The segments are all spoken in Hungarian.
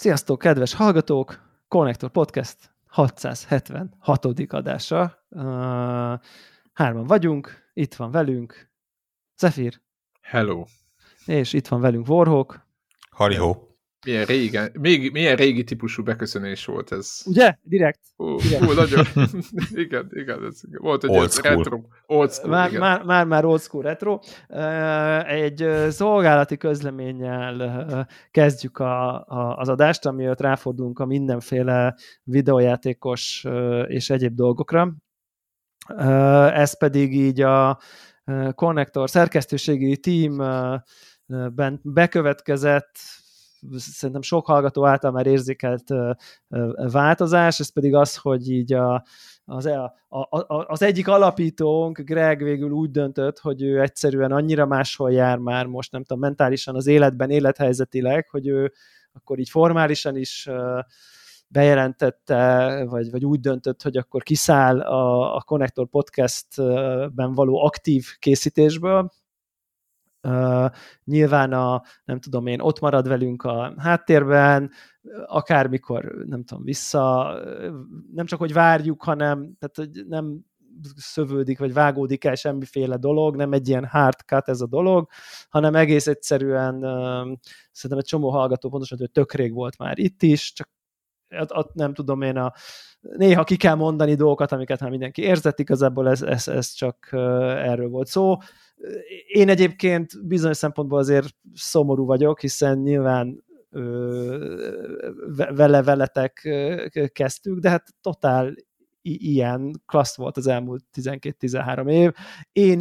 Sziasztok, kedves hallgatók! Konnektor Podcast 676. adása. Hárman vagyunk, itt van velünk Zephyr. Hello. És itt van velünk Warhawk. Hariho. Milyen régi típusú beköszönés volt ez. Ugye? Direkt. Nagyon. igen, ez volt egy retro. Old school, már old school retro. Egy szolgálati közleménnyel kezdjük az adást, amiért ráfordulunk a mindenféle videójátékos és egyéb dolgokra. Ez pedig így a Konnektor szerkesztőségi teamben bekövetkezett, szerintem sok hallgató által már érzékelt változás, ez pedig az, hogy így az egyik alapítónk, Greg végül úgy döntött, hogy ő egyszerűen annyira máshol jár már most, nem tudom, mentálisan az életben, élethelyzetileg, hogy ő akkor így formálisan is bejelentette, vagy úgy döntött, hogy akkor kiszáll a Konnektor Podcastben való aktív készítésből. Nyilván nem tudom én, ott marad velünk a háttérben, akármikor, nem tudom, nem csak, hogy várjuk, hanem tehát, hogy nem szövődik, vagy vágódik el semmiféle dolog, nem egy ilyen hard cut ez a dolog, hanem egész egyszerűen szerintem egy csomó hallgató pontosan, hogy tök rég volt már itt is, csak nem tudom én, néha ki kell mondani dolgokat, amiket már mindenki érzett, igazából ez csak erről volt szó. Én egyébként bizonyos szempontból azért szomorú vagyok, hiszen nyilván veletek kezdtük, de hát totál ilyen klassz volt az elmúlt 12-13 év. Én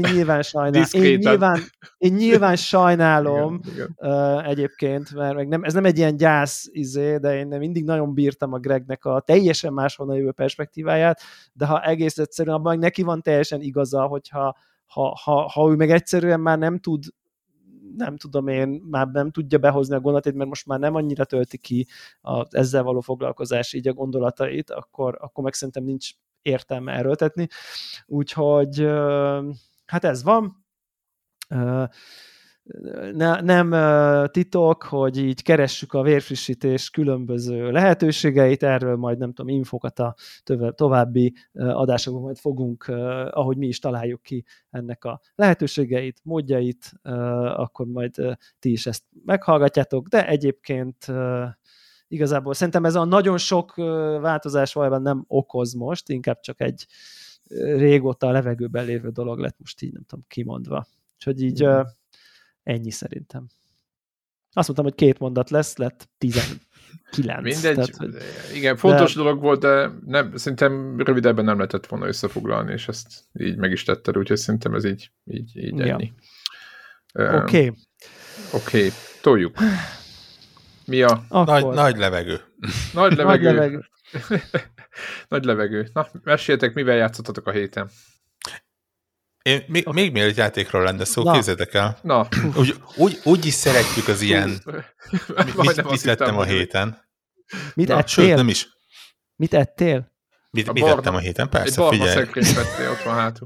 nyilván sajnálom igen. Egyébként, mert meg ez nem egy ilyen gyász de én mindig nagyon bírtam a Gregnek a teljesen máshonnan jövő perspektíváját, de ha egész egyszerűen abban neki van teljesen igaza, hogyha ha ő meg egyszerűen már nem tudom én, már nem tudja behozni a gondolatait, mert most már nem annyira tölti ki ezzel való foglalkozás így a gondolatait, akkor meg szerintem nincs értelme erőltetni. Úgyhogy hát ez van. Nem titok, hogy így keressük a vérfrissítés különböző lehetőségeit, erről majd nem tudom, infokat a további adásokban majd fogunk, ahogy mi is találjuk ki ennek a lehetőségeit, módjait, akkor majd ti is ezt meghallgatjátok, de egyébként igazából szerintem ez a nagyon sok változás valójában nem okoz most, inkább csak egy régóta a levegőben lévő dolog lett most így, nem tudom, kimondva. Úgyhogy így ennyi szerintem. Azt mondtam, hogy 2 mondat lett 19. Mindegy, tehát, hogy... igen, fontos dolog volt, de szerintem rövidebben nem lehetett volna összefoglalni, és ezt így meg is tetted, úgyhogy szerintem ez így ennyi. Oké, toljuk. Mi a... Nagy levegő. Nagy levegő. Nagy levegő. Na, meséljetek, mivel játszottatok a héten? Én még mielőtt játékról lenne szó, képzeljétek el. Na. Úgy is szeretjük az ilyen... Mit lettem a héten? Mit ettél? Sőt, nem is. Mit ettél? Mit ettem a héten? Persze, figyelj. Egy barna szekrényt vettél, ott van hátul.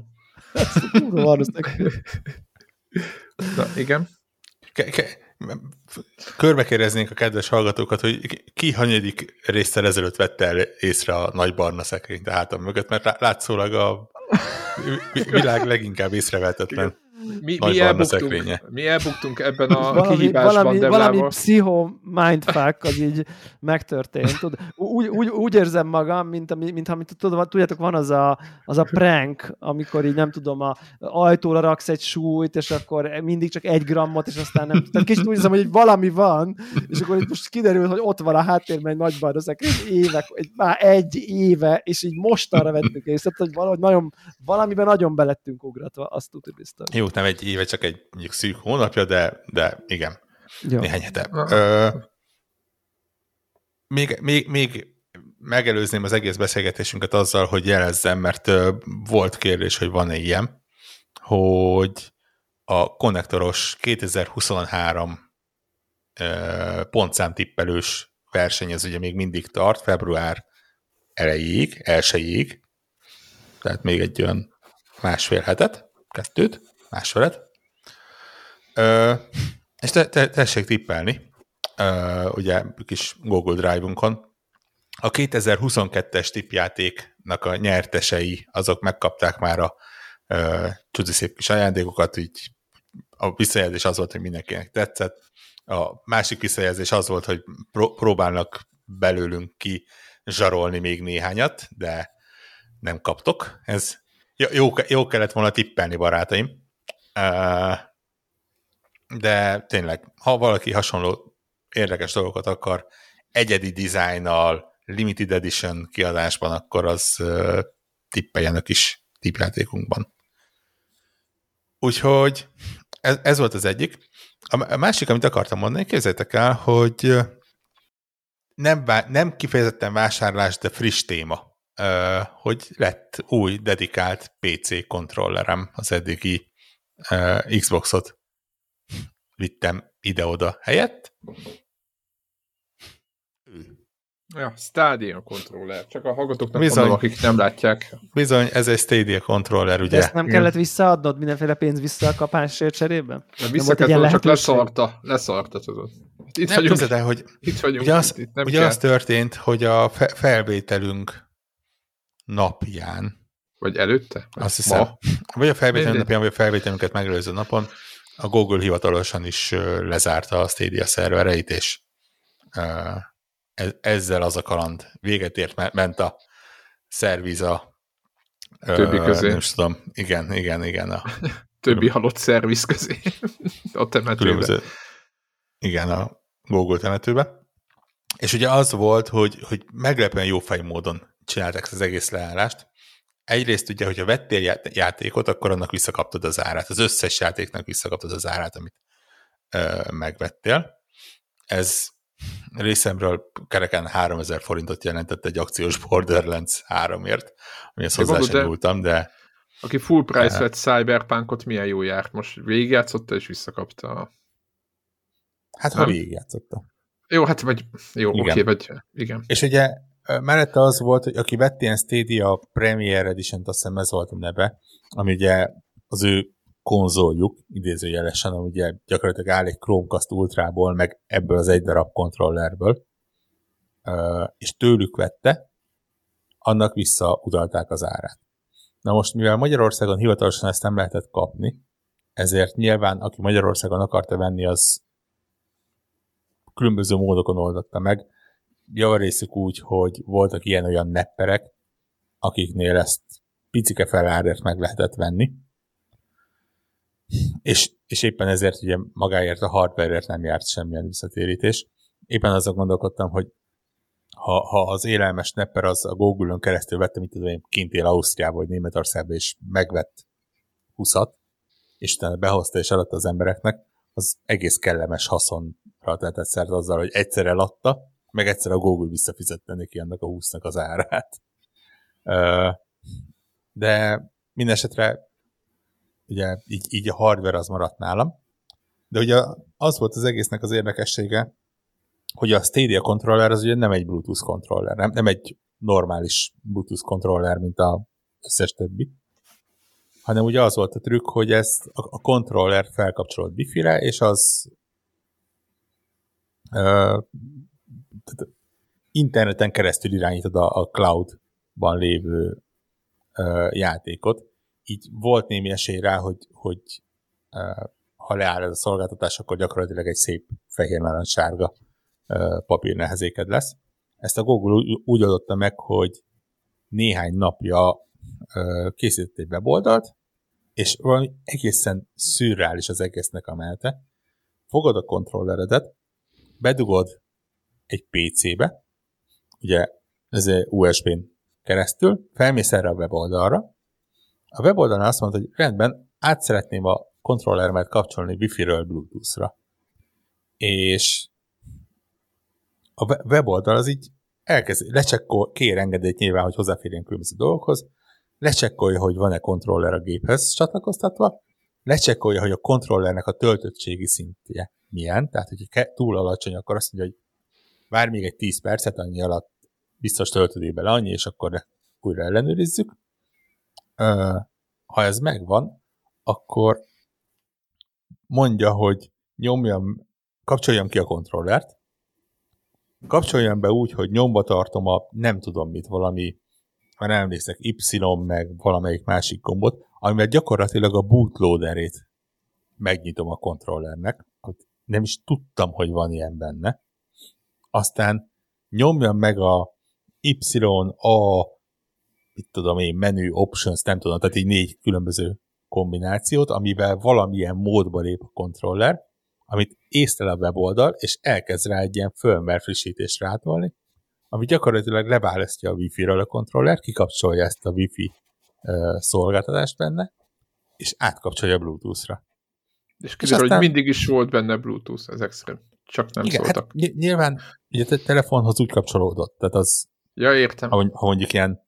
Na, igen. Körbekérdeznénk a kedves hallgatókat, hogy ki hanyadik résszel ezelőtt vette el észre a nagy barna szekrényt a hátam mögött, mert látszólag a világ leginkább észrevehetetlen nagy barna szekrénye. Mi elbuktunk ebben a kihívásban. Valami pszicho-mindfuck az így megtörtént. Úgy érzem magam, mint tudjátok, van az a prank, amikor így nem tudom, a ajtóra raksz egy súlyt, és akkor mindig csak 1 grammot, és aztán nem. Tehát kicsit úgy érzem, hogy valami van, és akkor itt most kiderül, hogy ott van a háttérben egy nagy barna szekrény, már 1 éve, és így mostanra vettük észre, hogy valamiben nagyon belettünk ugratva, azt tudod biztos. Jó, nem 1 éve, csak egy mondjuk szűk hónapja, de igen, jó. Néhány hete. Még megelőzném az egész beszélgetésünket azzal, hogy jelezzem, mert volt kérdés, hogy van-e ilyen, hogy a konnektoros 2023 pontszám tippelős verseny, ez ugye még mindig tart, február elejéig, 1-ig, tehát még egy olyan 1,5 hetet, 2-t, 1,5-et. És tessék tippelni, ugye kis Google Drive-unkon. A 2022-es tippjátéknak a nyertesei, azok megkapták már a csudi szép kis ajándékokat, így a visszajelzés az volt, hogy mindenkinek tetszett. A másik visszajelzés az volt, hogy próbálnak belőlünk ki zsarolni még néhányat, de nem kaptok. Ez jó kellett volna tippelni, barátaim. De tényleg, ha valaki hasonló érdekes dolgokat akar egyedi dizájnnal, limited edition kiadásban, akkor az tippeljenek is tippjátékunkban. Úgyhogy ez volt az egyik. A másik, amit akartam mondani, képzeljétek el, hogy nem kifejezetten vásárlás, de friss téma, hogy lett új dedikált PC kontrollerem, az eddigi Xboxot vittem ide-oda helyett. Ja, Stadia controller. Csak a hallgatóknak mondom, akik nem látják. Bizony, ez egy Stadia controller, ugye? De ezt nem kellett visszaadnod mindenféle pénz visszakapásért cserében? Vissza kellett, csak leszarta, tudod. Itt nem vagyunk. El, hogy itt vagyunk. Ugye az történt, hogy a felvételünk napján. Vagy előtte? Azt hiszem. Vagy a felvételünk napján, vagy a felvételünket megelőző napon a Google hivatalosan is lezárta a Stadia szervereit, és ezzel az a kaland véget ért, ment a szerviza többi közé. Nem tudom. Igen. A többi halott szerviz közé. A temetőbe. Igen, a Google temetőbe. És ugye az volt, hogy meglepően jófej módon csinálták az egész leállást. Egyrészt ugye, hogyha vettél játékot, akkor annak visszakaptad az árát. Az összes játéknak visszakaptad az árát, amit megvettél. Ez részemről kereken 3000 forintot jelentett egy akciós Borderlands 3-ért, amihez hozzá sem nyúltam, de... Aki full price vett Cyberpunkot, milyen jó járt. Most végigjátszotta és visszakapta. Hát, ha végigjátszotta. Jó, hát vagy... Jó, oké, vagy... Igen. És ugye mellette az volt, hogy aki vett ilyen Stadia Premier Edition-t, azt hiszem ez volt a neve, ami ugye az ő konzoljuk, idézőjelesen, ami ugye gyakorlatilag áll egy Chromecast Ultrából, meg ebből az egy darab kontrollerből, és tőlük vette, annak visszautalták az árát. Na most, mivel Magyarországon hivatalosan ezt nem lehetett kapni, ezért nyilván, aki Magyarországon akarta venni, az különböző módokon oldotta meg. Javarészük úgy, hogy voltak ilyen-olyan nepperek, akiknél ezt picike felárért meg lehetett venni, és éppen ezért ugye magáért a hardwareért nem járt semmilyen visszatérítés. Éppen azon gondolkodtam, hogy ha az élelmes nepper az a Google-ön keresztül vettem, mint tudom én, kint él Ausztriába vagy Németországba, és megvett 20-at, és utána behozta és adta az embereknek, az egész kellemes haszonra tehetett szert azzal, hogy egyszer eladta, meg egyszer a Google visszafizette neki annak a 20-nak az árát. De minden esetre ugye így a hardware az maradt nálam, de ugye az volt az egésznek az érdekessége, hogy a Stadia controller az ugye nem egy Bluetooth controller, nem egy normális Bluetooth controller, mint az összes többi, hanem ugye az volt a trükk, hogy ezt a controller felkapcsolod Wi-Fi-re, és az interneten keresztül irányítod a cloudban lévő játékot. Így volt némi esély rá, hogy ha leáll ez a szolgáltatás, akkor gyakorlatilag egy szép fehér-narancssárga papírnehezéked lesz. Ezt a Google úgy adotta meg, hogy néhány napja készített egy weboldalt, és valami egészen szürreális az egésznek a menete. Fogod a kontrolleredet, bedugod egy PC-be, ugye ez USB-n keresztül, felmész erre a weboldalra, a weboldalon azt mondta, hogy rendben, át szeretném a kontrolleremet kapcsolni Wi-Fi-ről Bluetooth-ra. És a weboldal az így elkezd, kér engedélyt nyilván, hogy hozzáférjen különböző dolgokhoz, lecsekkolja, hogy van-e kontroller a géphez csatlakoztatva, lecsekkolja, hogy a kontrollernek a töltöttségi szintje milyen, tehát hogyha túl alacsony, akkor azt mondja, hogy várj még egy 10 percet, annyi alatt biztos töltöd bele annyi, és akkor újra ellenőrizzük. Ha ez megvan, akkor mondja, hogy kapcsoljam ki a kontrollert, kapcsoljon be úgy, hogy nyomba tartom a nem tudom mit, valami, már emlékszek, Y meg valamelyik másik gombot, amivel gyakorlatilag a bootloaderét megnyitom a kontrollernek, hogy nem is tudtam, hogy van ilyen benne. Aztán nyomjam meg a Y, A, mit tudom én, menu, options, nem tudom, tehát így 4 különböző kombinációt, amivel valamilyen módba lép a kontroller, amit észlel a weboldal, és elkezd rá egy ilyen firmware frissítést rátolni, ami gyakorlatilag leválasztja a Wi-Fi-ről a kontroller, kikapcsolja ezt a Wi-Fi szolgáltatást benne, és átkapcsolja Bluetooth-ra. És kiderül, hogy mindig is volt benne Bluetooth ezek szerint. Csak nem igen, szóltak. Hát nyilván ugye a telefonhoz úgy kapcsolódott, tehát az... Ja, értem. Ha mondjuk ilyen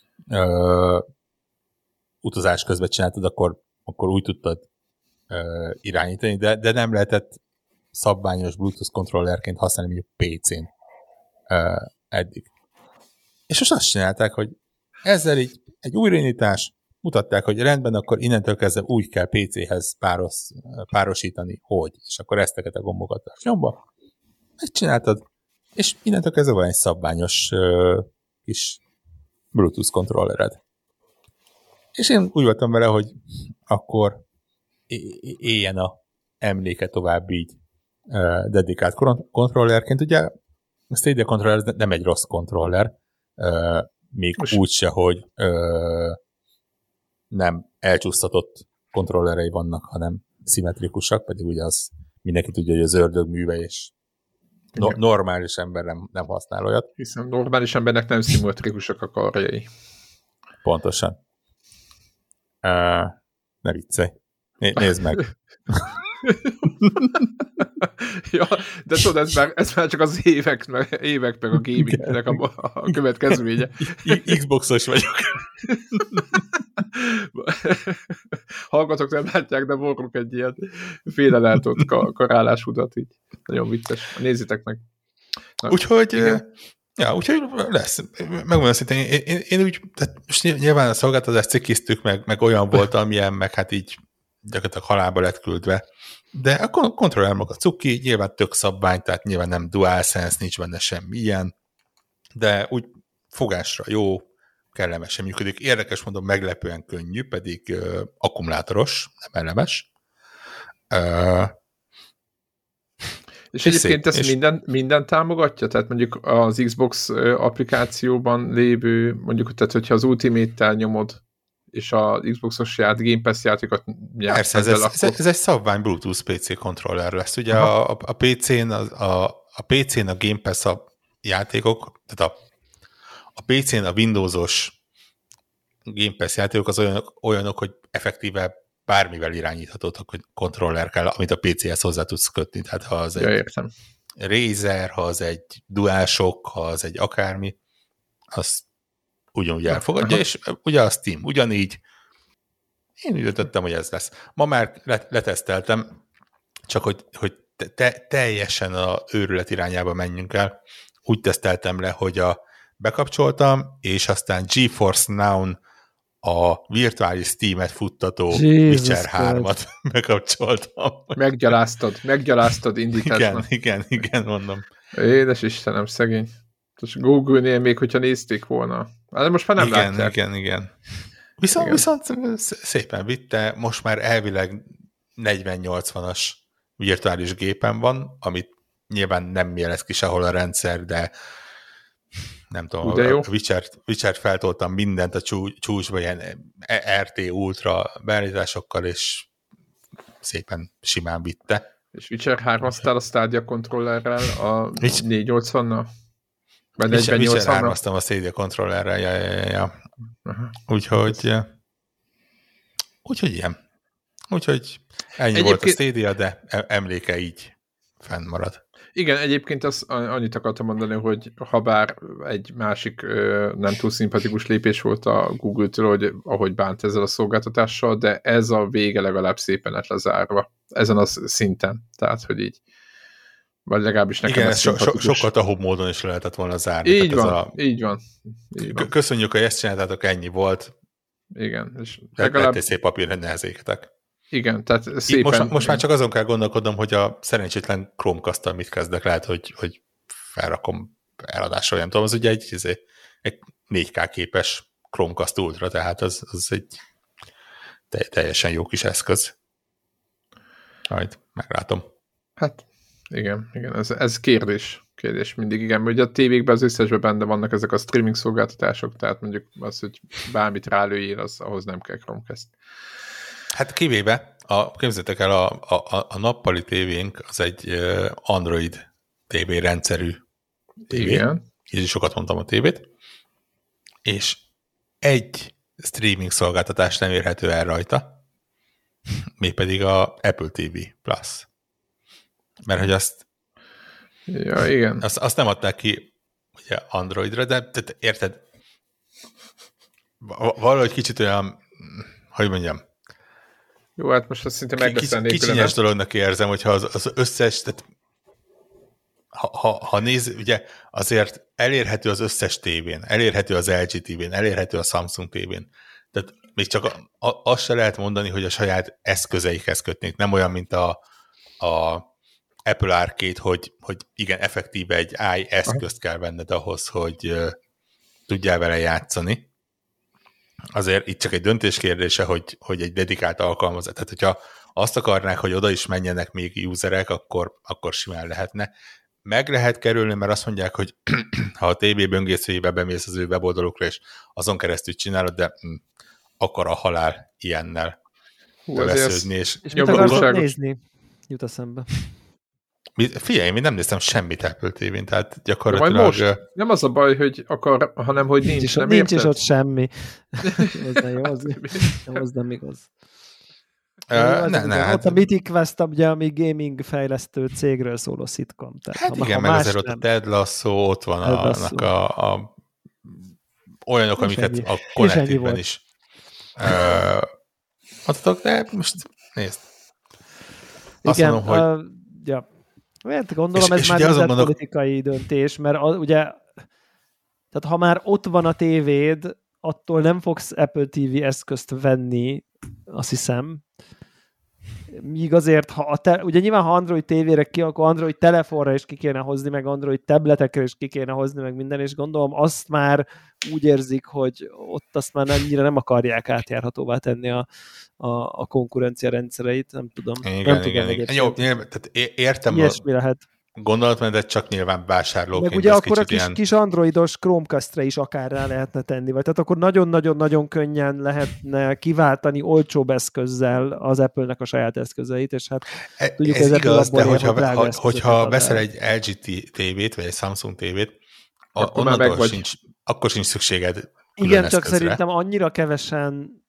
utazás közben csináltad, akkor úgy tudtad irányítani, de nem lehetett szabványos Bluetooth kontrollerként használni mondjuk PC-n eddig. És most azt csinálták, hogy ezzel így egy újraindítás, mutatták, hogy rendben, akkor innentől kezdve úgy kell PC-hez párosítani, hogy, és akkor ezteket a gombokat nyomba, megcsináltad, és innentől kezdve van egy szabványos kis Bluetooth kontrollered. És én úgy voltam vele, hogy akkor éljen a emléke tovább így dedikált kontrollerként. Ugye a Stadia kontroller nem egy rossz kontroller, még úgyse, hogy nem elcsúsztatott kontrollerei vannak, hanem szimmetrikusak, pedig ugye az mindenki tudja, hogy az ördög műve, és normális ember nem használ olyat. Hiszen normális embernek nem szimmetrikusak a karjai. Pontosan. Ne viccelj. Nézd meg. Ja, de tudod, ez már csak az évek meg a gamingnek a következménye. Xboxos vagyok. Hallgatók nem látják, de borulok egy ilyen féleleltott karálásudat így. Nagyon vicces. Nézzétek meg. Úgyhogy úgyhogy lesz. Megmondom szintén, én úgy, tehát most nyilván a szolgáltatást cikiztük, meg olyan volt, amilyen, meg hát így gyakorlatilag halálba lett küldve. De a kontroller maga cuki, nyilván tök szabvány, tehát nyilván nem DualSense, nincs benne semmi ilyen, de úgy fogásra jó, kellemesen működik. Érdekes mondom, meglepően könnyű, pedig akkumulátoros, nem elemes. És egyébként ezt minden támogatja? Tehát mondjuk az Xbox applikációban lévő, mondjuk, tehát hogyha az Ultimate-tel nyomod, és a Xboxos Game Pass játékot persze, ez egy szabvány Bluetooth PC kontroller lesz. Ugye a PC-n a PC-n a Game Pass játékok, tehát a PC-n a Windowsos Game Pass játékok az olyanok, hogy effektíve bármivel irányítható a kontroller kell, amit a PC-hez hozzá tudsz kötni. Tehát ha az egy Razer, ha az egy DualShock, ha az egy akármi, az ugyanúgy elfogadja, és ugye a Steam ugyanígy. Én úgy döntöttem, hogy ez lesz. Ma már leteszteltem, csak hogy teljesen a őrület irányába menjünk el. Úgy teszteltem le, hogy bekapcsoltam, és aztán GeForce Now-n a virtuális Steam-et futtató Witcher 3-at bekapcsoltam. Meggyaláztad indításban. Igen, mondom. Édes Istenem, szegény. Google-nél még, hogyha nézték volna. De most már nem látják. Igen. Viszont szépen vitte, most már elvileg 4080-as virtuális gépen van, amit nyilván nem jelez ki sehol a rendszer, de nem tudom, a Witcher-t feltoltam mindent a csúcsba, ilyen RT Ultra beállításokkal, és szépen simán vitte. És Witcher 3-aztál a Stadia kontrollerrel a 480-nal? Witcher 3-aztam a Stadia kontrollerrel, ja. Úgyhogy ilyen. Úgyhogy ennyi volt a Stadia, de emléke így fennmarad. Igen, egyébként annyit akartam mondani, hogy ha bár egy másik nem túl szimpatikus lépés volt a Google-től, hogy ahogy bánt ezzel a szolgáltatással, de ez a vége legalább szépen lett lezárva. Ezen a szinten. Tehát, hogy így vagy legalábbis nekem igen, sokkal tahóbb módon is lehetett volna zárni. Így van. Köszönjük, hogy ezt csináltátok, ennyi volt. Igen. És legalább egy szép papírra nehezéketek. Igen, tehát szépen... Most már csak azon kell gondolkodnom, hogy a szerencsétlen Chromecast-tal mit kezdek. Lehet, hogy felrakom eladásra, nem tudom, az ugye egy 4K képes Chromecast Ultra, tehát az egy teljesen jó kis eszköz. Majd meglátom. Hát igen, ez kérdés mindig, igen, mert ugye a tévékben az összesben benne vannak ezek a streaming szolgáltatások, tehát mondjuk az, hogy bármit rálőjél, az ahhoz nem kell Chromecast. Hát kivéve, képzeljétek el, a nappali tévénk az egy Android TV rendszerű tévé. Igen. Így is sokat mondtam a tévét. És egy streaming szolgáltatás nem érhető el rajta, mégpedig a Apple TV Plus. Mert hogy azt ja, igen. Azt nem adták ki ugye Androidra, de érted? Valahogy kicsit olyan, hogy mondjam, jó, hát most azt szinte megbeszélnék. Kicsinyes dolognak érzem, hogyha az összes, tehát ha néz, ugye azért elérhető az összes tévén, elérhető az LG tévén, elérhető a Samsung tévén. Tehát még csak azt se lehet mondani, hogy a saját eszközeikhez kötnék. Nem olyan, mint a Apple Arcade, hogy igen, effektíve egy eszközt kell venned ahhoz, hogy tudjál vele játszani. Azért itt csak egy döntés kérdése, hogy egy dedikált alkalmazat. Tehát, hogyha azt akarnák, hogy oda is menjenek még userek, akkor simán lehetne. Meg lehet kerülni, mert azt mondják, hogy ha a TV böngészőjébe bemész az ő weboldalukra, és azon keresztül csinálod, de akar a halál ilyennel vesződni. És mit akarsz nézni? Jut eszembe. Figyelj, én nem néztem semmit Apple TV-n, tehát gyakorlatilag... Most nem az a baj, hogy akar, hanem hogy nincs. Nincs is ott semmi. Az nem igaz. Ott a Mythic Quest, ugye, ami gaming fejlesztő cégről szóló szitkom. Hát igen, meg azért ott a Ted Lasso, ott van annak a olyanok, amiket a Connected-ben is adtak, de most nézd. Igen, mondom, hogy... ja. Gondolom, ez már egy politikai döntés, mert ugye, tehát ha már ott van a tévéd, attól nem fogsz Apple TV eszközt venni, azt hiszem. Míg azért, ugye nyilván, ha Android tévére ki, akkor Android telefonra is ki kéne hozni, meg Android tabletekre is ki kéne hozni, meg minden, és gondolom azt már úgy érzik, hogy ott azt már annyira nem akarják átjárhatóvá tenni a konkurencia rendszereit, nem tudom. Igen. Jó, tehát értem ilyesmi lehet. Gondolatmenetet, csak nyilván vásárlóként. Meg ugye akkor a kis androidos Chromecastre is akár rá lehetne tenni, vagy tehát akkor nagyon-nagyon-nagyon könnyen lehetne kiváltani olcsóbb eszközzel az Apple-nek a saját eszközeit, és hát tudjuk, ez igaz, de hogyha veszel egy LG TV-t, vagy egy Samsung TV-t, akkor sincs szükséged. Igen, csak szerintem annyira kevesen...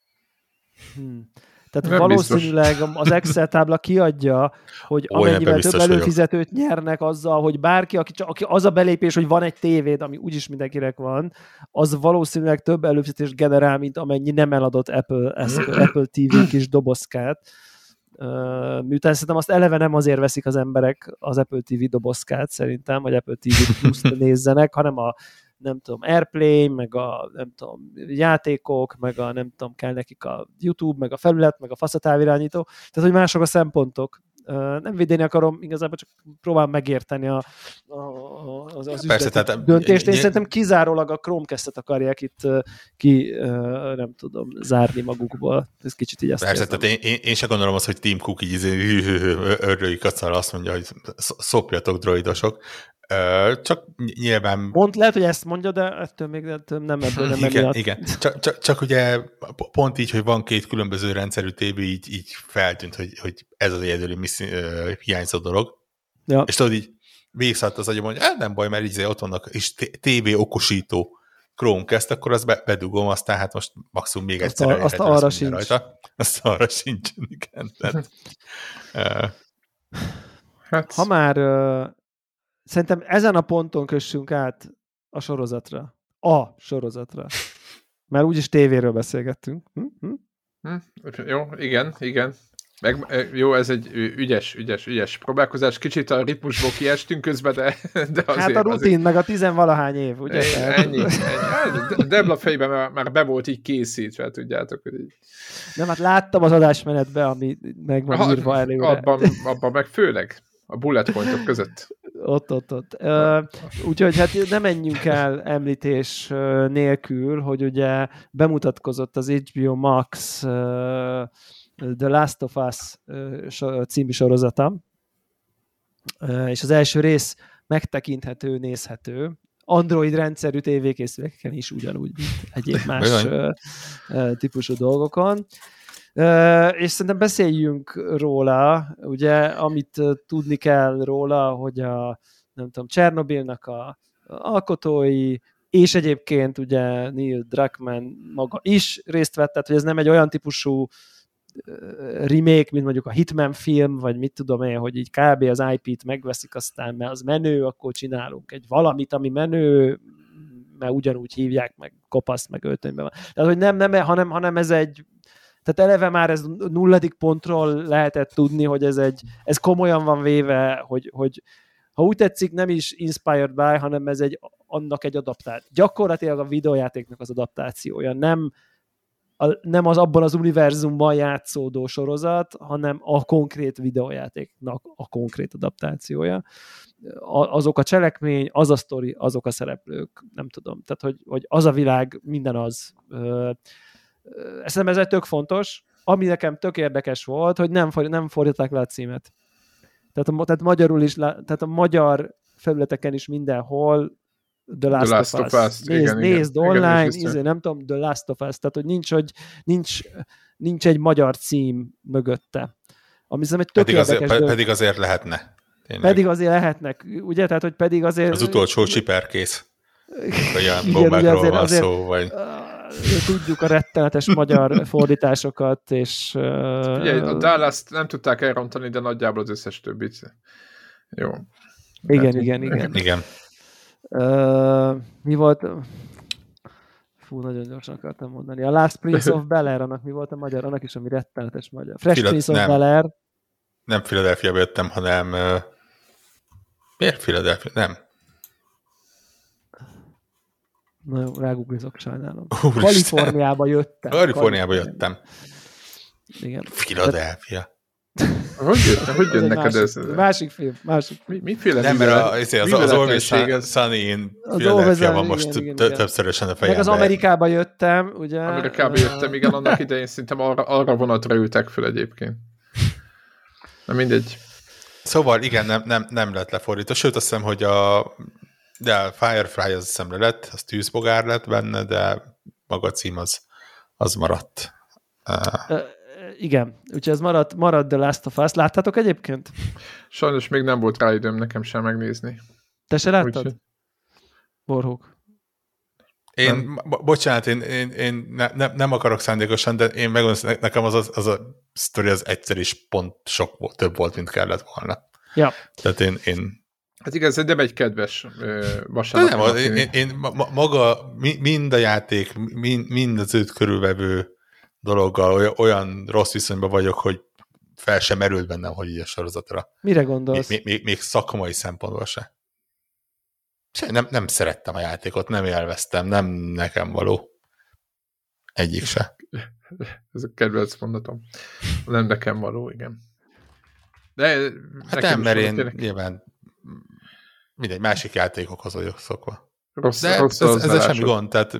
Tehát nem valószínűleg biztos. Az Excel tábla kiadja, hogy amennyivel több előfizetőt nyernek azzal, hogy bárki, aki az a belépés, hogy van egy tévéd, ami úgyis mindenkinek van, az valószínűleg több előfizetést generál, mint amennyi nem eladott Apple TV kis dobozkát. Miután szerintem azt eleve nem azért veszik az emberek az Apple TV dobozkát, szerintem, hogy Apple TV Plus-t nézzenek, hanem a nem tudom, Airplay, meg a nem tudom, játékok, meg a nem tudom, kell nekik a YouTube, meg a felület, meg a faszatávirányító, tehát, hogy mások a szempontok. Nem védeni akarom, igazából csak próbálom megérteni az üzleti döntést. Én szerintem kizárólag a Chromecast-et akarják itt nem tudom, zárni magukból. Ez kicsit így azt persze, tehát én sem gondolom azt, hogy Tim Cook így örülői kacalra azt mondja, hogy szopjatok droidosok. Csak nyilván... Lehet, hogy ezt mondja, de ettől még nem ebből nem emiatt. Igen. Csak ugye pont így, hogy van két különböző rendszerű tévé, így feltűnt, hogy ez az egyedüli hiányzó dolog. Ja. És tudod, így végigszállt az agyam, hogy nem baj, mert így ott vannak, és tévé okosító Chromecast, akkor azt bedugom, aztán hát most maximum még egyszer azt arra sincs. Rajta. Azt arra sincs, igen. Hát... Ha már... Szerintem ezen a ponton kössünk át a sorozatra. Mert úgyis tévéről beszélgettünk. Jó, igen. Jó, ez egy ügyes próbálkozás. Kicsit a ritmusból kiestünk közben, de azért... Hát a rutin, azért... meg a 10-valahány év, ugye? Ennyi. Debla fejben már be volt így készítve, tudjátok, hogy így... Nem, hát láttam az adásmenetbe, ami meg van írva előre. Abban meg főleg. A bullet pointok között. Ott. Úgyhogy hát ne menjünk el említés nélkül, hogy ugye bemutatkozott az HBO Max The Last of Us című sorozata, és az első rész megtekinthető, nézhető. Android rendszerű tévékészülékeken is ugyanúgy, mint egyéb más típusú dolgokon. És szerintem beszéljünk róla, ugye, amit tudni kell róla, hogy nem tudom, Csernobilnak a alkotói, és egyébként ugye Neil Druckmann maga is részt vett, tehát hogy ez nem egy olyan típusú remake, mint mondjuk a Hitman film, vagy mit tudom én, hogy így kb. Az IP-t megveszik, aztán mert az menő, akkor csinálunk egy valamit, ami menő, mert ugyanúgy hívják, meg kopaszt, meg öltönyben van. Tehát, hogy nem, hanem ez egy, tehát eleve már ez nulladik pontról lehetett tudni, hogy ez komolyan van véve, hogy ha úgy tetszik, nem is inspired by, hanem ez annak egy adaptáció. Gyakorlatilag a videójátéknak az adaptációja. Nem az abban az univerzumban játszódó sorozat, hanem a konkrét videójátéknak a konkrét adaptációja. Azok a cselekmény, az a sztori, azok a szereplők, nem tudom. Tehát, hogy az a világ, minden az. Szerintem ez egy tök fontos. Ami nekem tök érdekes volt, hogy nem fordították le a címet. Tehát magyarul is, tehát a magyar felületeken is mindenhol The Last of Us. Nézd online, nem tudom, The Last of Us, tehát hogy nincs egy magyar cím mögötte. Ami szerintem egy tök érdekes. Pedig azért lehetne. Tényleg. Pedig azért lehetnek, ugye? Tehát, hogy pedig azért... Az utolsó csiperkész. Olyan bombákról van szó, vagy... Tudjuk a rettenetes magyar fordításokat, és... Ugye, a Dallas-t nem tudták elrontani, de nagyjából az összes többit. Jó. Igen. Mi volt... Fú, nagyon gyorsan akartam mondani. A Last Prince of Bel-Air, annak mi volt a magyar? Annak is, ami rettenetes magyar. Fresh Prince of Bel-Air. Nem Philadelphiába jöttem, hanem... Miért Philadelphia? Nem. Na jó, rágooglizok, sajnálom. Kaliforniába jöttem. Igen. Philadelphia. Hogy jön neked ez? Másik film. Miféle nem, mert az Always Sunny in Philadelphia van most többszörösen a fejemben. Meg az Amerikába jöttem, ugye? Amerikába jöttem, igen, annak idején szerintem arra vonatra ültek föl egyébként. Na mindegy. Szóval igen, nem lett lefordítva. Sőt, azt hiszem, hogy de a Firefly az szemre lett, az tűzbogár lett benne, de maga a cím az maradt. Igen, úgyhogy ez maradt The Last of Us. Láttátok egyébként? Sajnos még nem volt rá időm nekem sem megnézni. Te se láttad? Borhók. Bocsánat, én nem akarok szándékosan, de én megmondom, nekem az a sztori az egyszer is pont több volt, mint kellett volna. Ja. Tehát én hát igaz, nem egy kedves vasárnap. Maga, mind a játék, mind az őt körülvevő dologgal olyan rossz viszonyban vagyok, hogy fel sem merült bennem, hogy így a sorozatra. Mire gondolsz? Még szakmai szempontból se. Nem szerettem a játékot, nem élveztem, nem nekem való. Egyik se. Ez a kedvenc mondatom. Nem nekem való, igen. De hát nem, mert én nyilván mindegy, másik játékokhoz vagyok szokva. Rossz ez semmi gond, tehát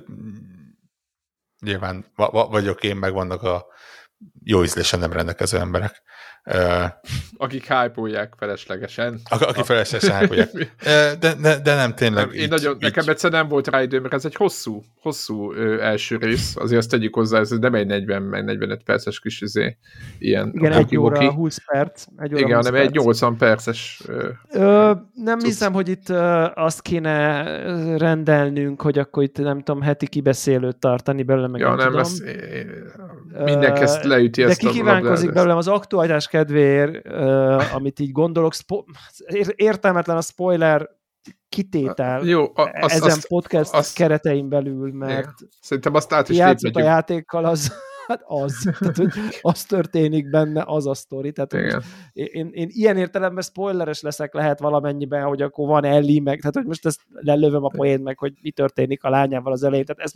nyilván vagyok én, meg vannak a jó ízlésen nem rendelkező emberek. Akik hype-olják feleslegesen. Akik feleslegesen hype-olják. De nem tényleg. Nekem egyszer nem volt rá idő, mert ez egy hosszú első rész. Azért azt tegyük hozzá, ez nem egy 40-45 perces kis ilyen. Igen, 1 óra 20 perc. Igen, hanem egy 80 perces. Nem hiszem, hogy itt azt kéne rendelnünk, hogy akkor itt nem tudom, heti kibeszélőt tartani belőle, meg nem mindenki ezt leüti ezt a labdát. De kikívánkozik belőlem az aktualitás kedvéért, amit így gondolok, értelmetlen a spoiler kitétel ezen podcast keretein belül, mert szerintem azt át is játszott a játékkal, az tehát, hogy az történik benne, az a sztori. Tehát én ilyen értelemben spoileres leszek lehet valamennyiben, hogy akkor van Ellie, meg, tehát hogy most ezt lelövöm a poént meg, hogy mi történik a lányával az elején. Tehát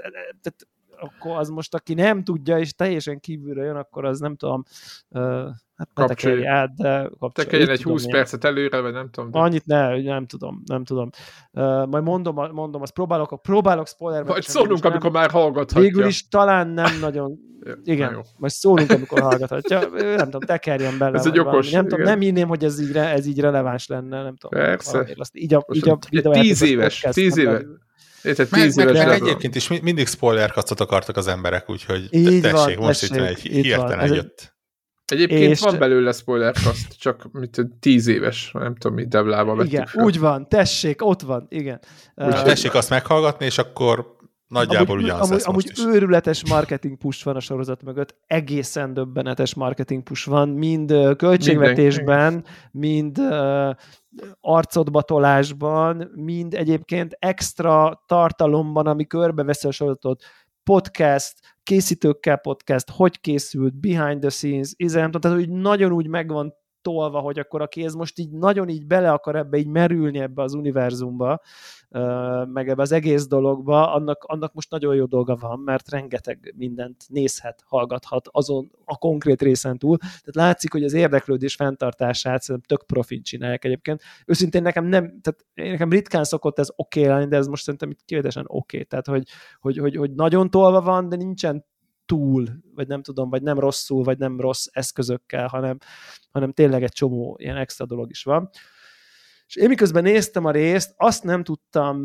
akkor az most, aki nem tudja, és teljesen kívülről jön, akkor az nem tudom, Hát ne tekerj át, de tekerjen egy 20 percet előre, vagy nem tudom. De... Annyit nem tudom. Majd mondom, azt próbálok spoilerben. Majd szólunk, amikor már hallgathatja. Végül is talán nem nagyon... Igen, majd szólunk, amikor hallgathatja. Nem tudom, tekerjen bele. Ez egy okos. Nem tudom, nem hinném, hogy ez így releváns lenne, nem tudom. Persze. Így a 10 éves. 10 éves. Egyébként is mindig spoilerkasztot akartak az emberek, úgyhogy tessék, most itt egy hirtelen jött. Egyébként van belőle spoilerkaszt, csak 10 éves, nem tudom, mi Devlában vettük igen, fel. úgy van, tessék, ott van, igen. Tessék azt meghallgatni, és akkor nagyjából ugyanaz lesz amúgy őrületes marketing push van a sorozat mögött, egészen döbbenetes marketing push van, mind költségvetésben, mind arcodbatolásban, mind egyébként extra tartalomban, ami körbeveszi a sorozatot, podcast, készítőkkel podcast, hogy készült, behind the scenes, nem tudom, tehát hogy nagyon úgy megvan tolva, hogy akkor a kéz most így nagyon így bele akar ebbe így merülni ebbe az univerzumba, meg ebbe az egész dologba, annak most nagyon jó dolga van, mert rengeteg mindent nézhet, hallgathat azon a konkrét részen túl. Tehát látszik, hogy az érdeklődés fenntartását szerintem tök profin csinálják egyébként. Őszintén nekem ritkán szokott ez oké lenni, de ez most szerintem itt kivételesen oké. Tehát, hogy nagyon tolva van, de nincsen túl, vagy nem tudom, vagy nem rosszul, vagy nem rossz eszközökkel, hanem tényleg egy csomó ilyen extra dolog is van. És én miközben néztem a részt, azt nem tudtam...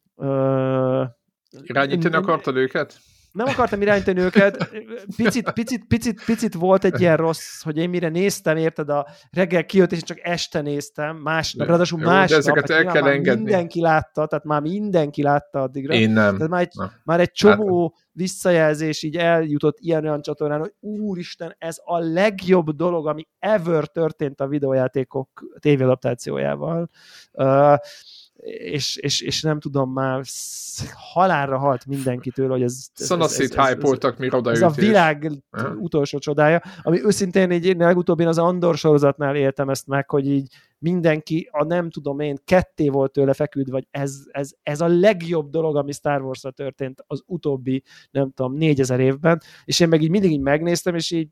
Irányítani akartad őket? Nem akartam irányítani őket. Picit volt egy ilyen rossz, hogy én mire néztem, érted, a reggel kijött, és csak este néztem, másnap, ráadásul másnap. Ezeket el kell engedni. Mindenki látta, tehát már mindenki látta addigra. Én nem. Tehát már egy csomó visszajelzés így eljutott ilyen-olyan csatornán, hogy úristen, ez a legjobb dolog, ami ever történt a videójátékok tévéadaptációjával. És nem tudom, már halálra halt mindenkitől, hogy ez hype-oltak, mi odaütés. Ez a világ utolsó csodája, ami őszintén így legutóbb én az Andor sorozatnál éltem ezt meg, hogy így mindenki, nem tudom én, ketté volt tőle feküdve, vagy ez a legjobb dolog, ami Star Wars-ra történt az utóbbi, nem tudom, 4000 évben, és én meg így mindig így megnéztem, és így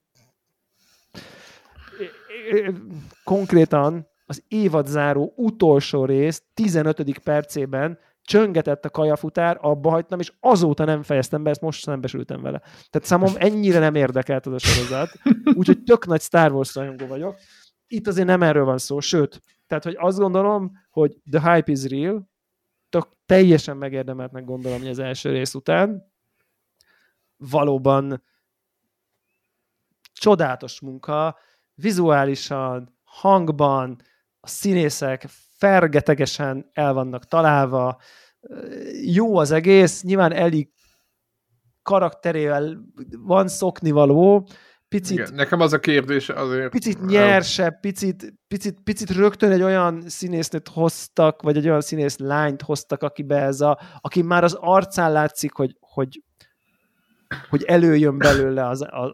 konkrétan az évadzáró utolsó rész 15. percében csöngetett a kajafutár, abba hagytam, és azóta nem fejeztem be, ezt most szembesültem vele. Tehát számomra ennyire nem érdekelt az a sorozat, úgyhogy tök nagy Star Wars rajongó vagyok. Itt azért nem erről van szó, sőt, tehát hogy azt gondolom, hogy the hype is real, teljesen megérdemeltnek gondolom, hogy az első rész után valóban csodálatos munka, vizuálisan, hangban, a színészek fergetegesen el vannak találva, jó az egész, nyilván Ellie karakterével van szoknivaló, picit... Igen, nekem az a kérdés azért... Picit nyersebb, picit rögtön egy olyan színésznőt hoztak, vagy egy olyan színész lányt hoztak, akibe aki már az arcán látszik, hogy előjön belőle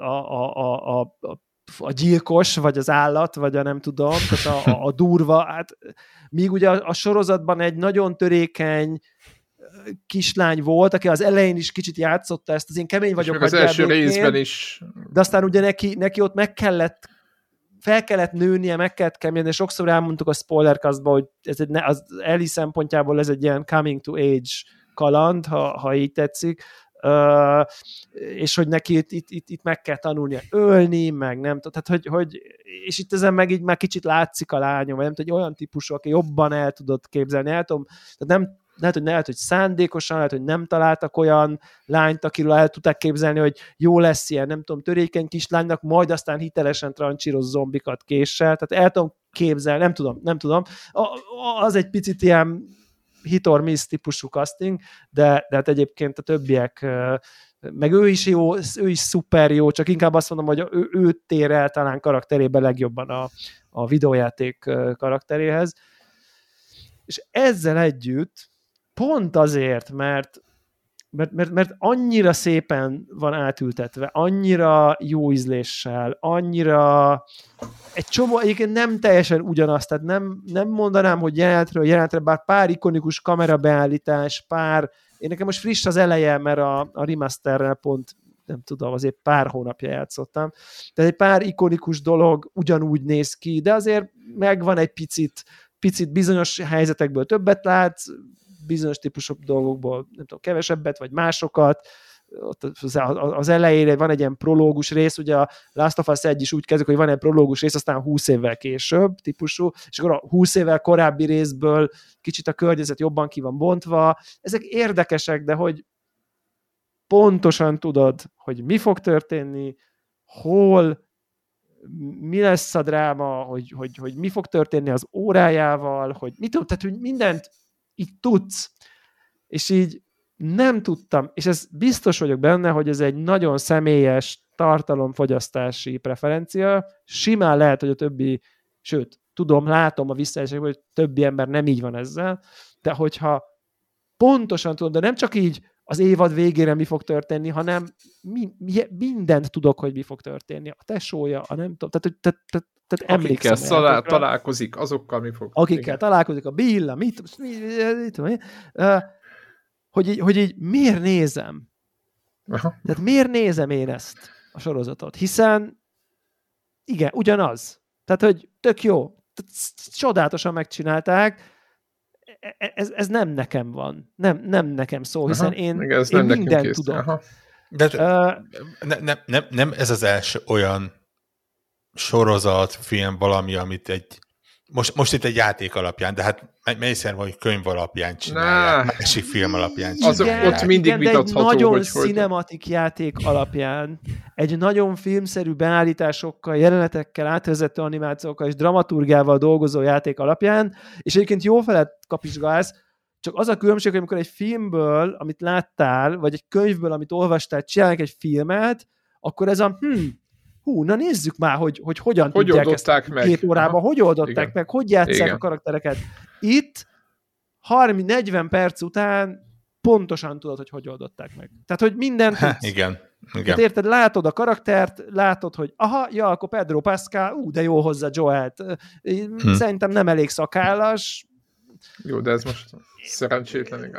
a gyilkos, vagy az állat, vagy a nem tudom, tehát a durva, hát míg ugye a sorozatban egy nagyon törékeny kislány volt, aki az elején is kicsit játszotta ezt, az én kemény vagyok. És az első részben is. De aztán ugye neki ott fel kellett nőnie, meg kellett keményen, és sokszor elmondtuk a spoilercastba, hogy az Ellie szempontjából ez egy ilyen coming to age kaland, ha így tetszik, és hogy neki itt meg kell tanulnia ölni, meg nem tudom, tehát hogy és itt ezen meg így már kicsit látszik a lányom, vagy nem tudom, olyan típusú, aki jobban el tudod képzelni, tehát lehet, hogy szándékosan, lehet, hogy nem találtak olyan lányt, akiről el tudták képzelni, hogy jó lesz ilyen, nem tudom, törékeny kislánynak, majd aztán hitelesen trancsíroz zombikat késsel, tehát el tudom képzelni, nem tudom. Az egy picit ilyen hit or miss típusú casting, de hát egyébként a többiek, meg ő is jó, ő is szuper jó, csak inkább azt mondom, hogy ő tér el talán karakterébe legjobban a videójáték karakteréhez. És ezzel együtt pont azért, mert annyira szépen van átültetve, annyira jó ízléssel, annyira egy csomó, egyébként nem teljesen ugyanaz, tehát nem mondanám, hogy jelentre, bár pár ikonikus kamerabeállítás, én nekem most friss az eleje, mert a remasterrel pont nem tudom, azért pár hónapja játszottam. Tehát egy pár ikonikus dolog ugyanúgy néz ki, de azért megvan egy picit bizonyos helyzetekből többet látsz, bizonyos típusú dolgokból nem tudom, kevesebbet, vagy másokat. Ott az elejére van egy ilyen prológus rész, ugye a Last of Us 1 is úgy kezdődik, hogy van egy prológus rész, aztán 20 évvel később típusú, és akkor a 20 évvel korábbi részből kicsit a környezet jobban ki van bontva. Ezek érdekesek, de hogy pontosan tudod, hogy mi fog történni, hol, mi lesz a dráma, hogy mi fog történni az órájával, hogy mit tudom, tehát hogy mindent így tudsz, és így nem tudtam, és ez biztos vagyok benne, hogy ez egy nagyon személyes tartalomfogyasztási preferencia, simán lehet, hogy a többi, sőt, tudom, látom a visszajelzésekből, hogy többi ember nem így van ezzel, de hogyha pontosan tudom, de nem csak így az évad végére mi fog történni, hanem mindent tudok, hogy mi fog történni. A tesója, a nem tudom, tehát emlékszem. Akikkel találkozik, azokkal mi fog. Akikkel találkozik, a Billa, mit hogy így miért nézem? Aha. Tehát miért nézem én ezt a sorozatot? Hiszen igen, ugyanaz. Tehát, hogy tök jó. Csodálatosan megcsinálták. Ez nem nekem van. Nem nekem szól, hiszen én mindent tudok. Aha. De nem ez az első olyan sorozat, film, valami, amit most itt egy játék alapján, de hát melyiszer van, hogy könyv alapján csinálják, másik film alapján csinálják. Azok ott mindig vitatható, egy nagyon hogy cinematik játék alapján, egy nagyon filmszerű beállításokkal, jelenetekkel, átvezető animációkkal és dramaturgiával dolgozó játék alapján, és egyébként jó felett kapizsgálsz, csak az a különbség, hogy amikor egy filmből, amit láttál, vagy egy könyvből, amit olvastál, csinálják egy filmet, akkor ez a na nézzük már, hogy hogyan tudják ezt meg. 2 órában, hogy oldották Igen. meg, hogy játsszák Igen. a karaktereket. Itt 30-40 perc után pontosan tudod, hogy oldották meg. Tehát, hogy mindent tudsz. Igen. Tehát érted, látod a karaktert, látod, hogy akkor Pedro Pascal, de jó hozzá Joelt. Szerintem nem elég szakállas. Jó, de ez most szerencsétlen.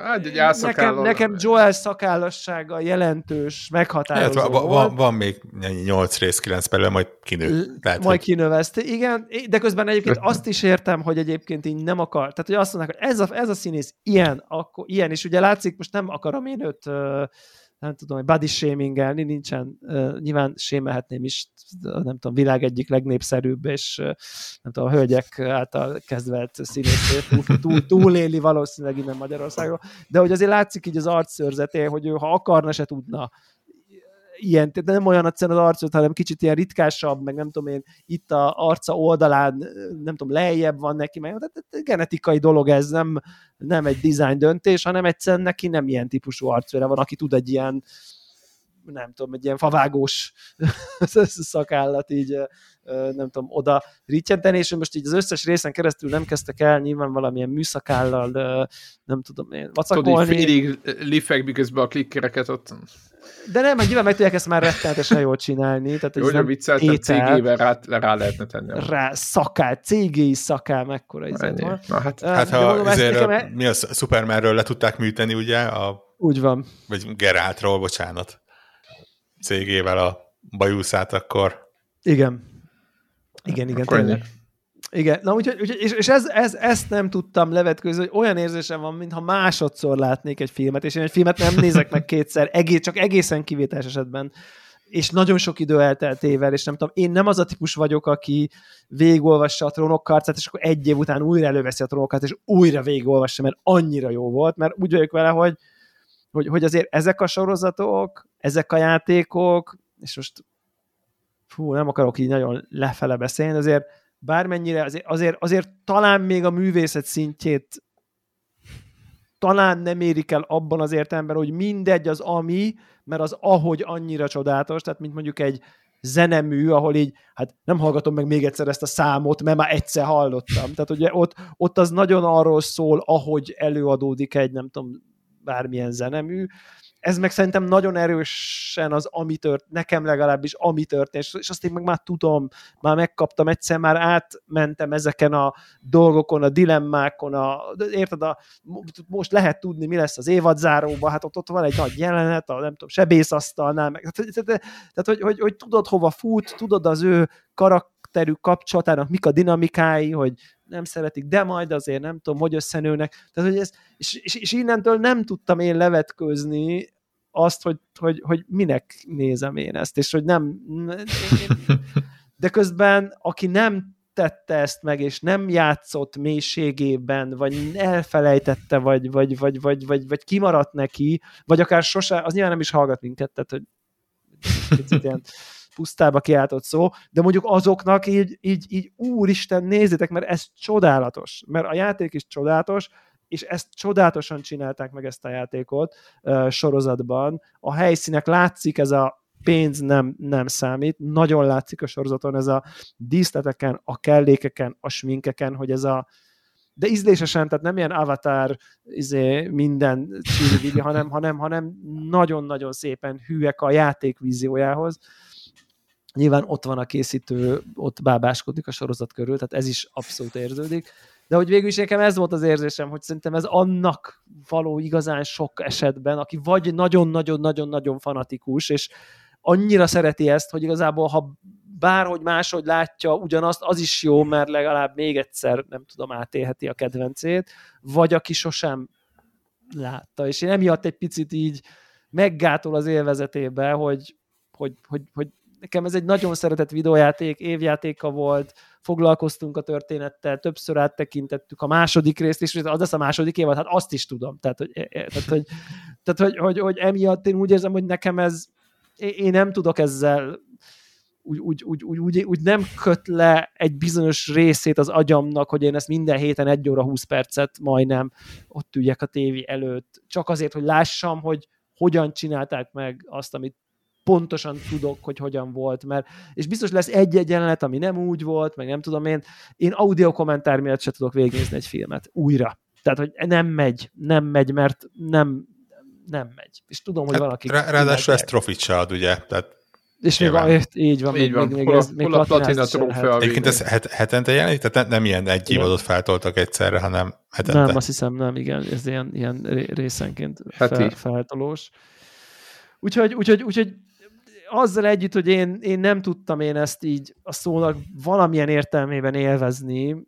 Nekem Joel szakállassága jelentős, meghatározó volt. Van még 8 rész, 9 belőle, majd kinő. Majd kinöveszte, igen, de közben egyébként azt is értem, hogy egyébként így nem akar. Tehát, hogy azt mondják, hogy ez a színész ilyen, akkor ilyen, és ugye látszik, most nem akarom én őt nem tudom, hogy body shamingelni, nincsen, nyilván sémelhetném is, nem tudom, világ egyik legnépszerűbb, és nem tudom, a hölgyek által kezdvelt színészét túléli valószínűleg innen Magyarországon, de hogy azért látszik így az arcszőrzetén, hogy ő, ha akarna, se tudna ilyen, de nem olyan egyszerűen az arcot, hanem kicsit ilyen ritkásabb, meg nem tudom én, itt a arca oldalán, nem tudom, lejjebb van neki, meg genetikai dolog ez, nem egy design döntés, hanem egyszerűen neki nem ilyen típusú arcőre van, aki tud egy ilyen, nem tudom, egy ilyen favágós szakállat így, nem tudom, oda rittyenteni, és most így az összes részen keresztül nem kezdtek el nyilván valamilyen műszakállal, nem tudom én, vacakolni. Tudod, félig lifeg, miközben a klikkereket ott... De nem, mert nyilván meg tudják ezt már rettenetesen jól csinálni. Tehát jó, hogy vicceltem, CG-vel rá lehetne tenni. Szakál, CGI szakál, mekkora izet van. Hát ha mi a Supermanről le tudták műteni, ugye? Úgy van. Vagy Geraltról, bocsánat. CG-vel a bajuszát, akkor... Igen, tényleg. Igen, na úgyhogy, és ezt nem tudtam levetkőzni, hogy olyan érzésem van, mintha másodszor látnék egy filmet, és én egy filmet nem nézek meg kétszer, csak egészen kivételes esetben, és nagyon sok idő elteltével, és nem tudom, én nem az a típus vagyok, aki végigolvassa a Trónok harcát, és akkor egy év után újra előveszi a Trónok harcát, és újra végigolvassa, mert annyira jó volt, mert úgy vagyok vele, hogy azért ezek a sorozatok, ezek a játékok, és most nem akarok így nagyon lefele beszélni, azért bármennyire, azért talán még a művészet szintjét talán nem érik el abban az értelemben, hogy mindegy az ami, mert az ahogy annyira csodálatos, tehát mint mondjuk egy zenemű, ahol így, hát nem hallgatom meg még egyszer ezt a számot, mert már egyszer hallottam. Tehát ugye ott az nagyon arról szól, ahogy előadódik egy, nem tudom, bármilyen zenemű. Ez meg szerintem nagyon erősen az, nekem legalábbis ami történt, és azt én meg már tudom, már megkaptam egyszer, már átmentem ezeken a dolgokon, a dilemmákon, érted, most lehet tudni, mi lesz az évadzáróban, hát ott van egy nagy jelenet, nem tudom, sebészasztalnál, tehát hogy tudod, hova fut, tudod az ő karakterű kapcsolatának mik a dinamikái, hogy nem szeretik, de majd azért nem tudom, hogy összenőnek. Tehát, hogy és innentől nem tudtam én levetkőzni azt, hogy minek nézem én ezt, és hogy nem... De közben, aki nem tette ezt meg, és nem játszott mélységében, vagy elfelejtette, vagy kimaradt neki, vagy akár sose, az nyilván nem is hallgat minket, tehát, hogy picit ilyen pusztába kiáltott szó, de mondjuk azoknak így úristen, nézzétek, mert ez csodálatos, mert a játék is csodálatos, és ezt csodálatosan csinálták meg ezt a játékot sorozatban. A helyszínek látszik, ez a pénz nem számít, nagyon látszik a sorozaton ez a díszleteken, a kellékeken, a sminkeken, hogy ez a de ízlésesen, tehát nem ilyen Avatar minden csíri, hanem nagyon-nagyon szépen hűek a játék víziójához. Nyilván ott van a készítő, ott bábáskodik a sorozat körül, tehát ez is abszolút érződik. De hogy végül is nekem ez volt az érzésem, hogy szerintem ez annak való igazán sok esetben, aki vagy nagyon-nagyon-nagyon-nagyon fanatikus, és annyira szereti ezt, hogy igazából, ha bárhogy máshogy látja ugyanazt, az is jó, mert legalább még egyszer, nem tudom, átélheti a kedvencét, vagy aki sosem látta. És én emiatt egy picit így meggátol az élvezetébe, hogy nekem ez egy nagyon szeretett videójáték, évjátéka volt, foglalkoztunk a történettel, többször áttekintettük a második részt, és az lesz a második évad, hát azt is tudom. Tehát, hogy emiatt én úgy érzem, hogy nekem ez, én nem tudok ezzel úgy nem köt le egy bizonyos részét az agyamnak, hogy én ezt minden héten 1 óra 20 percet majdnem ott üljek a tévé előtt. Csak azért, hogy lássam, hogy hogyan csinálták meg azt, amit pontosan tudok, hogy hogyan volt, és biztos lesz egy jelenet, ami nem úgy volt, meg nem tudom én audio kommentár miatt se tudok végignézni egy filmet újra. Tehát, hogy nem megy, mert nem megy. És tudom, hogy valaki... Ráadásul ez trofit se ad, ugye? Tehát és így van. Még platina trófea. Egyébként ez hetente jelenik? Tehát nem ilyen egy évadot feltoltak egyszerre, hanem hetente. Nem, azt hiszem nem, igen. Ez ilyen részenként feltolós. Úgyhogy azzal együtt, hogy én nem tudtam én ezt így a szónak valamilyen értelmében élvezni,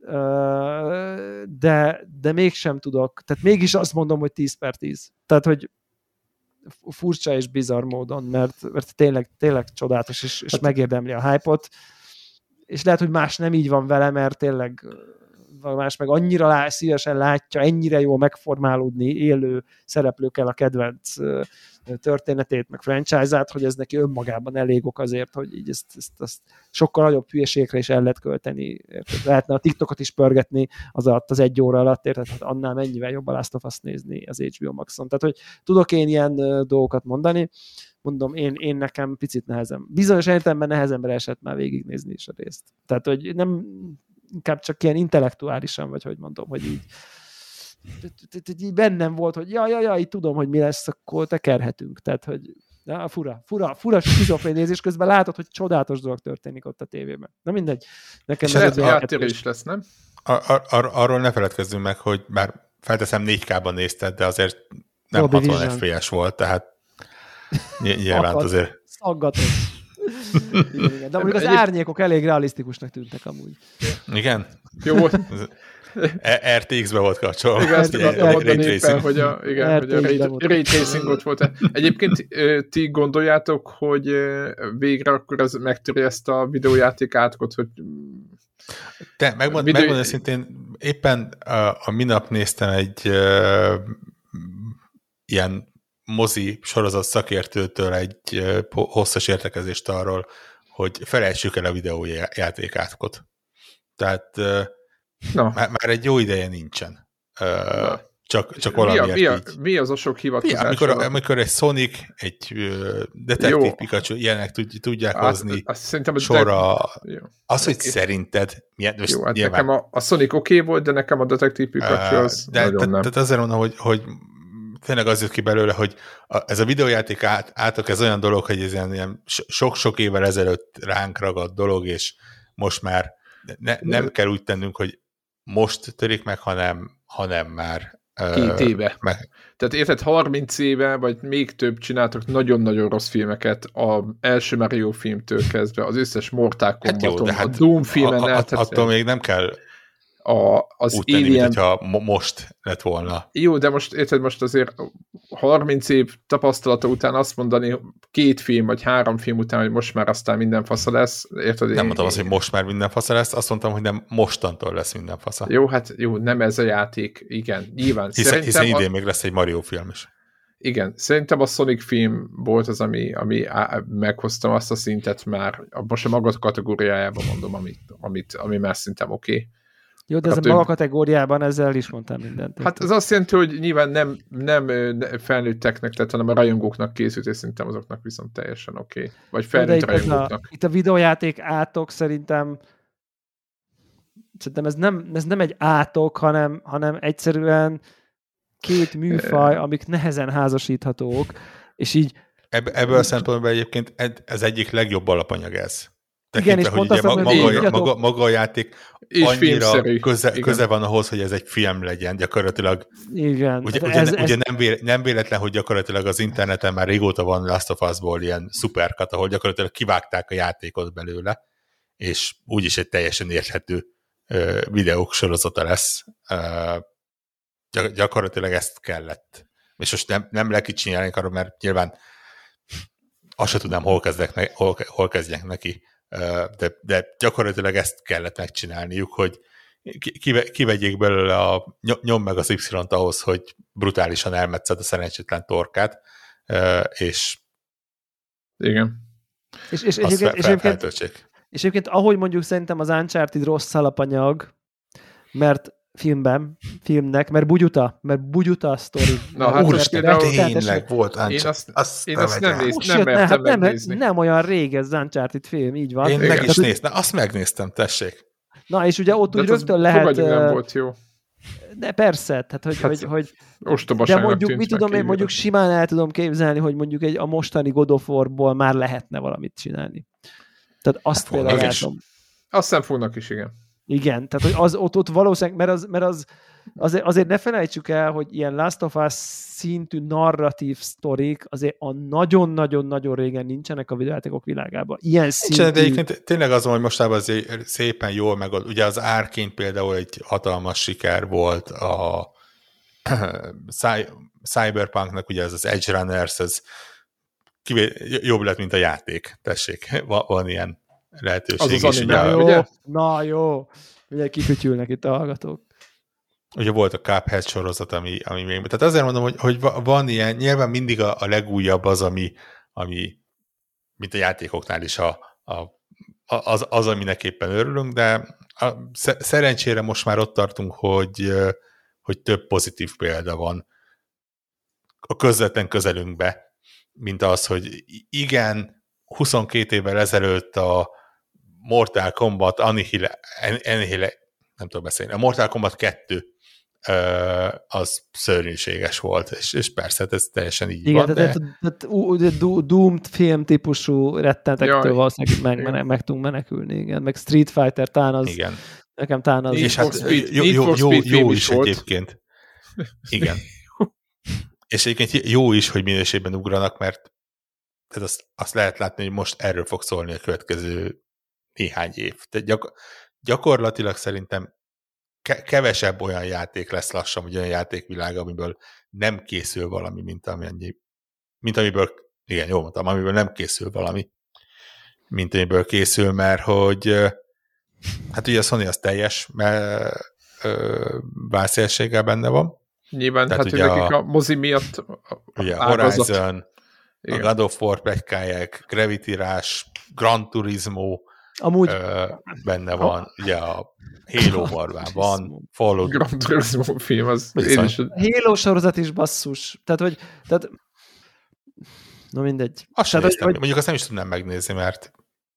de mégsem tudok. Tehát mégis azt mondom, hogy 10/10. Tehát, hogy furcsa és bizarr módon, mert tényleg csodálatos, és megérdemli a hype-ot, és lehet, hogy más nem így van vele, mert tényleg más meg annyira szívesen látja, ennyire jól megformálódni élő szereplőkkel a kedvenc történetét, meg franchise-át, hogy ez neki önmagában elég ok azért, hogy így ezt sokkal nagyobb hülyeségre is el lehet költeni. Lehetne a TikTokot is pörgetni az 1 óra alatt, érted? Hát annál mennyivel jobb a Last of Us nézni az HBO Maxon. Tehát, hogy tudok én ilyen dolgokat mondani, mondom, én nekem picit nehezem. Bizonyos értelemben nehezemre esett már végignézni is a részt. Tehát, hogy nem inkább csak ilyen intellektuálisan, vagy hogy mondom, hogy így bennem volt, hogy ja, így tudom, hogy mi lesz, akkor tekerhetünk. Tehát, hogy fura skizofrén nézés, közben látod, hogy csodálatos dolog történik ott a tévében. Na mindegy. Nekem ez játékos is lesz, nem? Arról ne feledkezzünk meg, hogy bár felteszem 4K-ban nézted, de azért nem 60 FPS volt, tehát nyilván azért. Szaggatott. Igen. De mondjuk az árnyékok elég realisztikusnak tűntek amúgy. Igen? Jó volt. RTX-be volt kapcsolva. Igen, azt akartam mondani éppen, hogy a Ray Tracingot volt. Egyébként ti gondoljátok, hogy végre akkor ez megtöri ezt a videójáték átkot, hogy... Megmondom szintén, éppen a minap néztem egy ilyen mozi sorozat szakértőtől egy hosszas értekezést arról, hogy felejtsük el a videójáték átkot. Tehát már egy jó ideje nincsen. Csak valamiért mi az a sok hivatkozás? Amikor egy Sonic, egy Detective Pikachu ilyenek tudják hozni sorra. Az, hogy szerinted... Jó, hát nekem a Sonic oké volt, de nekem a Detective Pikachu az nagyon nem. Tehát azért mondom, hogy tényleg az jött ki belőle, hogy ez a videójáték átok, ez olyan dolog, hogy ez ilyen sok-sok évvel ezelőtt ránk ragadt dolog, és most már nem kell úgy tennünk, hogy most törik meg, hanem már 2 éve. Tehát érted, 30 éve, vagy még több csináltak nagyon-nagyon rossz filmeket, az első Mario filmtől kezdve, az összes Mortal Kombaton, a Doom filmen attól még nem kell az úgy tenni, Alien... mintha most lett volna. Jó, de most érted, most azért 30 év tapasztalata után azt mondani 2 film, vagy 3 film után, hogy most már aztán minden fasza lesz, érted? Nem mondtam azt, hogy most már minden fasza lesz, azt mondtam, hogy nem mostantól lesz minden fasza. Jó, hát jó, nem ez a játék, igen, nyilván. Hiszen idén még lesz egy Mario film is. Igen, szerintem a Sonic film volt az, ami meghoztam azt a szintet már, most a maga kategóriájában mondom, ami már szerintem oké. Jó, de ez a maga kategóriában ezzel is mondtam mindent. Hát ez azt jelenti, hogy nyilván nem felnőtteknek, tehát hanem a rajongóknak készült, és szerintem azoknak viszont teljesen oké. Vagy felnőtt rajongóknak. Itt a videójáték átok szerintem ez nem egy átok, hanem egyszerűen 2 műfaj, amik nehezen házasíthatók, és így... Ebből a szempontból egyébként ez egyik legjobb alapanyag ez. Igen, és pont maga a játék annyira köze van ahhoz, hogy ez egy film legyen, gyakorlatilag. Igen. Ugye nem véletlen, hogy gyakorlatilag az interneten már régóta van Last of Us-ból ilyen szuperkat, ahol gyakorlatilag kivágták a játékot belőle, és úgyis egy teljesen érthető videók sorozata lesz. Gyakorlatilag ezt kellett. És most nem lekicsinyelni arról, mert nyilván azt sem tudnám, hol kezdjek neki. De gyakorlatilag ezt kellett megcsinálniuk, hogy kivegyék belőle a nyom meg az Y-t ahhoz, hogy brutálisan elmetszed a szerencsétlen torkát, és igen. És egyébként ahogy mondjuk szerintem az Uncharted rossz alapanyag, mert filmnek, mert bugyuta a sztori. Na, hát úristen, tényleg volt Uncharted. Én azt nem mertem megnézni. Nem olyan rég ez az Uncharted film, így van. Én meg is néztem, azt megnéztem, tessék. Na, és ugye ott úgy rögtön lehet... nem volt jó. De persze, tehát hogy ostobaságnak de mondjuk, tűnt mit tudom én, mondjuk simán el tudom képzelni, hogy mondjuk a mostani God of War-ból már lehetne valamit csinálni. Tehát azt például látom. Azt hiszem fognak is, igen. Igen, tehát hogy az ott valószínűleg, mert azért ne felejtsük el, hogy ilyen Last of Us szintű narratív sztorik azért a nagyon-nagyon-nagyon régen nincsenek a videójátékok világában. Ilyen szintű... De egyébként tényleg azon, hogy mostában azért szépen jól megold. Ugye az Arkane például egy hatalmas siker volt, a Cyberpunknak ugye ez az Edge Runners, ez jobb lett, mint a játék. Tessék, van ilyen lehetőség az is. Na jó, ugye kifütyülnek itt a hallgatók. Ugye volt a Cuphead sorozat, ami még... Tehát azért mondom, hogy van ilyen, nyilván mindig a legújabb az, ami mint a játékoknál is az, aminek éppen örülünk, de szerencsére most már ott tartunk, hogy több pozitív példa van a közvetlen közelünkbe, mint az, hogy igen, 22 évvel ezelőtt a Mortal Kombat nem tudom beszélni, a Mortal Kombat 2 az szörnyűséges volt, és persze ez teljesen így igen, van, de Doomed film típusú rettenetektől valószínűleg meg tudunk menekülni, igen, meg Street Fighter talán az, igen. Nekem talán az... És hát jó is egyébként. Igen. És egyébként jó is, hogy minőségben ugranak, mert azt lehet látni, hogy most erről fog szólni a következő néhány év. Tehát gyakorlatilag szerintem kevesebb olyan játék lesz lassan, vagy olyan játékvilág, amiből nem készül valami, mint amiből, igen, jól mondtam, amiből nem készül valami, mint amiből készül, mert hogy hát ugye a Sony az teljes válszélséggel benne van. Nyilván, tehát hát ugye nekik a mozi miatt ugye a Horizon, igen. A God of War pletykálják, Gravity Rush, Gran Turismo amúgy benne van, ugye a Halo Marván van, Fallout. Gran Turismo film, az én is... Halo sorozat is basszus. Tehát no mindegy. Azt sem néztem, mondjuk azt nem is tudnám megnézni, mert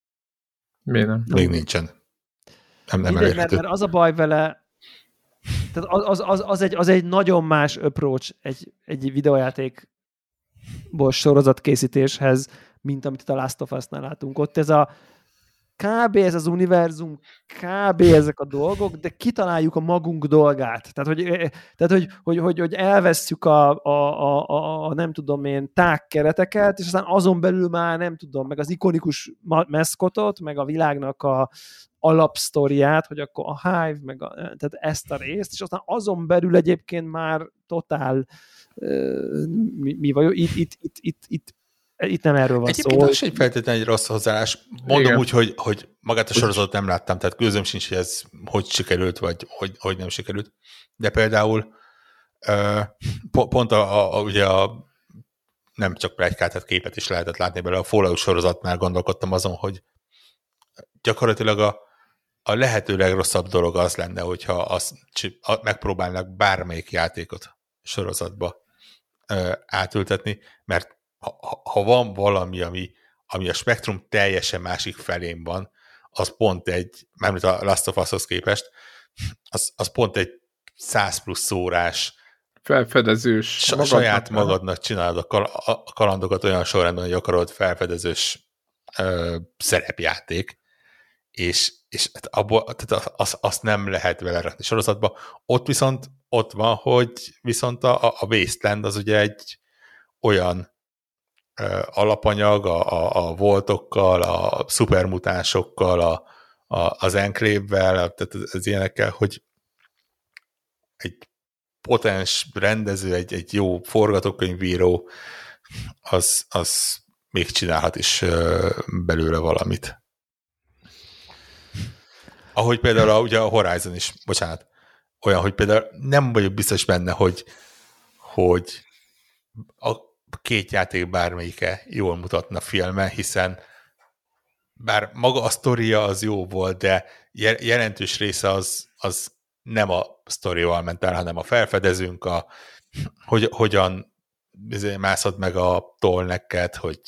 miért nem? Még nincsen. Nem elérhető. Mert az a baj vele, Tehát az egy nagyon más approach egy videójátékból sorozatkészítéshez, mint amit itt a Last of Us-nál látunk. Ott ez a kb. Ez az univerzum, kb. Ezek a dolgok, de kitaláljuk a magunk dolgát. Tehát, hogy elvesszük a nem tudom én, tágkereteket, és aztán azon belül már nem tudom, meg az ikonikus meszkotot, meg a világnak a alapsztoriát, hogy akkor a Hive, meg tehát ezt a részt, és aztán azon belül egyébként már totál mi vagy, itt nem erről van egyébként szó. az egy feltétlenül egy rossz hozzáállás. Mondom úgy, hogy magát a sorozatot nem láttam, tehát gőzöm sincs, hogy ez hogy sikerült, vagy hogy nem sikerült. De például pont ugye nem csak pletykát, tehát képet is lehetett látni belőle, a Fallout sorozatnál gondolkodtam azon, hogy gyakorlatilag a lehető legrosszabb dolog az lenne, hogyha megpróbálnak bármelyik játékot sorozatba átültetni, mert ha van valami, ami a spektrum teljesen másik felén van, az pont mármint a Last of Us-hoz képest, az pont egy 100 plusz órás felfedezős. Saját magadnak csinálod a kalandokat olyan sorrendben, hogy akarod felfedezős szerepjáték, és tehát azt nem lehet vele rakni sorozatba. Ott viszont ott van, hogy viszont a Wasteland az ugye egy olyan alapanyag a voltokkal, a szupermutánsokkal, az enclave-vel, tehát az ilyenekkel, hogy egy potens rendező, egy jó forgatókönyvíró, az még csinálhat is belőle valamit. Ahogy például ugye a Horizon is, bocsánat, olyan, hogy például nem vagyok biztos benne, hogy a két játék bármelyike jól mutatna filmen, hiszen bár maga a sztoria az jó volt, de jelentős része az nem a sztorival ment el, hanem a felfedezünk, hogyan mászod meg a tollneket, hogy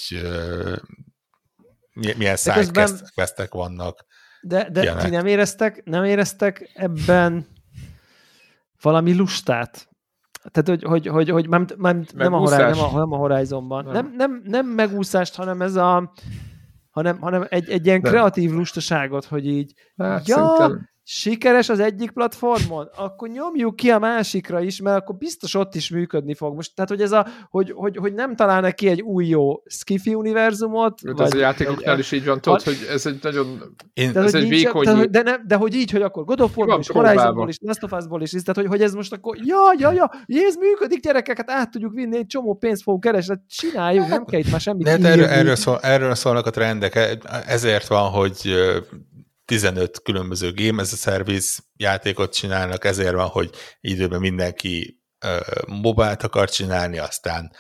milyen sidequestek vannak. De ti nem éreztek ebben valami lustát? Tehát, hogy nem a Horizonban. Nem megúszást, hanem egy ilyen kreatív lustaságot, hogy így sikeres az egyik platformon, akkor nyomjuk ki a másikra is, mert akkor biztos ott is működni fog. Most, tehát, hogy nem találnak ki egy új jó Skifi univerzumot. Vagy, ez a játékoknál is így van, tudod, hogy ez egy nagyon... Ez egy vékony... De hogy így, hogy akkor God of War-ból is, Horizonból is, Last of Us-ból is, tehát, hogy ez most akkor ez működik, gyerekeket, át tudjuk vinni, egy csomó pénzt fogunk keresni, csináljuk, nem kell itt már semmit írni. Erről szólnak a trendek, ezért van, hogy 15 különböző Game as a Service játékot csinálnak, ezért van, hogy időben mindenki mobilt akar csinálni, aztán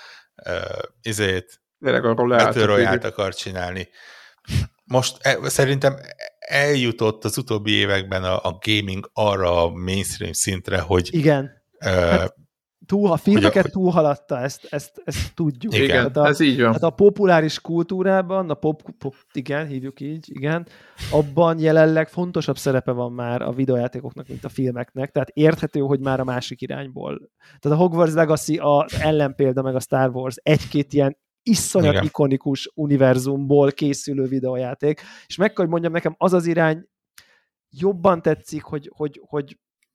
Battle Royale-t akar csinálni. Most szerintem eljutott az utóbbi években a gaming arra a mainstream szintre, hogy... Igen. A filmeket túlhaladta, ezt tudjuk. Igen, ez így van. Hát a populáris kultúrában, igen, hívjuk így, igen, abban jelenleg fontosabb szerepe van már a videójátékoknak, mint a filmeknek, tehát érthető, hogy már a másik irányból. Tehát a Hogwarts Legacy az ellenpélda, meg a Star Wars egy-két ilyen iszonyat ikonikus univerzumból készülő videójáték, és meg kell, hogy mondjam, nekem az irány jobban tetszik, hogy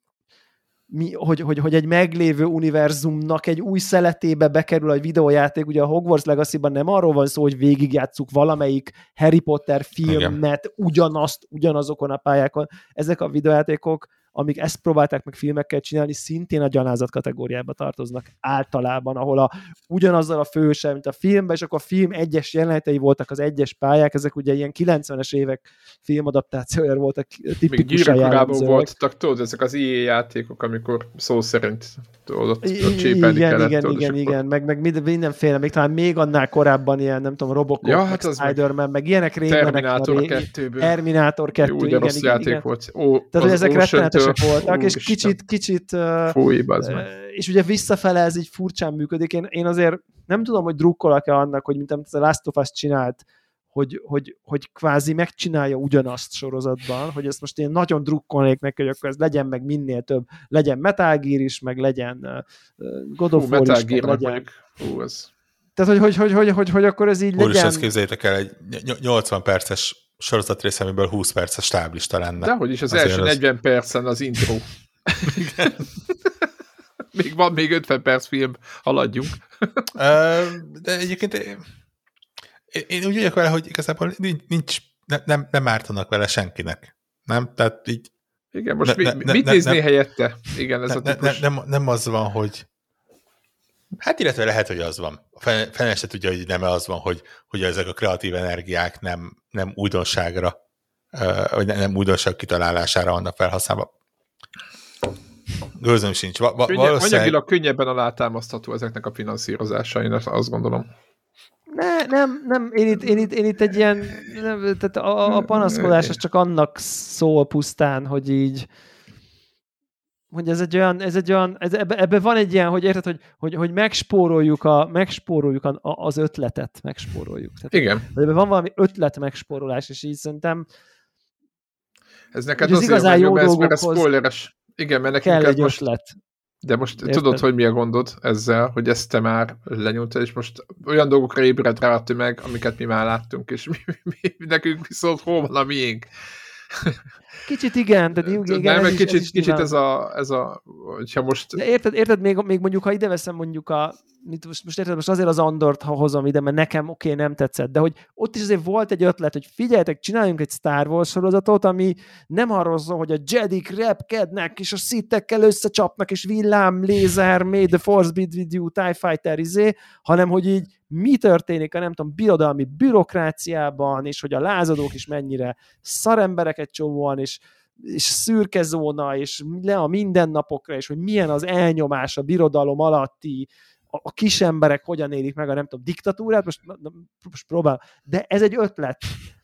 egy meglévő univerzumnak egy új szeletébe bekerül egy videójáték. Ugye a Hogwarts Legacy-ban nem arról van szó, hogy végigjátsszuk valamelyik Harry Potter filmet ugyanazokon a pályákon. Ezek a videójátékok, amik ezt próbálták meg filmekkel csinálni, szintén a gyalázat kategóriába tartoznak általában, ahol ugyanazzal a főhőssel, mint a filmben, és akkor a film egyes jelenetei voltak az egyes pályák, ezek ugye ilyen 90-es évek filmadaptációja voltak tipikusan jellemzőek. Voltak, tudod, ezek az EA játékok, amikor szó szerint ott csépelni kellett. Igen, meg mindenféle, még talán még annál korábban ilyen, nem tudom, Robocop, meg Spider-Man, meg ilyenek rémenek. Terminátor 2. Jó, de rossz játék volt. Tehát, hogy ezek rettenetesek voltak, és kicsit és ugye visszafele ez így furcsán működik. Én azért nem tudom, hogy drukkolok-e annak, hogy mint amit a Last of Us csinált, hogy kvázi megcsinálja ugyanazt sorozatban, hogy ezt most én nagyon drukkolnék neki, hogy akkor ez legyen meg minél több, legyen Metal Gear is, meg legyen God of War is, meg legyen. Tehát, hogy akkor ez így legyen. Úristen, ezt képzeljétek el, egy 80 perces sorozatrész, amiből 20 perces stáblista lenne. Dehogy is, az első 40 percen az intro. Van még 50 perc film, haladjunk. De egyébként én úgy vagyok vele, hogy igazából nem ártanak vele senkinek. Nem? Tehát így... Igen, most mit nézni helyette? Igen, ez a típus. Nem az van, hogy... Hát illetve lehet, hogy az van. A fene se tudja, hogy nem az van, hogy ezek a kreatív energiák nem újdonságra, vagy nem újdonság kitalálására vannak felhasználva. Gőzöm sincs. Anyagilag könnyebben alátámasztható ezeknek a finanszírozása, én azt gondolom. Nem, én itt egy ilyen, tehát a panaszkodás az csak annak szól pusztán, hogy így, hogy ez egy olyan, ebben van egy ilyen, hogy érted, hogy megspóroljuk az ötletet, megspóroljuk. Tehát, igen. Ebben van valami ötlet megspórolás, és így szerintem ez neked az igazán jó dolgokhoz mert ez spoileres. Igen, mert nekünk kell egy ötlet. De most tudod, hogy mi a gondod ezzel, hogy ezt te már lenyúltad, és most olyan dolgokra ébred rá a tömeg, amiket mi már láttunk, és nekünk viszont hol van a miénk. Kicsit igen, de igen, nem, ez kicsit ez a hogyha most... De érted még mondjuk, ha ide veszem mondjuk most érted, most azért az Andort hozom ide, mert nekem nem tetszett, de hogy ott is azért volt egy ötlet, hogy figyeljetek, csináljunk egy Star Wars sorozatot, ami nem arról szól, hogy a Jedik repkednek, és a Sithekkel összecsapnak, és villám, lézer, May the Force be with you, TIE Fighter, hanem hogy így mi történik a nem tudom, birodalmi bürokráciában, és hogy a lázadók is mennyire szaremberek egy csomóan, és szürke zóna, és le a mindennapokra, és hogy milyen az elnyomás a birodalom alatti, a kis emberek hogyan élik meg a nem tudom, diktatúrát, most próbál, de ez egy ötlet.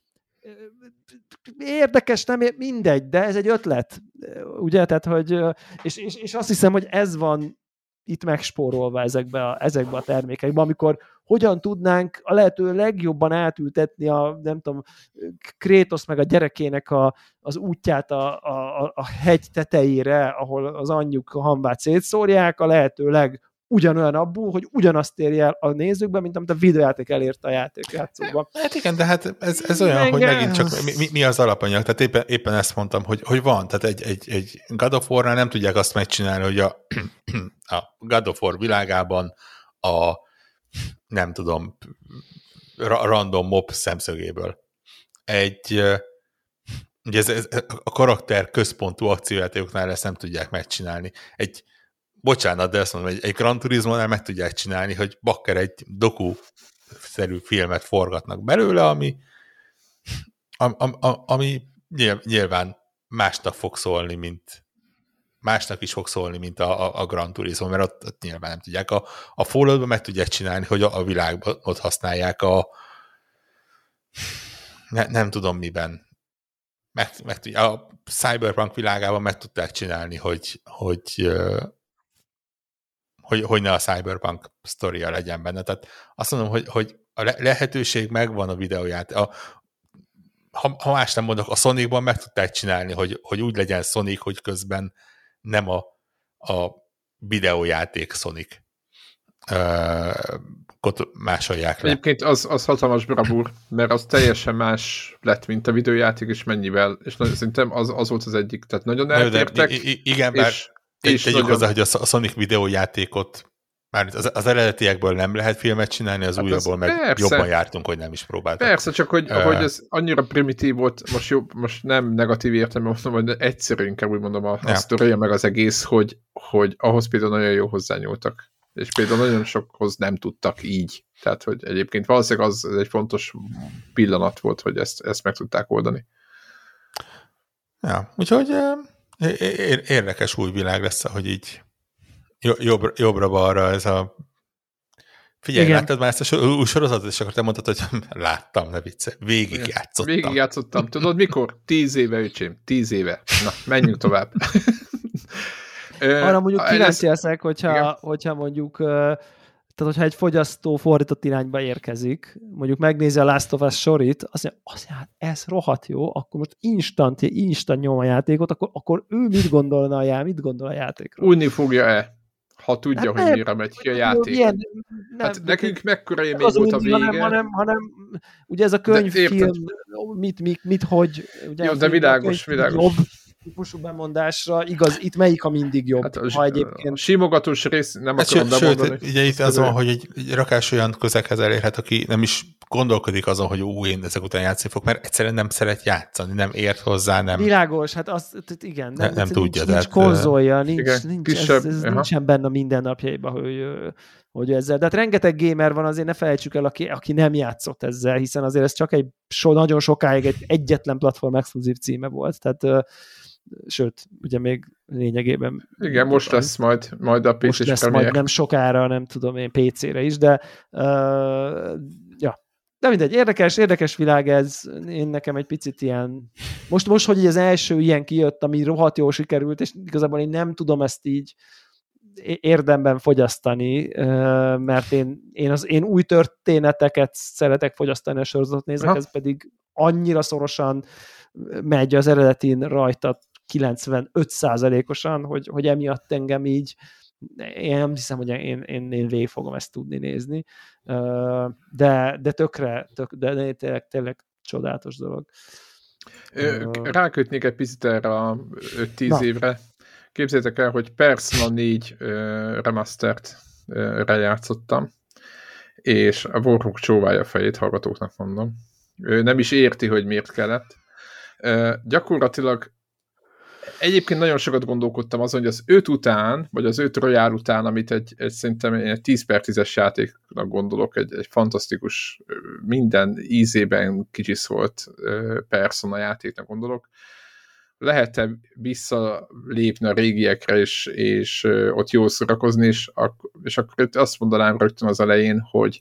Érdekes, nem mindegy, de ez egy ötlet. Ugye, tehát, hogy, és azt hiszem, hogy ez van itt megspórolva ezekbe a termékekbe, amikor hogyan tudnánk a lehető legjobban átültetni a, nem tudom, Kratos meg a gyerekének az útját a hegy tetejére, ahol az anyjuk a hamvát szétszórják, a lehető ugyanolyan abból, hogy ugyanazt érje el a nézőkbe, mint amit a videójáték elérte a játékjátszóban. Hát igen, de hát ez olyan, hogy megint csak mi az alapanyag. Tehát éppen ezt mondtam, hogy van. Tehát egy God of War-nál nem tudják azt megcsinálni, hogy a God of War világában nem tudom, random mob szemszögéből. Ugye ez a karakter központú akciójátékoknál ezt nem tudják megcsinálni. Bocsánat, de azt mondom, egy Gran Turismo-nál meg tudják csinálni, hogy bakker egy doku-szerű filmet forgatnak belőle, ami nyilván másnak is fog szólni, mint a Gran Turismo, mert ott nyilván nem tudják. A Falloutban meg tudják csinálni, hogy a világban ott használják nem tudom miben. A Cyberpunk világában meg tudták csinálni, hogy ne a Cyberpunk sztoria legyen benne. Tehát azt mondom, hogy a lehetőség megvan a videóját. Ha más nem mondok, a Sonicban meg tudták csinálni, hogy úgy legyen Sonic, hogy közben nem a videójáték Sonic másolják le. Egyébként az hatalmas bravúr, mert az teljesen más lett, mint a videójáték, és mennyivel, és szerintem az volt az egyik, tehát nagyon eltértek. Igen, bár tegyük hozzá, hogy a Sonic videójátékot már az eredetiekből nem lehet filmet csinálni, az újabból meg persze, jobban jártunk, hogy nem is próbáltak. Persze, csak hogy ez annyira primitív volt, most nem negatív értelemben mondom, hogy egyszerű inkább úgy mondom a sztoria meg az egész, hogy ahhoz például nagyon jó hozzányúltak. És például nagyon sokhoz nem tudtak így. Tehát, hogy egyébként valószínűleg az egy fontos pillanat volt, hogy ezt meg tudták oldani. Ja, úgyhogy érdekes új világ lesz, hogy így jobbra-balra ez a... Figyelj, igen. Láttad már ezt a új sorozatot, és akkor te mondtad, hogy láttam, ne vicce. Végigjátszottam. Tudod mikor? 10 éve, öcsém. 10 éve. Na, menjünk tovább. Arra mondjuk kíváncsi leszek, hogyha mondjuk tehát hogyha egy fogyasztó fordított irányba érkezik, mondjuk megnézi a Last of Us storyt, azt mondja, ez rohadt jó, akkor most instant nyom a játékot, akkor ő mit gondol a játékról? Újni fogja-e? Ha tudja, hogy mire megy ki a játék. Ilyen, hát nekünk mekkora élmény volt a vége. Hanem ugye ez a könyvfilm, mit hogy... Ugye jó, de világos. Jobb típusú bemondásra, igaz, itt melyik a mindig jobb? Hát ha egyébként... A simogatós rész nem akarom bemondani. Sőt, ugye itt az van, hogy egy rakás olyan közeghez elérhet, aki nem is gondolkodik azon, hogy én ezek után játszani fog, mert egyszerűen nem szeret játszani, nem ért hozzá, nem... Világos, hát azt, igen. Nem tudja. Nincs konzolja, nincsen benne a mindennapjaiban, hogy ezzel. De hát rengeteg gamer van, azért ne felejtsük el, aki nem játszott ezzel, hiszen azért ez csak nagyon sokáig egyetlen platform exkluzív címe volt, tehát sőt, ugye még lényegében... Igen, most lesz majd a PC-s lesz majd nem sokára, nem tudom én, PC-re is, de ja. De mindegy, érdekes világ ez, én nekem egy picit ilyen... Most hogy az első ilyen kijött, ami rohadt jól sikerült, és igazából én nem tudom ezt így érdemben fogyasztani, mert én új történeteket szeretek fogyasztani, a sorozatot nézek, ez pedig annyira szorosan megy az eredetin rajta 95%-osan, hogy emiatt engem így én nem hiszem, hogy én végig fogom ezt tudni nézni, de de tényleg csodálatos dolog. Rákötnék egy picit erre a 5-10 évre. Képzeljétek el, hogy Persona 4 remastert rejátszottam, és a Warhawk csóválja a fejét, hallgatóknak mondom. Ő nem is érti, hogy miért kellett. Gyakorlatilag egyébként nagyon sokat gondolkodtam azon, hogy az 5 után, vagy az 5 Royal után, amit szerintem egy 10/10-es játéknak gondolok, egy fantasztikus, minden ízében kicsiszolt Persona játéknak gondolok, lehet-e visszalépni a régiekre, és ott jól szórakozni, és akkor azt mondanám rögtön az elején,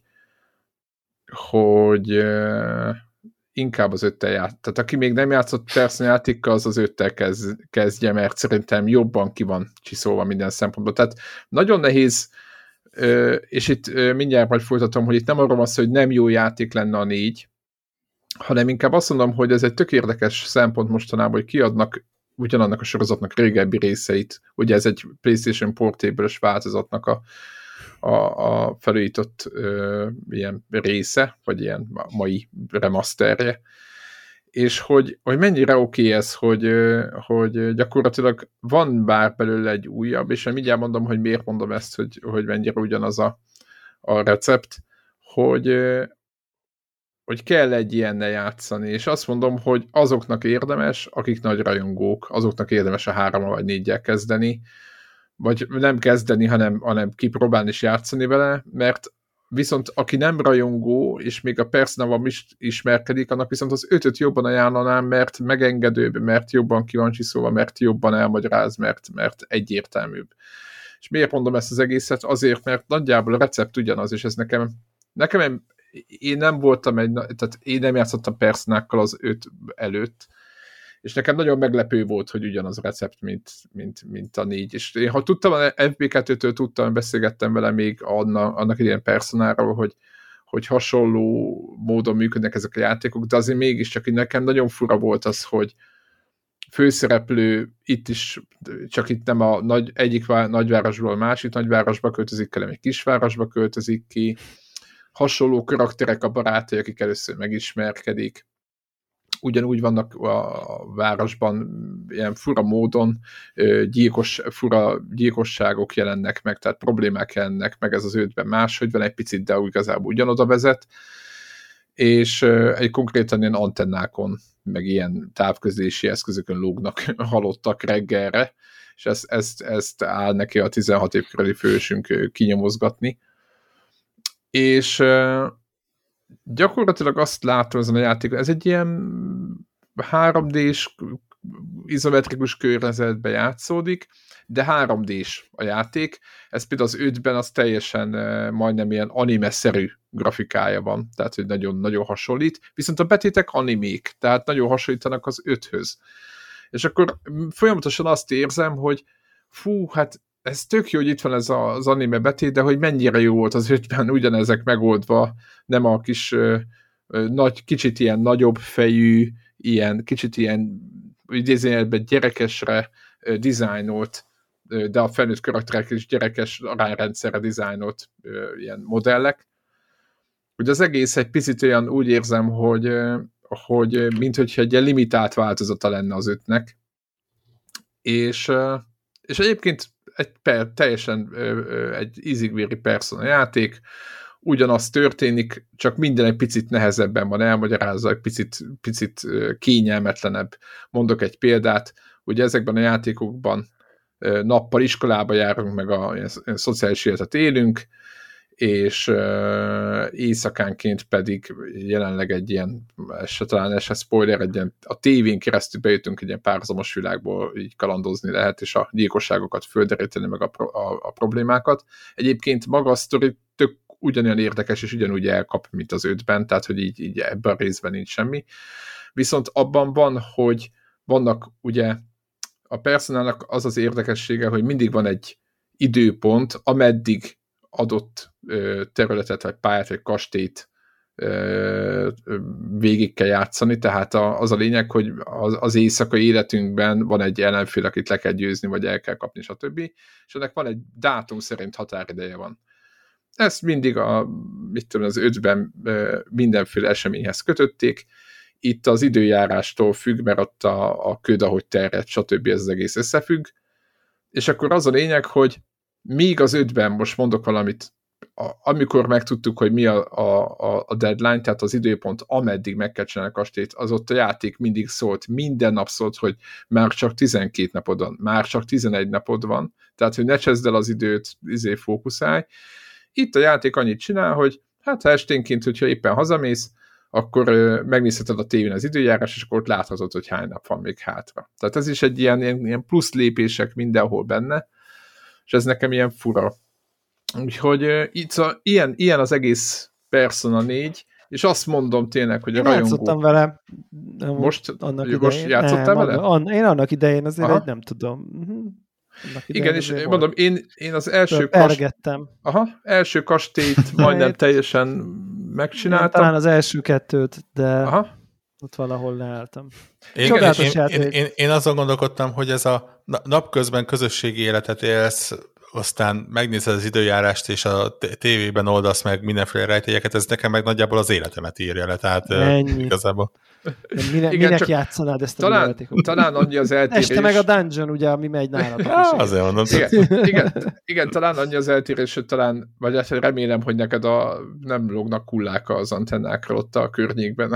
hogy inkább az 5-tel ját. Tehát aki még nem játszott Persona játékkal, az 5-tel kezdje, mert szerintem jobban ki van csiszolva minden szempontból. Tehát nagyon nehéz, és itt mindjárt majd folytatom, hogy itt nem arról van szó, hogy nem jó játék lenne a 4, hanem inkább azt mondom, hogy ez egy tök érdekes szempont mostanában, hogy kiadnak ugyanannak a sorozatnak régebbi részeit. Ugye ez egy PlayStation Portable-ös változatnak a felújított ilyen része, vagy ilyen mai remasterje. És hogy mennyire oké ez, hogy gyakorlatilag van bár belőle egy újabb, és mindjárt mondom, hogy miért mondom ezt, hogy mennyire ugyanaz a recept, hogy kell egy ilyennel játszani, és azt mondom, hogy azoknak érdemes, akik nagy rajongók, azoknak érdemes a 3 vagy 4-jel kezdeni, vagy nem kezdeni, hanem kipróbálni és játszani vele, mert viszont aki nem rajongó, és még a Persona-val is ismerkedik, annak viszont az 5-öt jobban ajánlanám, mert megengedőbb, mert jobban ki van csiszolva, mert jobban elmagyaráz, mert egyértelműbb. És miért mondom ezt az egészet? Azért, mert nagyjából a recept ugyanaz, és ez nekem én nem voltam tehát én nem játszottam Personákkal az 5 előtt, és nekem nagyon meglepő volt, hogy ugyanaz a recept, mint a 4. És én, ha tudtam, a FB2-től tudtam, beszélgettem vele még annak idején Personáról, hogy hasonló módon működnek ezek a játékok, de azért mégiscsak nekem nagyon fura volt az, hogy főszereplő itt is, csak itt nem egyik nagyvárosból a másik nagyvárosba költözik, hanem egy kisvárosba költözik ki, hasonló karakterek a barátai, akik először megismerkedik. Ugyanúgy vannak a városban ilyen fura módon fura gyilkosságok jelennek meg, tehát problémák jelennek meg, ez az 5-ben máshogy van egy picit, de igazából ugyanoda vezet, és egy konkrétan ilyen antennákon, meg ilyen távközlési eszközökön lógnak halottak reggelre, és ezt áll neki a 16 év körüli fősünk kinyomozgatni. És gyakorlatilag azt látom ezen a játékon, ez egy ilyen 3D-s izometrikus környezetben játszódik, de 3D-s a játék. Ez például az 5-ben az teljesen majdnem ilyen anime-szerű grafikája van, tehát hogy nagyon-nagyon hasonlít, viszont a betétek animék, tehát nagyon hasonlítanak az 5-höz. És akkor folyamatosan azt érzem, hogy hát ez tök jó, hogy itt van ez az anime betét, de hogy mennyire jó volt az 5-ben ugyanezek megoldva, nem a kis kicsit ilyen nagyobb fejű, kicsit ilyen idézőjelben gyerekesre dizájnolt, de a felnőtt karakterek is gyerekes arányrendszerre dizájnolt ilyen modellek. Ugye az egész egy picit olyan úgy érzem, hogy mint hogyha egy ilyen limitált változata lenne az 5-nek. És egyébként teljesen egy ízig-véri Persona játék, ugyanaz történik, csak minden egy picit nehezebben van elmagyarázva, egy picit kényelmetlenebb. Mondok egy példát, ugye ezekben a játékokban nappal iskolába járunk, meg a szociális életet élünk, és éjszakánként pedig jelenleg egy ilyen, talán ez spoiler, egy ilyen, a tévén keresztül bejutunk egy ilyen párhuzamos világból, így kalandozni lehet, és a gyilkosságokat földeríteni, meg a problémákat. Egyébként maga a sztori tök ugyanolyan érdekes, és ugyanúgy elkap, mint az 5-ben, tehát hogy így ebben a részben nincs semmi. Viszont abban van, hogy vannak ugye a Personának az az érdekessége, hogy mindig van egy időpont, ameddig adott területet, vagy pályát, vagy kastélyt végig kell játszani, tehát az a lényeg, hogy az éjszakai életünkben van egy ellenfél, akit le kell győzni, vagy el kell kapni, stb. És ennek van egy dátum szerint határideje van. Ezt mindig az 5-ben mindenféle eseményhez kötötték. Itt az időjárástól függ, mert ott a köd, ahogy terjed, stb. Ez az egész összefügg. És akkor az a lényeg, hogy míg az 5-ben, most mondok valamit, amikor megtudtuk, hogy mi a deadline, tehát az időpont, ameddig meg kell csinálni a kastélyt, az ott a játék mindig szólt, minden nap szólt, hogy már csak 12 napod van, már csak 11 napod van, tehát, hogy ne cseszd el az időt, fókuszálj. Itt a játék annyit csinál, hogy hát ha esténként, hogyha éppen hazamész, akkor megnézheted a tévén az időjárás, és akkor ott láthatod, hogy hány nap van még hátra. Tehát ez is egy ilyen plusz lépések mindenhol benne, és ez nekem ilyen fura. Úgyhogy itt ilyen az egész Persona 4, és azt mondom tényleg, hogy a rajongó... Játszottam vele. Most játszottál vele? Én annak idején azért nem tudom. Igen, és mondom, én az első első kastélyt majdnem teljesen megcsináltam. Talán az első 2-t, de ott valahol leálltam. Én azon gondolkodtam, hogy ez a napközben közösségi életet élsz, aztán megnézed az időjárást, és a tévében oldasz meg mindenféle rejtélyeket, ez nekem meg nagyjából az életemet írja le, tehát igazából. Minek játszanád ezt a játékot? Talán annyi az eltérés. Este meg a dungeon, ugye, ami megy nálatok is. Azért mondom. Igen, talán annyi az eltérés, hogy talán, vagy remélem, hogy neked nem lógnak kullák az antennákra ott a környékben.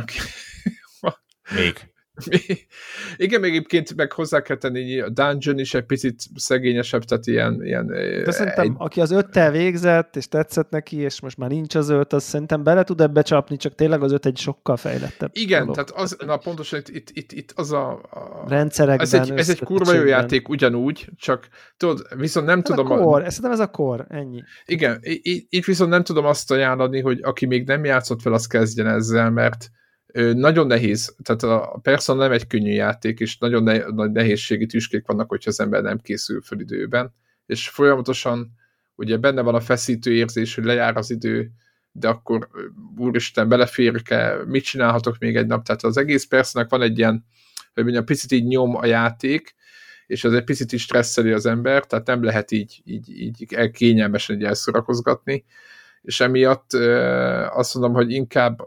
Még. Igen, még egyébként meg hozzá kell tenni, a dungeon is egy picit szegényesebb, tehát ilyen de szerintem, aki az 5-tel végzett, és tetszett neki, és most már nincs az 5, az szerintem bele tud ebbe csapni, csak tényleg az 5 egy sokkal fejlettebb. Igen, dolog. Tehát pontosan itt az a rendszerekben. Ez egy kurva jó játék ugyanúgy, csak tudod, viszont nem tudom... Szerintem ez a core, ennyi. Igen, itt viszont nem tudom azt ajánlani, hogy aki még nem játszott fel, az kezdjen ezzel, mert nagyon nehéz, tehát a Persona nem egy könnyű játék, és nagyon nagy nehézségi tüskék vannak, hogyha az ember nem készül fel időben, és folyamatosan ugye benne van a feszítő érzés, hogy lejár az idő, de akkor úristen, beleférek-e, mit csinálhatok még egy nap, tehát az egész Personának van egy ilyen, hogy mondjam, picit így nyom a játék, és ez egy picit is stresszeli az ember, tehát nem lehet így kényelmesen így elszorakozgatni, és emiatt azt mondom, hogy inkább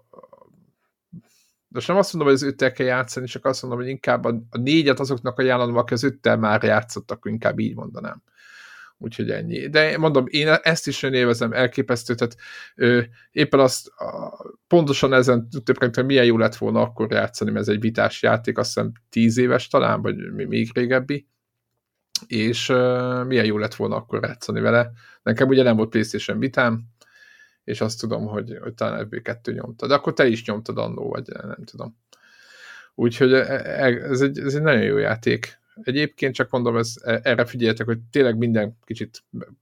de nem azt mondom, hogy az 5-tel kell játszani, csak azt mondom, hogy inkább a 4-et azoknak ajánlom, aki az 5-tel már játszott, akkor inkább így mondanám. Úgyhogy ennyi. De mondom, én ezt is nagyon élvezem, elképesztő, tehát éppen azt pontosan ezen többként, hogy milyen jó lett volna akkor játszani, mert ez egy vitás játék, azt hiszem 10 éves talán, vagy még régebbi, és milyen jó lett volna akkor játszani vele. Nekem ugye nem volt PlayStation vitám, és azt tudom, hogy talán FB2 nyomta. De akkor te is nyomtad annó, vagy nem tudom. Úgyhogy ez egy nagyon jó játék. Egyébként csak mondom, erre figyeljetek, hogy tényleg minden kicsit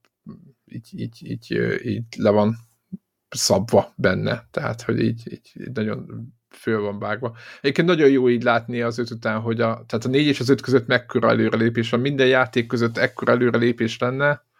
így le van szabva benne. Tehát, hogy így nagyon föl van vágva. Egyébként nagyon jó így látni az 5 után, hogy tehát a 4 és az 5 között mekkora előrelépés van. Minden játék között ekkora előrelépés lenne,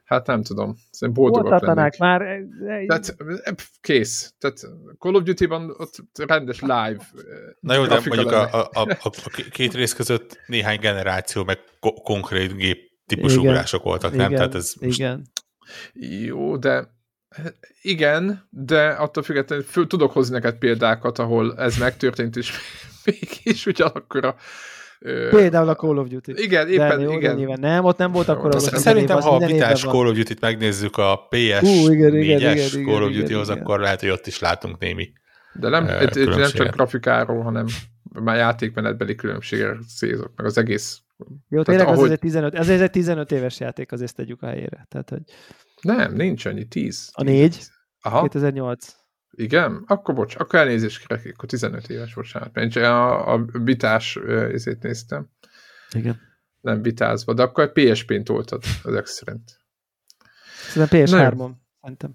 Hát nem tudom. Szerintem boldogak lennék. Már... Tehát kész. Tehát Call of Duty-ban ott rendes live. Na jó, de mondjuk a két rész között néhány generáció, meg konkrét gép típusú ugrások voltak, nem? Tehát ez igen. Jó, de igen, de attól függetlenül tudok hozni neked példákat, ahol ez megtörtént, és mégis ugyanakkor a például a Call of Duty. Igen, éppen, jó, igen. Nyilván nem, ott nem volt akkor... Szerintem, ha a vitás Call of Duty-t megnézzük a PS4-es Call of Duty-hoz, akkor lehet, hogy ott is látunk némi de nem csak grafikáról, hanem már játékmenetbeli különbségek szézok, meg az egész... Jó, tényleg ez egy 15 éves játék, azért tegyük a helyére. Tehát, hogy... Nem, nincs annyi, 10. A 4? Aha. 2008. Igen? Akkor elnézést kérek, akkor 15 éves, bocsánat. Mert a vitás izét néztem. Igen. Nem vitázva, de akkor PSP-n toltad ezek szerint. Szerintem PS3-on. Szerintem.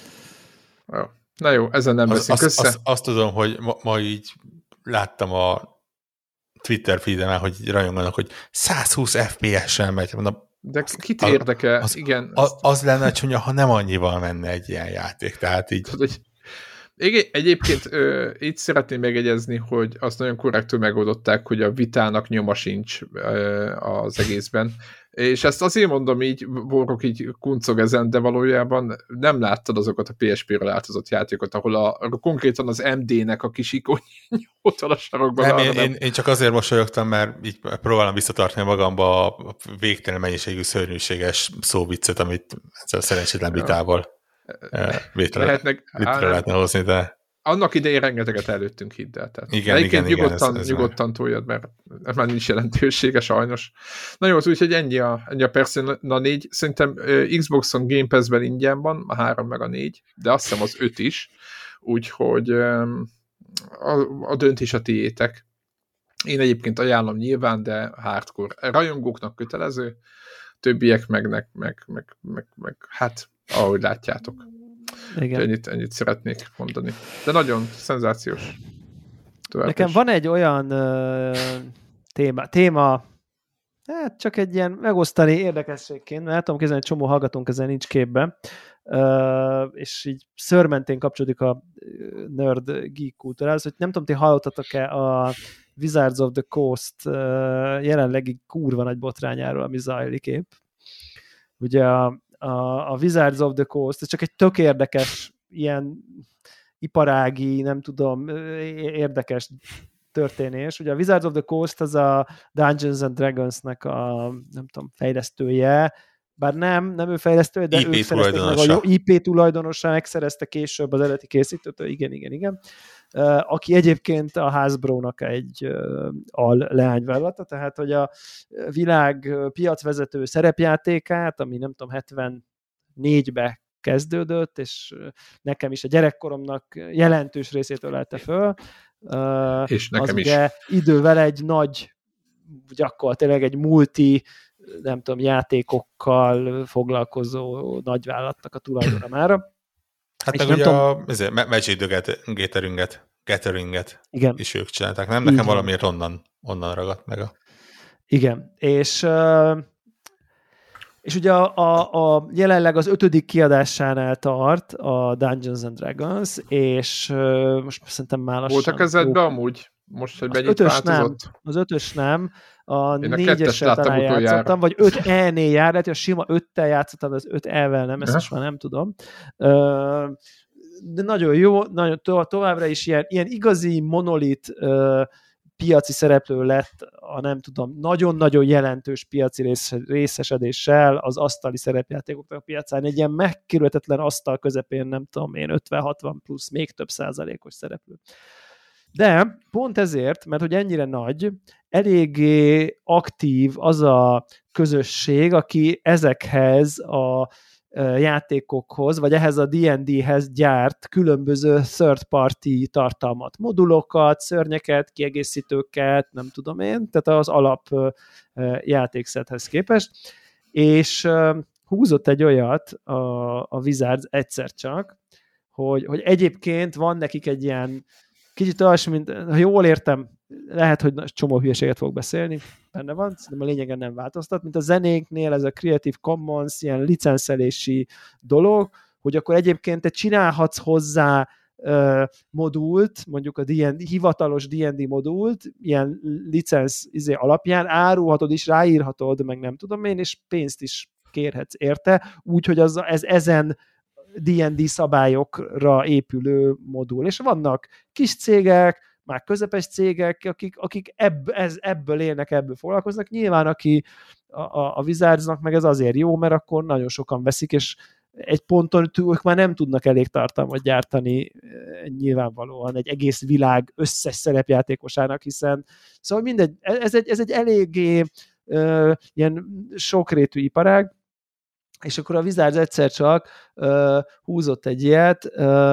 Na jó, ezen nem veszünk össze. Azt tudom, hogy ma így láttam a Twitter feed-en, hogy rajonganak, hogy 120 FPS-sel megy. Mondom, de kit érdekel? Igen. Az lenne csúnya, ha nem annyival menne egy ilyen játék. Tehát így... Egyébként itt szeretném megjegyezni, hogy azt nagyon korrektül megoldották, hogy a vitának nyoma sincs az egészben. És ezt azért mondom így, Borok így kuncog ezen, de valójában nem láttad azokat a PSP-ről áthozott játékot, ahol konkrétan az MD-nek a kis ikonja ott van a sarokban. Nem, én csak azért mosolyogtam, mert így próbálom visszatartani magamba a végtelen mennyiségű szörnyűséges szóviccet, amit ezzel a szerencsétlen vitával létre lehetne hozni, de... Annak idején rengeteget előttünk, hidd el. Igen, nyugodtan toljad, mert már nincs jelentősége sajnos. Na jó, úgyhogy ennyi a Persona 4. Szerintem Xboxon Game Pass-ben ingyen van, a 3 meg a 4, de azt hiszem az 5 is, úgyhogy a döntés a tiétek. Én egyébként ajánlom nyilván, de hardcore. Rajongóknak kötelező, többiek meg hát ahogy látjátok. Igen. Ennyit szeretnék mondani. De nagyon szenzációs. Nekem van egy olyan téma, hát csak egy ilyen megosztani érdekességként, mert tudom képzelni, egy csomó hallgatónk ezen nincs képben, és így szőrmentén kapcsolódik a nerd geek kultúrához, hogy nem tudom, ti hallottatok-e a Wizards of the Coast jelenlegi kurva nagy botrányáról, ami zajlik épp. Ugye a Wizards of the Coast, ez csak egy tök érdekes, ilyen iparági, nem tudom, érdekes történés. Ugye a Wizards of the Coast az a Dungeons and Dragons-nek a, nem tudom, fejlesztője, bár nem ő fejlesztője, de ők szerezték meg a IP tulajdonosa, megszerezte később az eredeti készítőtől, igen. Aki egyébként a Hasbro-nak egy leányvállalata, tehát hogy a világ piacvezető szerepjátékát, ami nem tudom, 74-be kezdődött, és nekem is a gyerekkoromnak jelentős részét ölelte föl. És nekem is. Ugye idővel egy nagy, gyakorlatilag egy multi, nem tudom, játékokkal foglalkozó nagyvállalatnak a tulajdona mára. Hát meg ugye a Magic the Gatheringet is ők csinálták, nem? Nekem valamiért onnan ragadt meg a... Igen, és ugye a jelenleg az 5. kiadásánál tart a Dungeons and Dragons, és most szerintem már lassan... Voltak kezedbe amúgy? Most, hogy mennyit változott? Az 5-ös nem, a 4-essel talán játszottam, vagy 5E-nél jár, lehet, hogy a sima 5-tel játszottam, de az 5E-vel nem, ezt most már nem tudom. De nagyon jó, nagyon továbbra is ilyen igazi monolit piaci szereplő lett a nem tudom, nagyon-nagyon jelentős piaci részesedéssel az asztali szerepjátékoknak a piacán. Egy ilyen megkerülhetetlen asztal közepén, nem tudom én, 50-60 plusz, még több százalékos szereplő. De pont ezért, mert hogy ennyire nagy, eléggé aktív az a közösség, aki ezekhez a játékokhoz, vagy ehhez a D&D-hez gyárt különböző third party tartalmat, modulokat, szörnyeket, kiegészítőket, nem tudom én, tehát az alap játékszethez képest, és húzott egy olyat a Wizards egyszer csak, hogy egyébként van nekik egy ilyen kicsit olyasmi, mint, ha jól értem, lehet, hogy csomó hülyeséget fog beszélni, benne van, szerintem a lényegen nem változtat, mint a zenéknél ez a Creative Commons ilyen licenszelési dolog, hogy akkor egyébként te csinálhatsz hozzá modult, mondjuk a hivatalos D&D modult, ilyen licensz alapján árulhatod is, ráírhatod, meg nem tudom én, és pénzt is kérhetsz érte, úgyhogy ez ezen D&D szabályokra épülő modul. És vannak kis cégek, már közepes cégek, akik ebből élnek, ebből foglalkoznak. Nyilván, aki a Wizardsnak meg ez azért jó, mert akkor nagyon sokan veszik, és egy ponton ők már nem tudnak elég tartalmat gyártani nyilvánvalóan egy egész világ összes szerepjátékosának, hiszen szóval mindegy, ez egy eléggé ilyen sokrétű iparág, és akkor a Wizards egyszer csak húzott egy ilyet,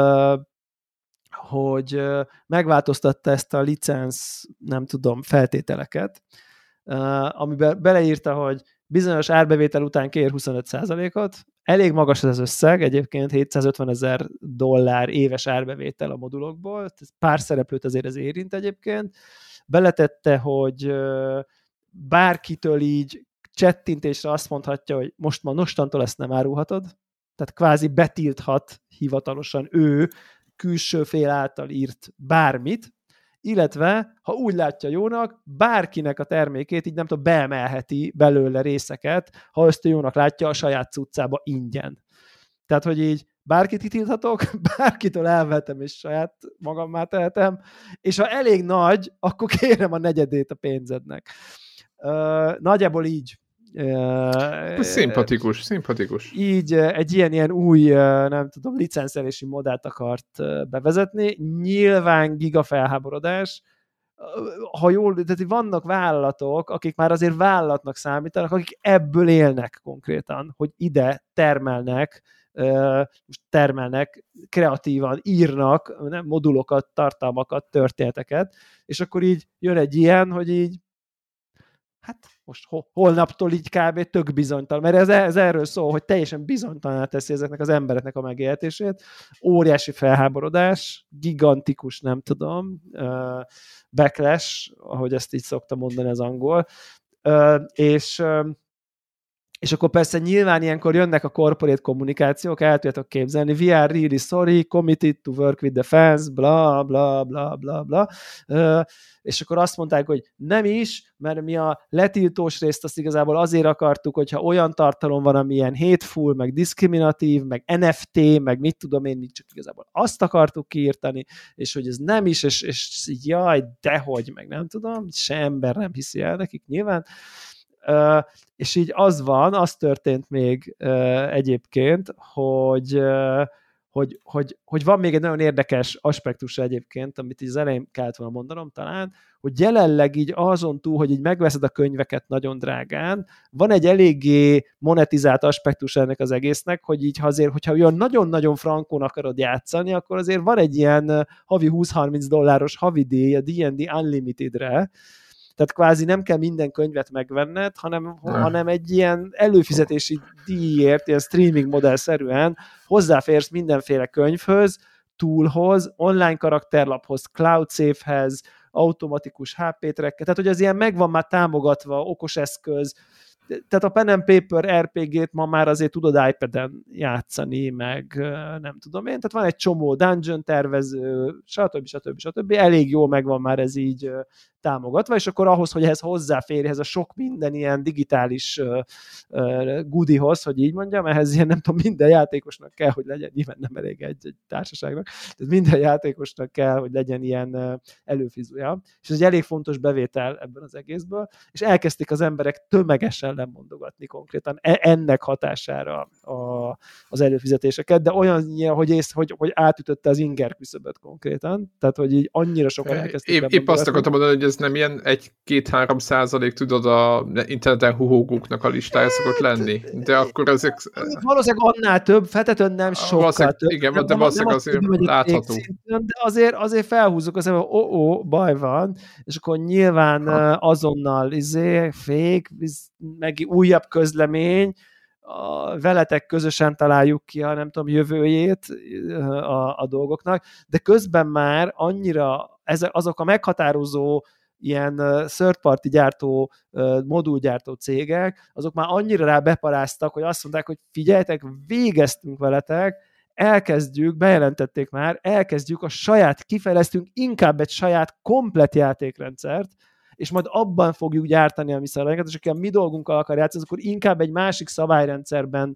hogy megváltoztatta ezt a licensz, nem tudom, feltételeket, amiben beleírta, hogy bizonyos árbevétel után kér 25%-ot, elég magas ez az összeg, egyébként $750,000 éves árbevétel a modulokból, pár szereplőt azért ez érint egyébként, beletette, hogy bárkitől így csettintésre azt mondhatja, hogy mostantól ezt nem árulhatod, tehát kvázi betilthat hivatalosan ő külső fél által írt bármit, illetve, ha úgy látja jónak, bárkinek a termékét így nem tudom, beemelheti belőle részeket, ha ezt jónak látja a saját cuccába ingyen. Tehát, hogy így bárkit kitilthatok, bárkitől elvehetem, és saját magammá tehetem, és ha elég nagy, akkor kérem a negyedét a pénzednek. Nagyjából így. Szimpatikus. Így egy ilyen új, nem tudom, licenszelési modellt akart bevezetni. Nyilván gigafelháborodás. Ha jól, tehát vannak vállalatok, akik már azért vállalatnak számítanak, akik ebből élnek konkrétan, hogy ide termelnek, kreatívan, írnak modulokat, tartalmakat, történeteket, és akkor így jön egy ilyen, hogy így hát most holnaptól így kb. Tök bizonytalan, mert ez erről szól, hogy teljesen bizonytalaná teszi ezeknek az embereknek a megélhetését. Óriási felháborodás, gigantikus, nem tudom, backlash, ahogy ezt így szokta mondani az angol, és akkor persze nyilván ilyenkor jönnek a corporate kommunikációk, el tudjátok képzelni, we are really sorry, committed to work with the fans, bla, bla, bla, bla, bla. És akkor azt mondták, hogy nem is, mert mi a letiltós részt azt igazából azért akartuk, hogyha olyan tartalom van, ami ilyen hateful, meg diszkriminatív, meg NFT, meg mit tudom én, csak igazából azt akartuk kiírtani, és hogy ez nem is, és jaj, dehogy, meg nem tudom, se ember nem hiszi el nekik nyilván. És így az történt még egyébként, hogy van még egy nagyon érdekes aspektusa egyébként, amit így az elején kellett volna mondanom talán, hogy jelenleg így azon túl, hogy így megveszed a könyveket nagyon drágán, van egy eléggé monetizált aspektus ennek az egésznek, hogy így azért, hogyha olyan nagyon-nagyon frankón akarod játszani, akkor azért van egy ilyen havi $20-30 havidíj a D&D Unlimited-re, tehát kvázi nem kell minden könyvet megvenned, hanem egy ilyen előfizetési díjért, ilyen streaming modellszerűen hozzáférsz mindenféle könyvhöz, toolhoz, online karakterlaphoz, cloud save-hez, automatikus HP tracker, tehát hogy az ilyen megvan már támogatva, okos eszköz, tehát a pen and paper RPG-t ma már azért tudod iPad-en játszani, meg nem tudom én, tehát van egy csomó dungeon tervező, stb. Elég jól megvan már ez így támogatva, és akkor ahhoz, hogy ehhez hozzáférj, ez a sok minden ilyen digitális goodiehoz, hogy így mondjam, ehhez ilyen nem tudom, minden játékosnak kell, hogy legyen, nyilván nem elég egy társaságnak, tehát minden játékosnak kell, hogy legyen ilyen előfizúja, és ez egy elég fontos bevétel ebben az egészből, és elkezdték az emberek tömegesen lemondogatni konkrétan ennek hatására az előfizetéseket, de olyan, hogy átütötte az inger küszöböt konkrétan, tehát hogy így annyira sokan elkezdték épp azt akartam mondani, hogy ez nem ilyen 1-2-3% tudod a interneten huhógóknak a listája szokott lenni, de akkor ezek... Valószínűleg annál több, feltétlenül nem sokkal több. Igen, de valószínűleg azért látható. Szinten, de azért felhúzzuk az ember, baj van, és akkor nyilván azonnal fake, meg újabb közlemény, veletek közösen találjuk ki a nem tudom jövőjét a dolgoknak, de közben már annyira azok a meghatározó ilyen third party gyártó, modulgyártó cégek, azok már annyira rá beparáztak, hogy azt mondták, hogy figyeljetek, végeztünk veletek, bejelentették már, kifejlesztünk inkább egy saját komplet játékrendszert, és majd abban fogjuk gyártani a mi szarainkat, és aki a mi dolgunkkal akar játszani, akkor inkább egy másik szabályrendszerben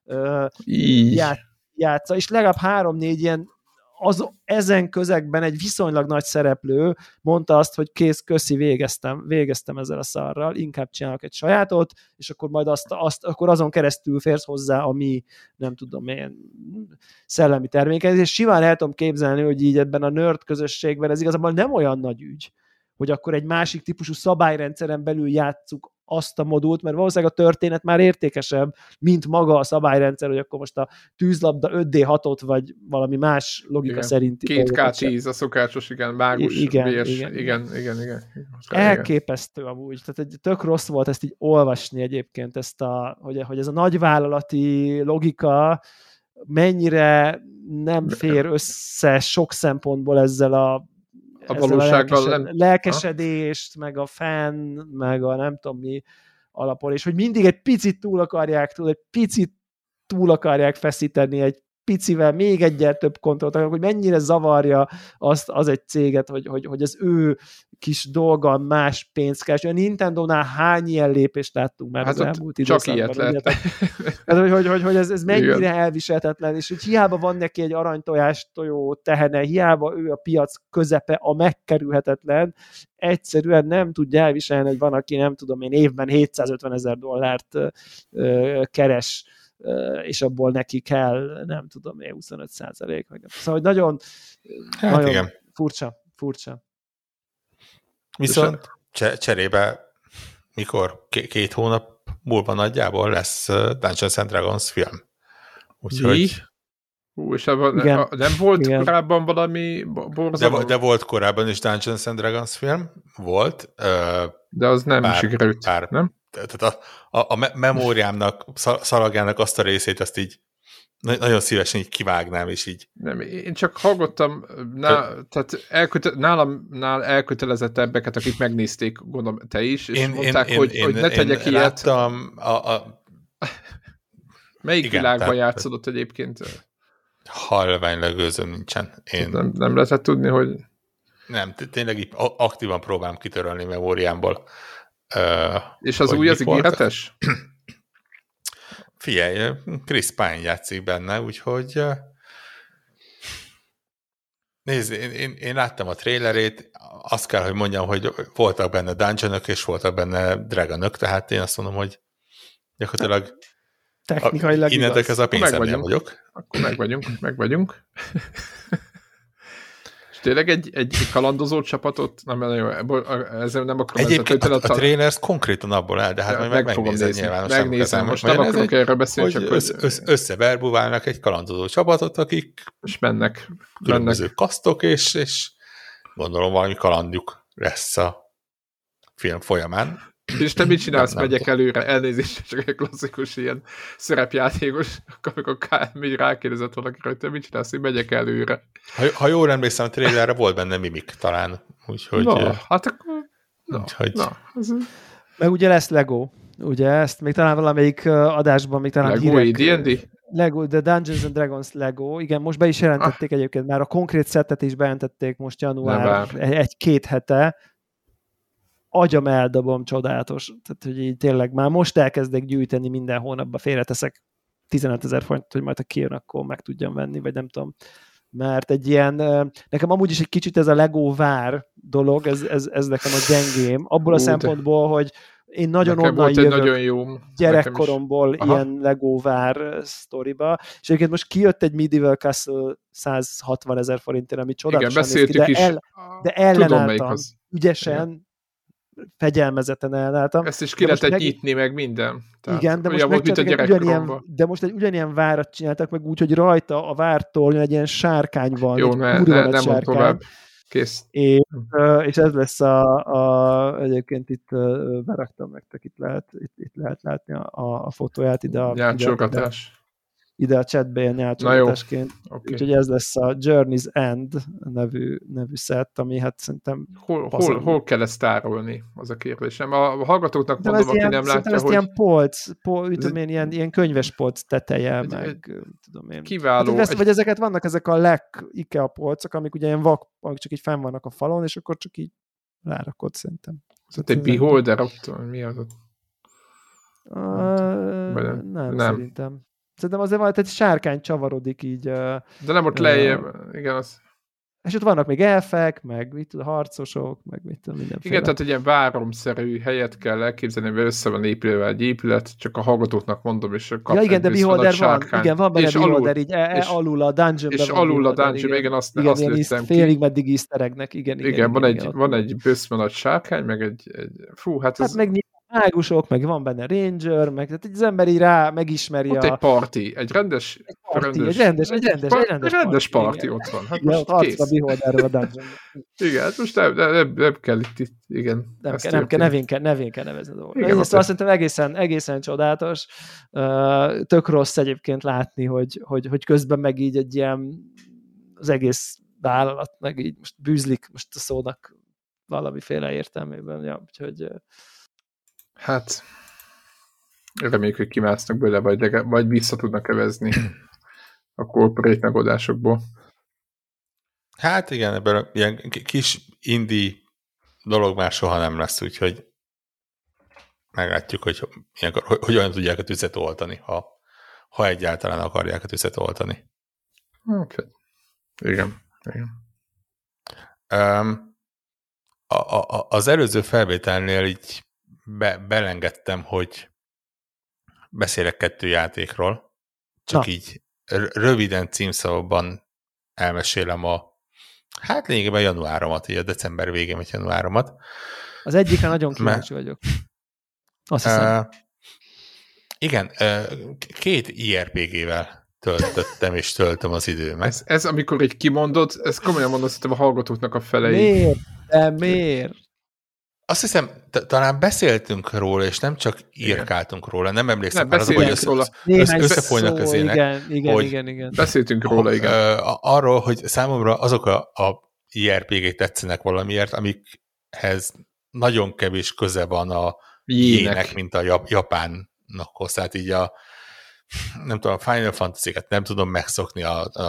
játsza, és legalább 3-4 ilyen ezen közegben egy viszonylag nagy szereplő mondta azt, hogy kész, köszi, végeztem ezzel a szarral, inkább csinálok egy sajátot, és akkor majd akkor azon keresztül férsz hozzá a mi, nem tudom, milyen szellemi terméket, és simán el tudom képzelni, hogy így ebben a nerd közösségben ez igazából nem olyan nagy ügy, hogy akkor egy másik típusú szabályrendszeren belül játsszuk azt a modult, mert valószínűleg a történet már értékesebb, mint maga a szabályrendszer, hogy akkor most a tűzlabda 5D6-ot, vagy valami más logika szerinti. 2K10, a szokásos, mágus, igen. Elképesztő amúgy. Tehát tök rossz volt ezt így olvasni egyébként, hogy ez a nagyvállalati logika mennyire nem fér össze sok szempontból ezzel a valósággal lelkesedést, meg a fan, meg a nem tudom mi alapon, és hogy mindig egy picit túl akarják feszíteni, egy picivel még egyel több kontrollt, hogy mennyire zavarja az egy céget, hogy az ő kis dolga más pénzt keres. A Nintendo-nál hány ilyen lépést láttunk már az elmúlt időszakban. Csak ilyet lehet. Hogy ez mennyire igen. elviselhetetlen, és hogy hiába van neki egy aranytojó tehene, hiába ő a piac közepe, a megkerülhetetlen, egyszerűen nem tudja elviselni, hogy van, aki nem tudom én évben $750,000 keres, és abból neki kell, nem tudom én, 25%. Szóval, hogy nagyon igen. furcsa. Viszont cserébe mikor? 2 hónap múlva nagyjából lesz Dungeons and Dragons film. Úgyhogy... és nem volt korábban valami borzalom? De volt korábban is Dungeons and Dragons film. Volt. De az nem sikerült, nem? Tehát a memóriámnak, szalagának azt a részét, azt így nagyon szívesen így kivágnám, és így... Nem, én csak hallottam, tehát nálam elkötelezettebbeket, akik megnézték, gondolom te is, és mondták, hogy ne tegyek ilyet. Láttam Melyik világban játszodott egyébként? Halványlegőzön nincsen. Nem lehetett tudni, hogy... Nem, tényleg így aktívan próbálom kitörölni memóriámból. És az új az ígéretes? Figyelj, Chris Pine játszik benne, úgyhogy nézd, én láttam a trailerét, azt kell, hogy mondjam, hogy voltak benne dungeonok, és voltak benne dragonok, tehát én azt mondom, hogy gyakorlatilag technikailag innentől ez a pénzemnél vagyok. Akkor megvagyunk. Tényleg egy kalandozó csapatot? Ezzel nem akarom... Egyébként a trailers konkrétan abból áll, de hát majd megnézed nyilvános. Megnézem, most nem akarok erről beszélni, csak összeverbuválnak egy kalandozó csapatot, akik és mennek. Különböző kasztok, és gondolom valami kalandjuk lesz a film folyamán. És te mit csinálsz, megyek előre? Elnézést, csak egy klasszikus ilyen szerepjátékos, amikor még rákérdezett valakire, hogy te mit csinálsz, hogy megyek előre. Ha jól emlékszem, a trailerre volt benne mimik talán. Úgyhogy... Hát akkor... Meg ugye lesz Lego. Ugye ezt még talán valamelyik adásban még talán Lego, D&D? Lego, The Dungeons and Dragons Lego. Igen, most be is jelentették egyébként, már a konkrét szettet is bejelentették most január 1-2 hete. Agyam eldobom, csodálatos. Tehát, hogy így tényleg már most elkezdek gyűjteni, minden hónapban félreteszek 15 000 forintot, hogy majd ha kijön, akkor meg tudjam venni, vagy nem tudom. Mert egy ilyen, nekem amúgy is egy kicsit ez a Lego vár dolog, ez nekem a gyengém, abból a szempontból, hogy én nagyon onnan jövök gyerekkoromból ilyen Lego vár sztoriba, és egyébként most kijött egy Medieval Castle 160 000 forintért, ami csodálatosan néz ki, de ellenálltam ügyesen, fegyelmezeten ellálltam. Ezt is ki lehetett nyitni, meg minden. Tehát igen, de most egy ugyanilyen várat csináltak meg úgy, hogy rajta a vártól egy ilyen sárkány van. Jó, nem mond tovább. Kész. És ez lesz egyébként itt beraktam nektek, itt lehet látni a fotóját ide. Nyárcsolgatás. ide a chatbe ilyen nyálcsogatásként. Okay. Úgyhogy ez lesz a Journey's End nevű szett, ami hát szerintem... Hol kell ezt tárolni? Az a kérdésem. A hallgatóknak de mondom, aki ilyen, nem látja, hogy... ilyen ilyen könyves polc teteje, tudom én. Kiváló. Hát, vagy ezeket vannak ezek a IKEA polcok, amik ugye ilyen amik csak így fenn vannak a falon, és akkor csak így rárakod szerintem. Egy beholder ott, mi az ott? Nem, szerintem. Szerintem azért van, egy sárkány csavarodik így. De nem ott lejjebb, igen, az... És ott vannak még elfek, meg harcosok, meg mindenféle. Igen, tehát egy ilyen váromszerű helyet kell elképzelni, mert össze van épülve egy épület, csak a hallgatóknak mondom, és ja, igen, de beholder van. Igen, van benne beholder, így alul a dungeonben. És alul a dungeonben, igen, azt lőttem ki. Félig meddig easter egg-nek, igen. Van egy böszme nagy sárkány, meg egy fú, hát ez... meg mágusok, meg van benne ranger, meg tehát az ember így rá megismeri ott egy parti, egy rendes parti ott van. Hát igen, most kész. A beholderről a dungeonban. Igen, hát most nem kell itt, igen. Nem kell, nevén kell nevezni a dolgot. Szóval szerintem egészen csodálatos. Tök rossz egyébként látni, hogy közben meg így egy ilyen az egész vállalat, meg így most bűzlik most a szónak valamiféle értelmében. Ja, úgyhogy hát reméljük, hogy kimásznak belőle, vagy vissza tudnak evezni a corporate megoldásokból. Hát igen, ebből ilyen kis indie dolog már soha nem lesz, úgyhogy meglátjuk, hogy hogyan tudják a tüzet oltani, ha egyáltalán akarják a tüzet oltani. Okay. Igen. Az előző felvételnél így belengedtem, hogy beszélek 2 játékról, csak így röviden címszavakban elmesélem hát lényegében januáromat, így a december végén vagy januáromat. Az egyikre nagyon kíváncsi vagyok. Azt hiszem. Igen, 2 IRPG-vel töltöttem és töltöm az időmet. Ez amikor így kimondod, ez komolyan mondod, szerintem a hallgatóknak a felei. Miért? Azt hiszem, talán beszéltünk róla, és nem csak írkáltunk róla, nem emlékszem. Beszéltünk róla. Összefolynak az ének. Igen. Beszéltünk róla, igen. Arról, hogy számomra azok a IRPG-k tetszenek valamiért, amikhez nagyon kevés köze van a jének, mint a japánokhoz. Tehát így nem tudom, a Final Fantasy-ket nem tudom megszokni,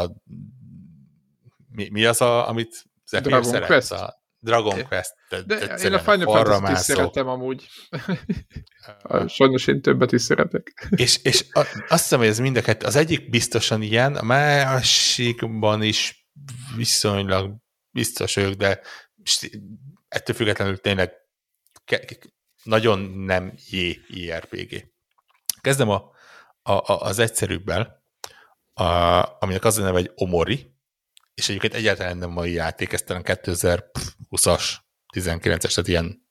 mi az, amit Zephyr szeret? Dragon Quest. De én a Final Fantasy-t is szeretem amúgy. Sajnos én többet is szeretek. És azt hiszem, hogy ez mind a kettő. Az egyik biztosan ilyen, a másikban is viszonylag biztos vagyok, de ettől függetlenül tényleg nagyon nem JRPG. Kezdem az egyszerűbbel, aminek az a neve, hogy Omori, és egyébként egyáltalán nem mai játék, ez talán 2020-as, 19-es, tehát ilyen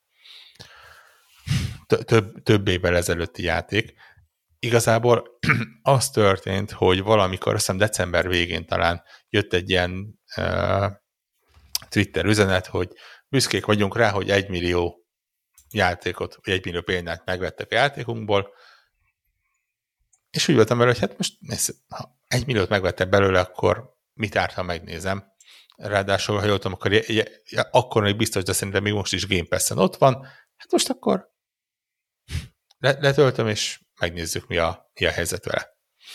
több évvel ezelőtti játék. Igazából az történt, hogy valamikor, azt hiszem december végén talán jött egy ilyen Twitter üzenet, hogy büszkék vagyunk rá, hogy 1 millió játékot, vagy 1 millió példát megvettek a játékunkból, és úgy voltam vele, hogy hát most ha 1 milliót megvettek belőle, akkor mit árt, ha megnézem. Ráadásul, ha jól tudom, akkor még biztos, de szerintem még most is Game Pass-en ott van. Hát most akkor letöltöm, és megnézzük, mi a helyzet vele.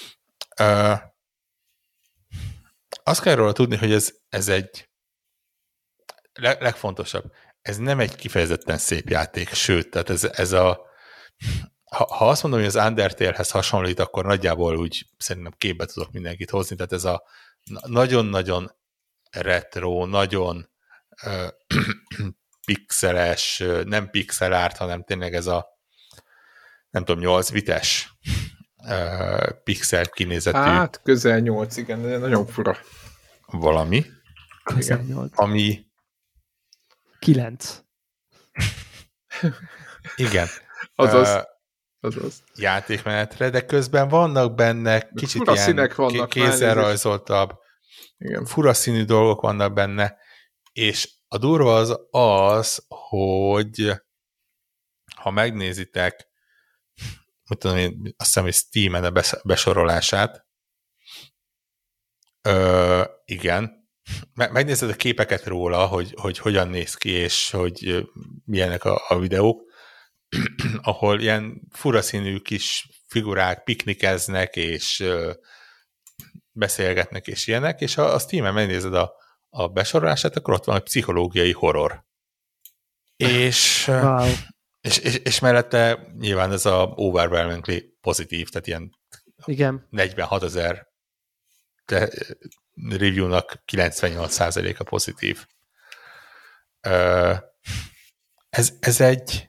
Azt kell róla tudni, hogy ez egy legfontosabb. Ez nem egy kifejezetten szép játék, sőt, tehát ez ha azt mondom, hogy az Undertale-hez hasonlít, akkor nagyjából úgy szerintem képbe tudok mindenkit hozni, tehát ez a nagyon-nagyon retro, nagyon pixeles, nem pixel art, hanem tényleg ez a nem tudom, 8 bites pixel kinézetű. Hát közel 8, igen, de nagyon fura. Valami. Közel 8. Ami 9. Igen. Azaz. Játékmenetre, de közben vannak benne kicsit ilyen kézzel rajzoltabb, fura színű dolgok vannak benne, és a durva az, hogy ha megnézitek, mit tudom én, azt hiszem, hogy Steam-en a besorolását, Igen. Megnézed a képeket róla, hogy hogyan néz ki, és hogy milyenek a videók, ahol ilyen furaszínű kis figurák piknikeznek, és beszélgetnek, és ilyenek, és ha a Steam-en megnézed a besorolását, akkor ott van egy pszichológiai horror. És, Wow. és mellette nyilván ez a overwhelmingly pozitív, tehát ilyen Igen. 46 000 review-nak 98%-a pozitív. Ez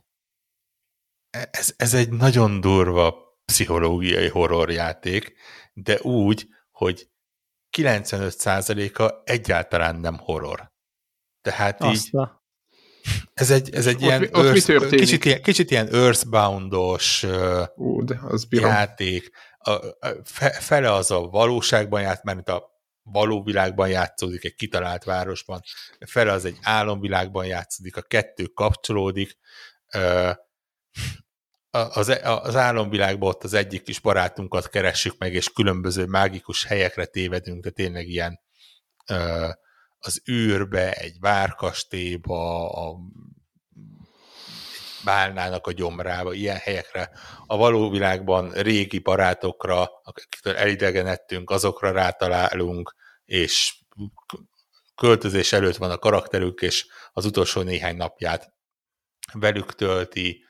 egy nagyon durva pszichológiai horror játék, de úgy, hogy 95%-a egyáltalán nem horror. Tehát így ez egy ilyen kicsit ilyen Earthbound-os játék. Fele az a valóságban játszik, mert a való világban játszódik, egy kitalált városban, fele az egy álomvilágban játszódik, a kettő kapcsolódik. Az álomvilágban ott az egyik kis barátunkat keressük meg, és különböző mágikus helyekre tévedünk, de tényleg ilyen az űrbe, egy várkastélyba, a bálnának a gyomrába, ilyen helyekre. A való világban régi barátokra, akiktől elidegenedtünk, azokra rátalálunk, és költözés előtt van a karakterük, és az utolsó néhány napját velük tölti.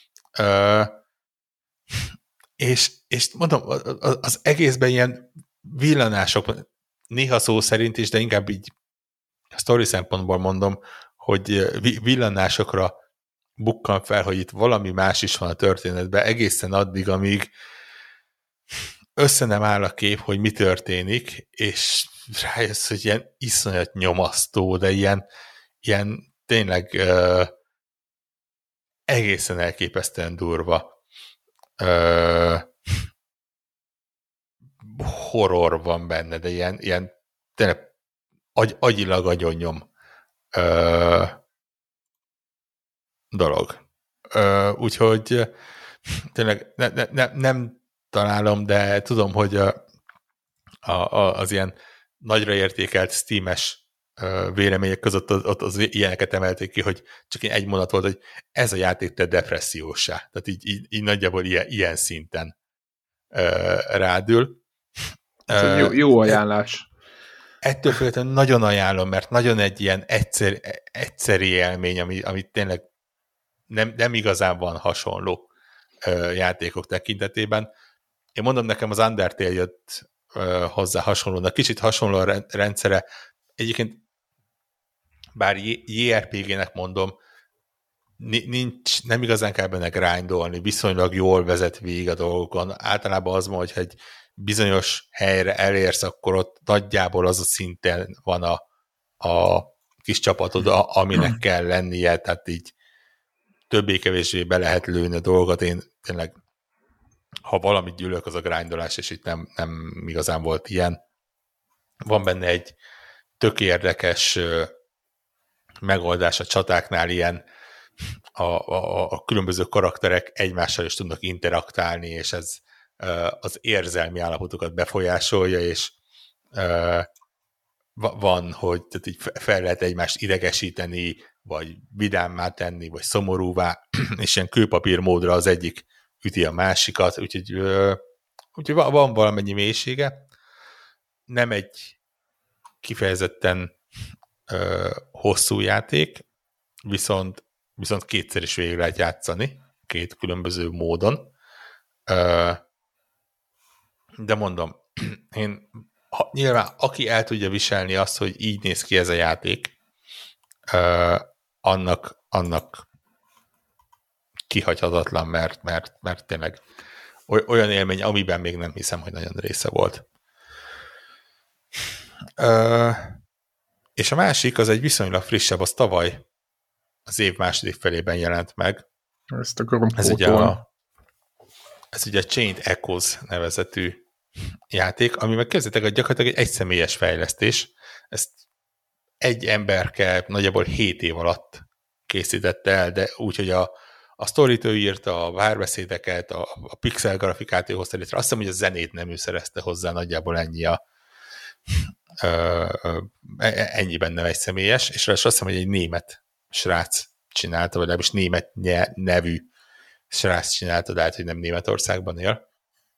És mondom, az egészben ilyen villanások, néha szó szerint is, de inkább így a sztori szempontból mondom, hogy villanásokra bukkan fel, hogy itt valami más is van a történetben, egészen addig, amíg össze nem áll a kép, hogy mi történik, és rájössz, hogy ilyen iszonyat nyomasztó, de ilyen tényleg egészen elképesztően durva horror van benne, de ilyen tényleg agyilag agyonnyom dolog. Úgyhogy tényleg nem találom, de tudom, hogy az ilyen nagyra értékelt Steam-es vélemények között ott az ilyeneket emelték ki, hogy csak egy mondat volt, hogy ez a játék te depressziósá. Tehát így nagyjából ilyen szinten rádül. Jó ajánlás. Ettől függetlenül nagyon ajánlom, mert nagyon egy ilyen egyszeri élmény, ami tényleg nem igazán van hasonló játékok tekintetében. Én mondom, nekem az Undertale jött hozzá hasonlónak. Kicsit hasonló a rendszere. Egyébként bár JRPG-nek mondom, nem igazán kell benne grindolni, viszonylag jól vezet végig a dolgokon. Általában az van, hogy egy bizonyos helyre elérsz, akkor ott nagyjából az a szinten van a kis csapatod, aminek kell lennie, tehát így többé-kevésbé be lehet lőni a dolgot. Én tényleg, ha valamit gyűlök, az a grindolás, és itt nem igazán volt ilyen. Van benne egy tök érdekes megoldás a csatáknál, ilyen a különböző karakterek egymással is tudnak interaktálni, és ez az érzelmi állapotokat befolyásolja, és van, hogy tehát így fel lehet egymást idegesíteni, vagy vidámmá tenni, vagy szomorúvá, és ilyen kőpapír módra az egyik üti a másikat, úgyhogy van valamennyi mélysége. Nem egy kifejezetten hosszú játék, viszont kétszer is végig lehet játszani, két különböző módon. De mondom, én nyilván aki el tudja viselni azt, hogy így néz ki ez a játék, annak kihagyhatatlan, mert tényleg olyan élmény, amiben még nem hiszem, hogy nagyon része volt. És a másik, az egy viszonylag frissebb, az tavaly az év második felében jelent meg. Ezt akarom ez ugye a Chained Echoes nevezetű játék, ami meg kezdetek, hogy gyakorlatilag egy egyszemélyes fejlesztés. Ezt egy emberke nagyjából 7 év alatt készítette el, de úgy, hogy a sztorit ő írta, a várbeszédeket, a pixel grafikát ő hozta létre. Azt hiszem, hogy a zenét nem ő szerezte hozzá, nagyjából ennyi ennyiben nem egy személyes, és azt hiszem, hogy egy német srác csinálta, vagy legalábbis német nevű srác csinálta, de hát, hogy nem Németországban él.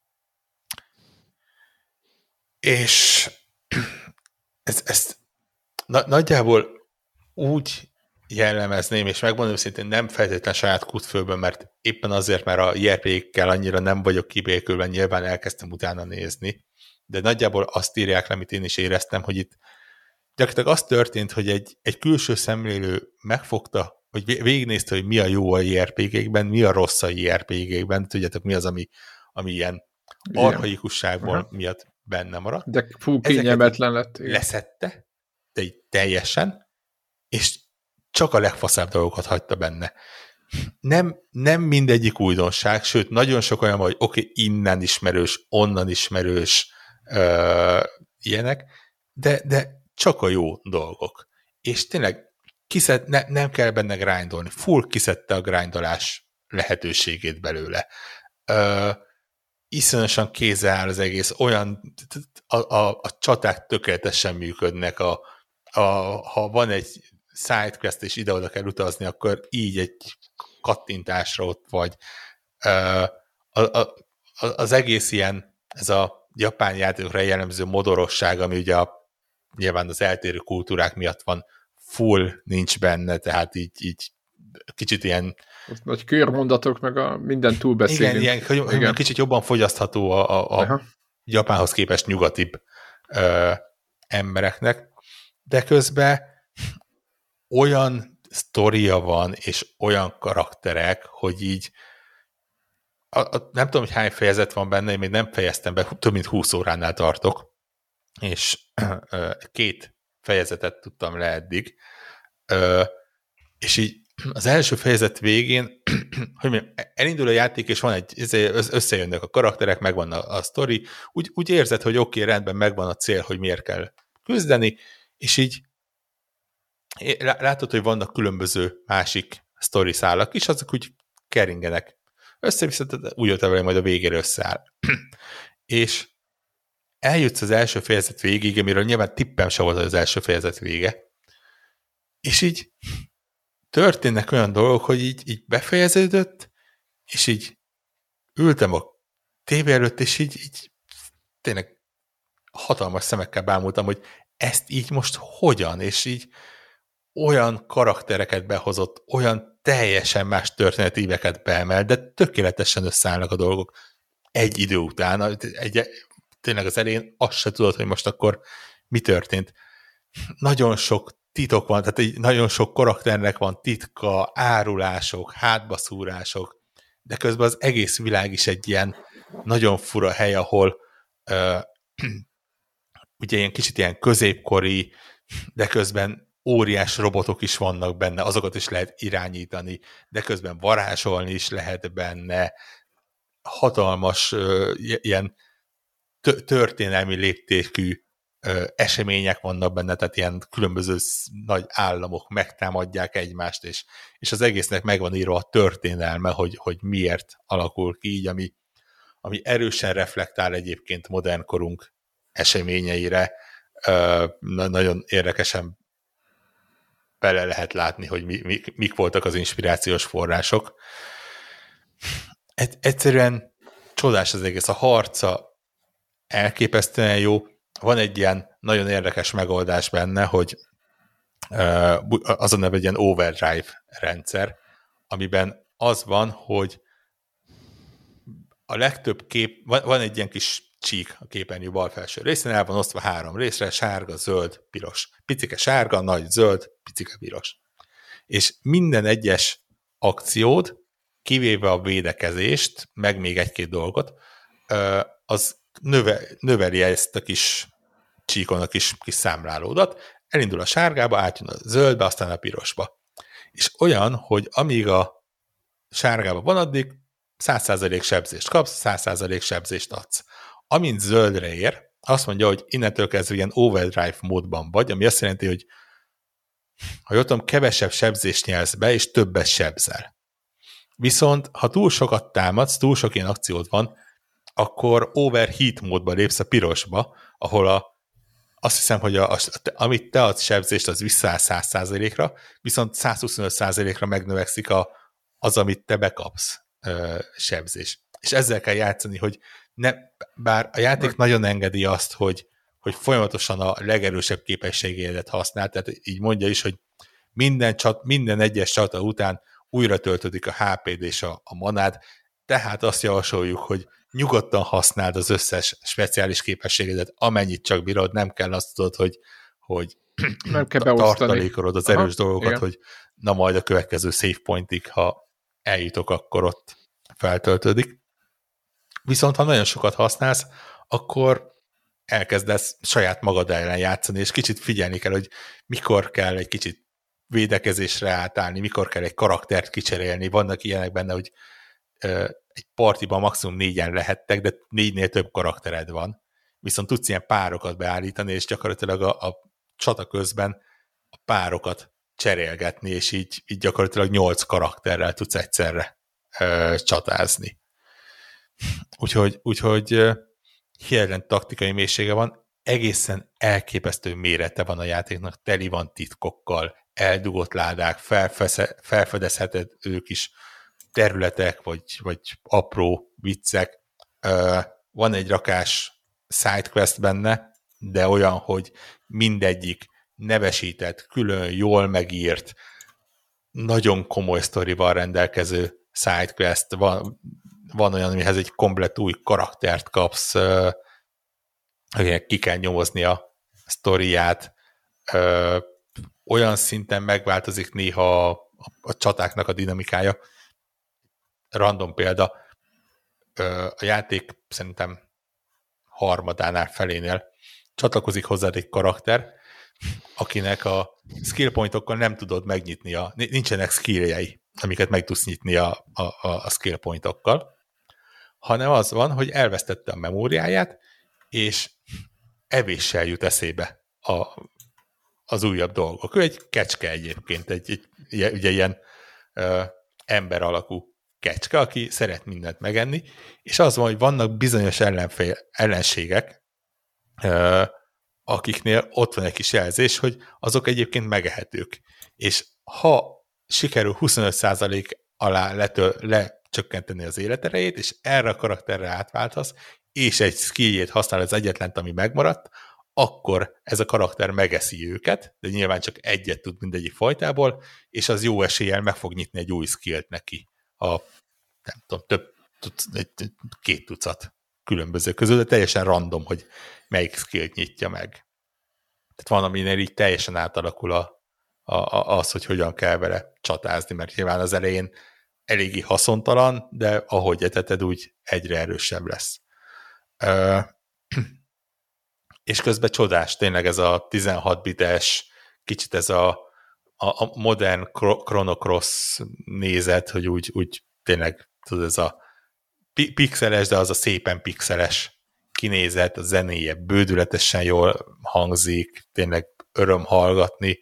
És ezt nagyjából úgy jellemezném, és megmondom szintén nem feltétlen saját kútfőből, mert éppen azért, mert a JRPG-kkel annyira nem vagyok kibékülve, nyilván elkezdtem utána nézni, de nagyjából azt írják le, amit én is éreztem, hogy itt gyakorlatilag az történt, hogy egy külső szemlélő megfogta, hogy végignézte, hogy mi a jó a JRPG-kben, mi a rossz a JRPG-kben, tudjátok, mi az, ami ilyen archaikusságból miatt benne maradt. De kényelmetlen lett. Igen. Leszette, de így teljesen, és csak a legfaszább dolgokat hagyta benne. Nem mindegyik újdonság, sőt, nagyon sok olyan, hogy oké, innen ismerős, onnan ismerős ilyenek, de csak a jó dolgok. És tényleg nem kell benne grindolni. Full kiszedte a grindolás lehetőségét belőle. Iszonyosan kézzel áll az egész, olyan a csaták tökéletesen működnek, ha van egy sidequest és ide-oda kell utazni, akkor így egy kattintásra ott vagy. Az egész ilyen, ez a japán játékokra jellemző modorosság, ami ugye nyilván az eltérő kultúrák miatt van, full nincs benne, tehát így kicsit ilyen... Nagy körmondatok, meg minden túlbeszélünk. Igen, kicsit jobban fogyasztható a Japánhoz képest nyugatibb embereknek, de közben olyan sztoria van, és olyan karakterek, hogy így nem tudom, hogy hány fejezet van benne, én még nem fejeztem be, több mint 20 óránál tartok, és 2 fejezetet tudtam le eddig, és így az első fejezet végén, hogy mondjam, elindul a játék, és van összejönnek a karakterek, megvan a sztori, úgy érzed, hogy oké, rendben, megvan a cél, hogy miért kell küzdeni, és így látod, hogy vannak különböző másik sztori szálak is, azok úgy keringenek össze-vissza, úgy jöttem vele, majd a végére összeáll. És eljutsz az első fejezet végig, amiről nyilván tippem se volt az első fejezet vége, és így történnek olyan dolgok, hogy így befejeződött, és így ültem a tévé előtt, és így tényleg hatalmas szemekkel bámultam, hogy ezt így most hogyan, és így olyan karaktereket behozott, olyan teljesen más történetíveket beemel, de tökéletesen összeállnak a dolgok egy idő után. Tényleg az elején azt se tudod, hogy most akkor mi történt. Nagyon sok titok van, tehát nagyon sok karakternek van titka, árulások, hátbaszúrások, de közben az egész világ is egy ilyen nagyon fura hely, ahol ugye ilyen kicsit ilyen középkori, de közben óriás robotok is vannak benne, azokat is lehet irányítani, de közben varázsolni is lehet benne, hatalmas ilyen történelmi léptékű események vannak benne, tehát ilyen különböző nagy államok megtámadják egymást, és az egésznek megvan írva a történelme, hogy miért alakul ki így, ami erősen reflektál egyébként modern korunk eseményeire. Nagyon érdekesen bele lehet látni, hogy mik voltak az inspirációs források. Egyszerűen csodás az egész. A harca elképesztően jó. Van egy ilyen nagyon érdekes megoldás benne, hogy az a neve egy ilyen overdrive rendszer, amiben az van, hogy a legtöbb kép, van egy ilyen kis csík a képernyő bal felső részén, el van osztva 3 részre, sárga, zöld, piros. Picike sárga, nagy zöld, picike piros. És minden egyes akciód, kivéve a védekezést, meg még 1-2 dolgot, az növeli ezt a kis csíkon a kis számlálódat, elindul a sárgába, átjön a zöldbe, aztán a pirosba. És olyan, hogy amíg a sárgába van, addig 100% sebzést kapsz, 100% sebzést adsz. Amint zöldre ér, azt mondja, hogy innentől kezdve ilyen overdrive módban vagy, ami azt jelenti, hogy ha jól tudom, kevesebb sebzést nyelsz be, és többet sebzel. Viszont, ha túl sokat támadsz, túl sok ilyen akciód van, akkor overheat módba lépsz a pirosba, ahol azt hiszem, hogy amit te adsz sebzést, az visszaáll 100%-ra, viszont 125%-ra megnövekszik az, amit te bekapsz sebzés. És ezzel kell játszani, hogy bár a játék nagyon engedi azt, hogy folyamatosan a legerősebb képességeidet használ, tehát így mondja is, hogy minden egyes csata után újra töltődik a HP-d és a manád, tehát azt javasoljuk, hogy nyugodtan használd az összes speciális képességedet, amennyit csak bírod, nem kell azt tudod, hogy nem kell tartalékolod az erős dolgokat, igen. Hogy na majd a következő save pointig, ha eljutok, akkor ott feltöltődik. Viszont ha nagyon sokat használsz, akkor elkezdesz saját magad ellen játszani, és kicsit figyelni kell, hogy mikor kell egy kicsit védekezésre átállni, mikor kell egy karaktert kicserélni. Vannak ilyenek benne, hogy egy partiban maximum 4-en lehettek, de 4-nél több karaktered van. Viszont tudsz ilyen párokat beállítani, és gyakorlatilag a csata közben a párokat cserélgetni, és így gyakorlatilag 8 karakterrel tudsz egyszerre csatázni. Úgyhogy hihetetlen taktikai mélysége van, egészen elképesztő mérete van a játéknak, teli van titkokkal, eldugott ládák, felfedezheted ők is területek, vagy apró viccek. Van egy rakás sidequest benne, de olyan, hogy mindegyik nevesített, külön, jól megírt, nagyon komoly sztorival rendelkező sidequest. Van olyan, amihez egy komplett új karaktert kapsz, akinek ki kell nyomozni a sztoriát. Olyan szinten megváltozik néha a csatáknak a dinamikája. Random példa, a játék szerintem harmadánál felénél csatlakozik hozzád egy karakter, akinek a skill pointokkal nem tudod megnyitni, nincsenek skilljei, amiket meg tudsz nyitni a skill pointokkal, hanem az van, hogy elvesztette a memóriáját, és evéssel jut eszébe az újabb dolgok. Ő egy kecske egyébként, ugye ilyen ember alakú kecske, aki szeret mindent megenni, és az van, hogy vannak bizonyos ellenségek, akiknél ott van egy kis jelzés, hogy azok egyébként megehetők. És ha sikerül 25% alá lecsökkenteni az életerejét, és erre a karakterre átváltasz, és egy skilljét használ az egyetlen, ami megmaradt, akkor ez a karakter megeszi őket, de nyilván csak egyet tud mindegyik fajtából, és az jó eséllyel meg fog nyitni egy új skillt neki. Nem tudom, két tucat különböző közül, de teljesen random, hogy melyik skillt nyitja meg. Tehát van, aminél így teljesen átalakul az, hogy hogyan kell vele csatázni, mert nyilván az elején eléggé haszontalan, de ahogy eteted, úgy egyre erősebb lesz. És közben csodás, tényleg ez a 16 bites, kicsit ez a modern Chrono Cross nézet, hogy úgy tényleg tudod, ez a pixeles, de az a szépen pixeles kinézet, a zenéje bődületesen jól hangzik, tényleg öröm hallgatni,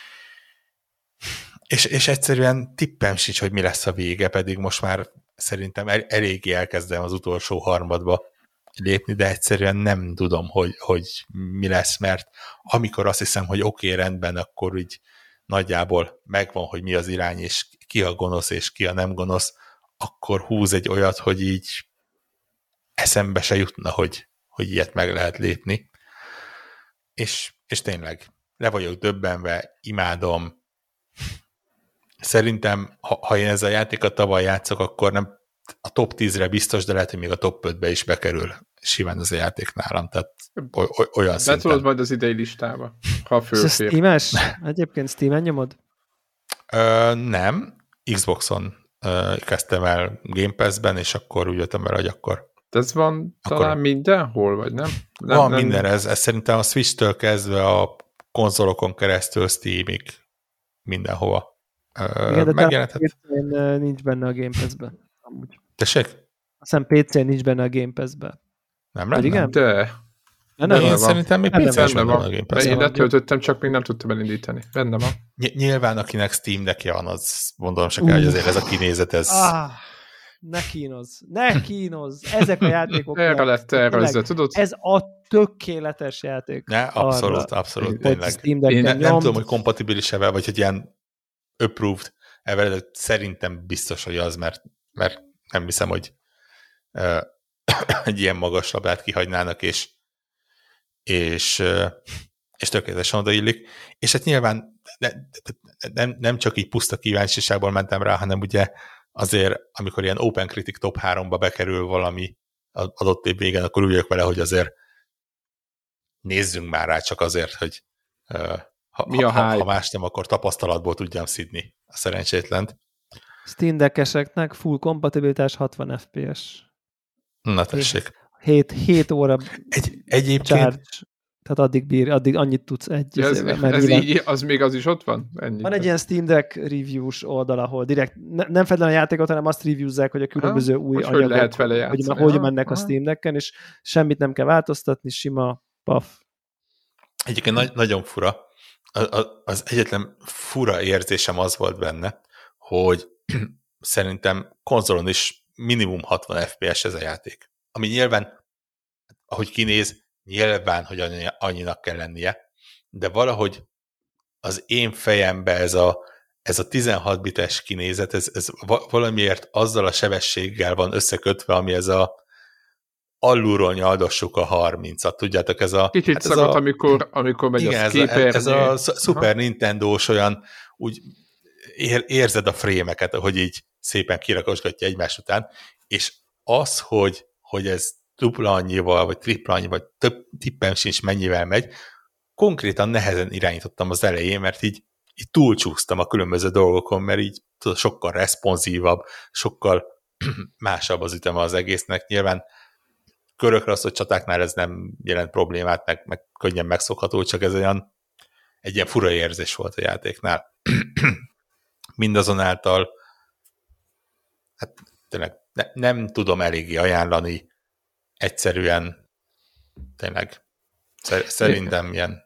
és egyszerűen tippem sincs, hogy mi lesz a vége, pedig most már szerintem eléggé elkezdem az utolsó harmadba lépni, de egyszerűen nem tudom, hogy mi lesz, mert amikor azt hiszem, hogy oké, rendben, akkor így nagyjából megvan, hogy mi az irány, és ki a gonosz, és ki a nem gonosz, akkor húz egy olyat, hogy így eszembe se jutna, hogy ilyet meg lehet lépni. És tényleg le vagyok döbbenve, imádom. Szerintem, ha én ezzel a játékkal tavaly játszok, akkor nem a top 10-re biztos, de lehet, hogy még a top 5-be is bekerül simán az a játék nálam, tehát olyan szinten. Betolod majd az idei listába, ha fölfér. Steam-es? Egyébként Steam-en nyomod? Nem, Xboxon kezdtem el Game Pass-ben, és akkor úgy jöttem vele, hogy akkor... Ez van talán mindenhol, vagy nem? Van minden, ez szerintem a Switch-től kezdve a konzolokon keresztül Steamig mindenhova megjelenthet. PC-n nincs benne a Game Pass-ben. Tessék? Aztán PC-n nincs benne a Game Pass-ben. Nem lenne? Igen? De. Én szerintem még PC-s van a Game Pass-ben. Én letöltöttem, csak még nem tudtam elindítani. Benne van. Nyilván, akinek Steam Deckje van, az mondom se kell, hogy azért ez a kinézet, ez... Ne kínozz! Ezek a játékok. Erre lett tervezve, tudod? Ez a tökéletes játék. Ne, abszolút, tényleg. Nem tudom, hogy kompatibilis-e, vagy hogy ilyen approved evel, de szerintem biztos, hogy az, mert nem hiszem, hogy egy ilyen magas labdát kihagynának, és tökéletesen odaillik. És hát nyilván nem csak így puszta kíváncsiságból mentem rá, hanem ugye azért, amikor ilyen Open Critic Top 3-ba bekerül valami adott év végén, akkor üljök vele, hogy azért nézzünk már rá csak azért, hogy ha más nem, akkor tapasztalatból tudjam szidni a szerencsétlent. Steam Deck-eseknek full kompatibilitás 60 FPS. Na tessék. 7 óra Egyébként charge. Tehát addig annyit tudsz az még az is ott van? Ennyit. Van egy ilyen Steam Deck reviews oldal, ahol direkt nem feltétlenül a játékot, hanem azt reviewzzák, hogy a különböző új anyagok, hogy mennek a Steam Decken, és semmit nem kell változtatni, sima paf. Egyébként nagyon fura. Az egyetlen fura érzésem az volt benne, hogy szerintem konzolon is minimum 60 FPS ez a játék. Ami nyilván, ahogy kinéz, nyilván, hogy annyinak kell lennie, de valahogy az én fejemben ez a 16 bites kinézet, ez valamiért azzal a sebességgel van összekötve, ami ez a alulról nyaldossuk a 30-at, tudjátok, ez a... Kicsit szakadt, amikor megy igen, a skipper. Ez a Super Nintendo-s olyan, úgy érzed a frémeket, ahogy így szépen kirakosgatja egymás után, és az, hogy ez dupla annyival, vagy tripla annyival, vagy több tippem sincs mennyivel megy, konkrétan nehezen irányítottam az elején, mert így túlcsúsztam a különböző dolgokon, mert így sokkal responsívabb, sokkal másabb az üteme az egésznek. Nyilván körökre az, hogy csatáknál ez nem jelent problémát, meg könnyen megszokható, csak ez egy ilyen fura érzés volt a játéknál. Mindazonáltal hát tényleg nem tudom eléggé ajánlani, egyszerűen tényleg szerintem ilyen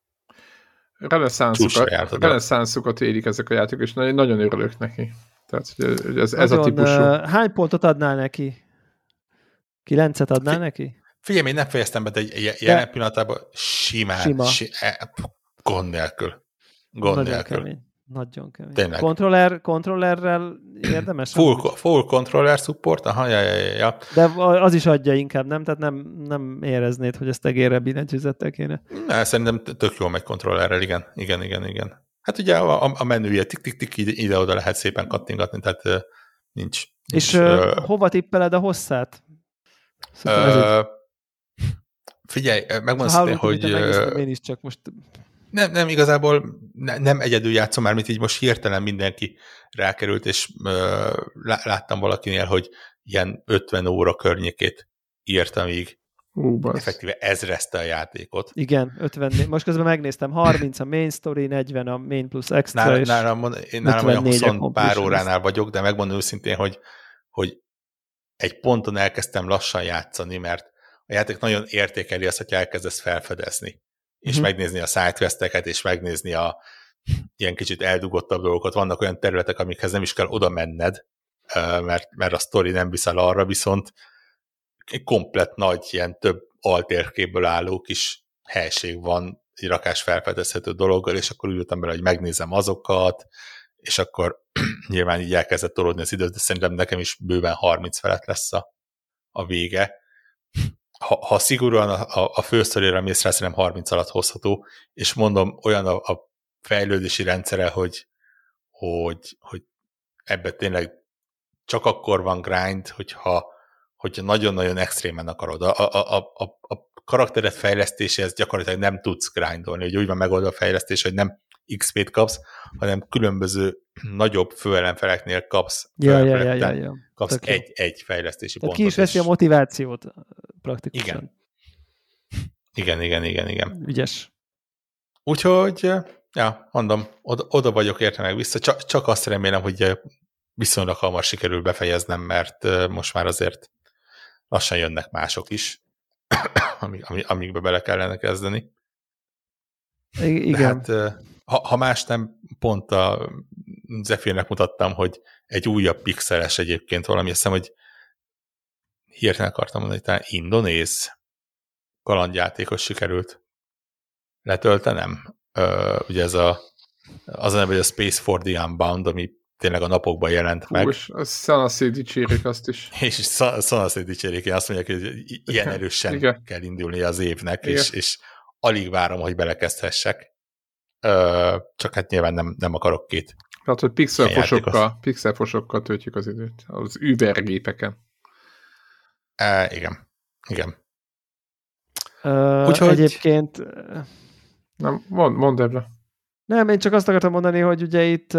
reneszánszukat érik ezek a játékok, és nagyon örülök neki. Tehát, hogy ez a típusú. Hány pontot adnál neki? 9-et adnál neki? Figyelj, én nem fejeztem be, de jelen pillanatában simán. Gond nélkül. Nagyon kemény. Tényleg. Kontrollerrel érdemes? Full controller support? Aha, ja. De az is adja inkább, nem? Tehát nem éreznéd, hogy ezt egérre billentyűzettel kéne. Ne, szerintem tök jól megy kontrollerrel, igen. Hát ugye a menüje tik-tik-tik ide-oda lehet szépen kattingatni, tehát nincs. És hova tippeled a hosszát? Figyelj, megmondom, hogy... Én is csak most... Nem, igazából nem egyedül játszom már, mint így most hirtelen mindenki rákerült, és láttam valakinél, hogy ilyen 50 óra környékét írt, amíg effektíve ezrezte a játékot. Igen, 50. Most közben megnéztem, 30 a main story, 40 a main plus extra, nálam olyan 20 pár óránál vagyok, de megmondom őszintén, hogy egy ponton elkezdtem lassan játszani, mert a játék nagyon értékeli azt, hogy elkezdesz felfedezni, és megnézni a sidequesteket, és megnézni a ilyen kicsit eldugottabb dolgokat. Vannak olyan területek, amikhez nem is kell oda menned, mert a sztori nem viszel arra, viszont egy komplett nagy, ilyen több altérképből álló kis helység van, egy rakás felfedezhető dologgal, és akkor ültem bele, hogy megnézem azokat, és akkor nyilván így elkezdett tolódni az időt, de szerintem nekem is bőven 30 felett lesz a vége. Ha szigorúan a fősztorira mész rá, szerintem 30 alatt hozható, és mondom, olyan a fejlődési rendszere, hogy ebben tényleg csak akkor van grind, hogyha nagyon-nagyon extrémen akarod. A karakteret fejlesztéséhez gyakorlatilag nem tudsz grindolni, hogy úgy van megoldva a fejlesztés, hogy nem XP-t kapsz, hanem különböző nagyobb főellenfeleknél kapsz kapsz egy fejlesztési pontot. Ki is veszi a motivációt praktikusan. Igen. Ügyes. Úgyhogy, ja, mondom, oda vagyok érte meg vissza. Csak azt remélem, hogy viszonylag hamar sikerül befejeznem, mert most már azért lassan jönnek mások is, amikbe bele kellene kezdeni. Igen. Hát, ha más nem, pont a Zephyrnek mutattam, hogy egy újabb pixeles egyébként valami, azt hiszem, hogy hirtelen akartam mondani, talán indonéz kalandjátékos sikerült letöltenem. Ugye ez az a neve, hogy a Space for the Unbound, ami tényleg a napokban jelent meg. És a Sanasé dicsérik azt is. És Sanasé dicsérik, én azt mondják, hogy ilyen erősen igen. kell indulni az évnek, és alig várom, hogy belekezdhessek. Csak hát nyilván nem akarok két. Tehát, hogy pixelfosokkal töltjük az időt. Az Uber gépeken. Igen. Úgyhogy... Egyébként... Nem, mondd ebben. Nem, én csak azt akartam mondani, hogy ugye itt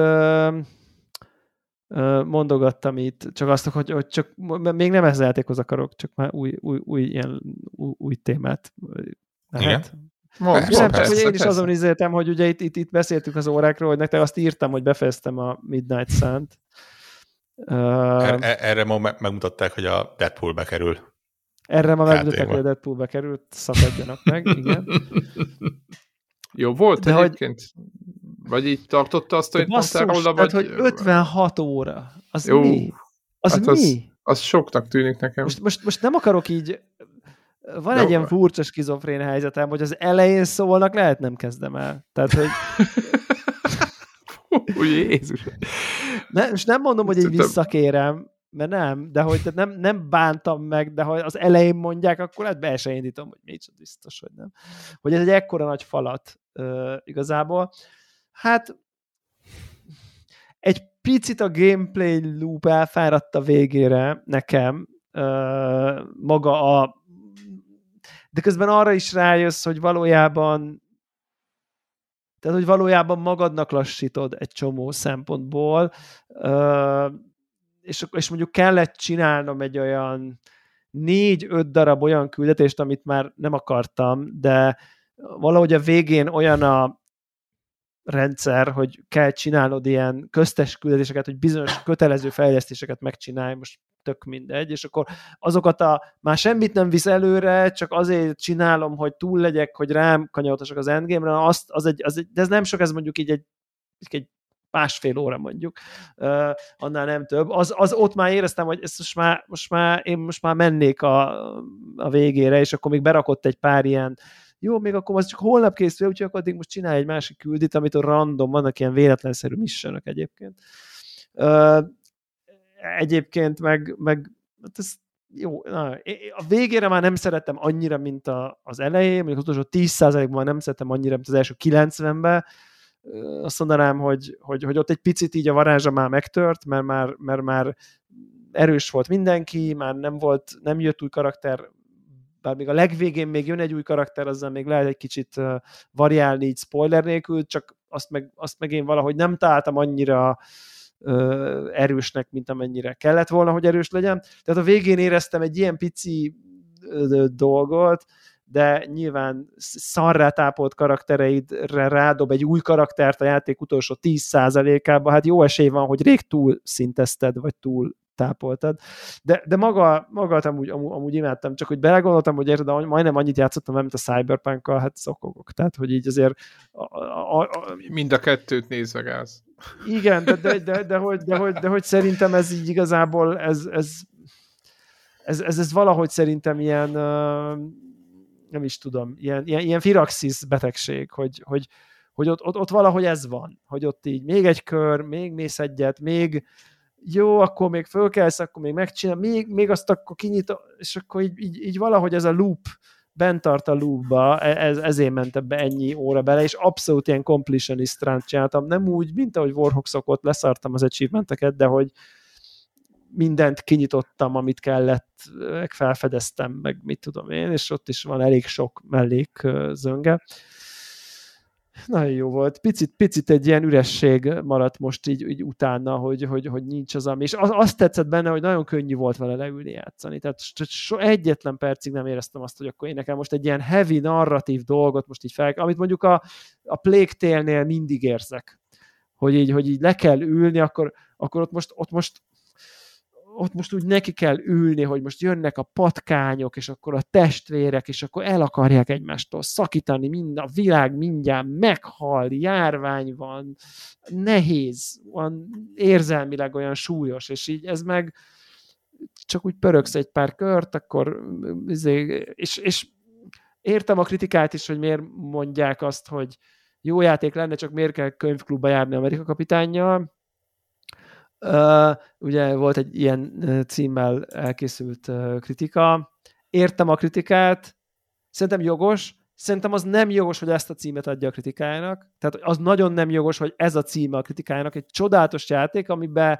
mondogattam itt, csak azt, hogy csak még nem ezzel játékhoz akarok, csak már új témát. Igen. Nem, csak hogy én is azon izéltem, hogy ugye itt beszéltük az órákról, hogy nektek azt írtam, hogy befejeztem a Midnight Sun-t. Erre ma megmutatták, hogy a Deadpool bekerül. Erre ma megmutatták, hogy a Deadpool bekerült, szakadjanak meg, igen. Jó volt de egyébként? Vagy így tartotta azt, hogy mondtál róla? Tehát, hogy 56 óra. Az jó. Mi? Az hát mi? Az soknak tűnik nekem. Most nem akarok így... Van egy ilyen furcsa skizofrén helyzetem, hogy az elején szólnak, lehet nem kezdem el. Tehát, hogy... Jézus. Most nem mondom, hogy így visszakérem, mert nem, de hogy nem bántam meg, de ha az elején mondják, akkor hát be se indítom, hogy micsoda biztos, hogy nem. Hogy ez egy ekkora nagy falat igazából. Hát egy picit a gameplay loop elfáradt a végére nekem, maga a... De közben arra is rájössz, hogy valójában magadnak lassítod egy csomó szempontból, és mondjuk kellett csinálnom egy olyan 4-5 darab olyan küldetést, amit már nem akartam, de valahogy a végén olyan a rendszer, hogy kell csinálnod ilyen köztes küldetéseket, hogy bizonyos kötelező fejlesztéseket megcsinálj, most tök mindegy, és akkor azokat már semmit nem visz előre, csak azért csinálom, hogy túl legyek, hogy rám kanyarodhassak az endgame-re, de ez nem sok, ez mondjuk így egy másfél óra mondjuk, annál nem több. Az ott már éreztem, hogy ezt most már mennék a végére, és akkor még berakott egy pár ilyen jó, még akkor az csak holnap készül, úgyhogy akkor addig most csinálj egy másik küldit, amit random, vannak ilyen véletlenszerű missionok egyébként. Egyébként meg hát ez jó, a végére már nem szerettem annyira, mint az elején, mondjuk az utolsó 10%-ban nem szerettem annyira, mint az első 90-ben. Azt mondanám, hogy ott egy picit így a varázsa már megtört, mert már erős volt mindenki, már nem jött új karakter, bár még a legvégén még jön egy új karakter, azzal még lehet egy kicsit variálni így spoiler nélkül, csak azt meg én valahogy nem találtam annyira erősnek, mint amennyire kellett volna, hogy erős legyen. Tehát a végén éreztem egy ilyen pici dolgot, de nyilván szarrá tápolt karaktereidre rádob egy új karaktert a játék utolsó 10%-ába, hát jó esély van, hogy rég túl szintezted, vagy túl tápoltad. De magát amúgy imádtam, csak hogy belegondoltam, hogy érted, majdnem annyit játszottam, mint a Cyberpunk-kal, hát szokogok. Tehát, hogy így azért... Mind a kettőt nézve gáz. Igen, de hogy szerintem ez így igazából ez valahogy szerintem ilyen nem is tudom, ilyen firaxis betegség, hogy ott valahogy ez van, hogy ott így még egy kör, még mész egyet, még jó, akkor még fölkelsz, akkor még megcsinál, még azt akkor kinyit, és akkor így valahogy ez a loop bent tart a loopba, ezért ment ebbe ennyi óra bele, és abszolút ilyen completionist rant csináltam, nem úgy, mint ahogy Warhawk szokott, leszartam az achievementeket, de hogy mindent kinyitottam, amit kellett, felfedeztem, meg mit tudom én, és ott is van elég sok mellék zönge. Nagyon jó volt. Picit egy ilyen üresség maradt most így utána, hogy nincs az, ami... És azt tetszett benne, hogy nagyon könnyű volt vele leülni játszani. Tehát egyetlen percig nem éreztem azt, hogy akkor én nekem most egy ilyen heavy narratív dolgot most így amit mondjuk a Plague Tale-nél mindig érzek. Hogy így le kell ülni, akkor ott most ott most úgy neki kell ülni, hogy most jönnek a patkányok, és akkor a testvérek, és akkor el akarják egymástól szakítani, a világ mindjárt meghal, járvány van, nehéz, van érzelmileg olyan súlyos, és így ez meg csak úgy pörögsz egy pár kört, akkor és értem a kritikát is, hogy miért mondják azt, hogy jó játék lenne, csak miért kell könyvklubba járni Amerika Kapitánnyal. Ugye volt egy ilyen címmel elkészült kritika. Értem a kritikát, szerintem jogos, szerintem az nem jogos, hogy ezt a címet adja a kritikájának. Tehát az nagyon nem jogos, hogy ez a címe a kritikájának. Egy csodálatos játék, amiben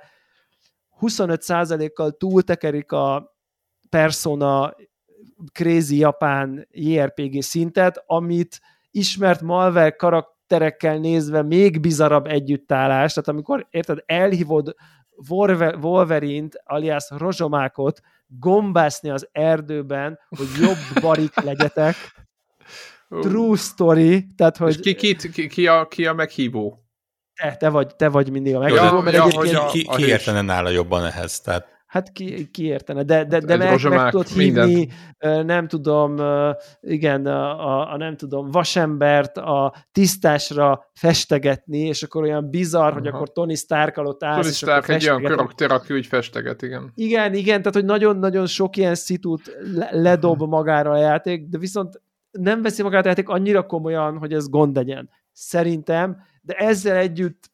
25%-kal túltekerik a Persona crazy japán JRPG szintet, amit ismert malware karakterekkel nézve még bizarabb együttállás, tehát amikor érted, elhívod Wolverine-t, alias Rozsomákot gombászni az erdőben, hogy jobb barik legyetek. True story. Tehát, hogy... Ki a meghívó? Te vagy mindig a meghívó. Ki értene nála jobban ehhez? Tehát... Hát ki értene, de meg tudod hívni, nem tudom, igen, a nem tudom, vasembert a tisztásra festegetni, és akkor olyan bizarr, hogy akkor Tony Stark alatt állsz. Tony Stark egy olyan karakter, aki úgy festeget, igen. Igen, tehát, hogy nagyon-nagyon sok ilyen szitút ledob magára a játék, de viszont nem veszi magát a játék annyira komolyan, hogy ez gond legyen. Szerintem, de ezzel együtt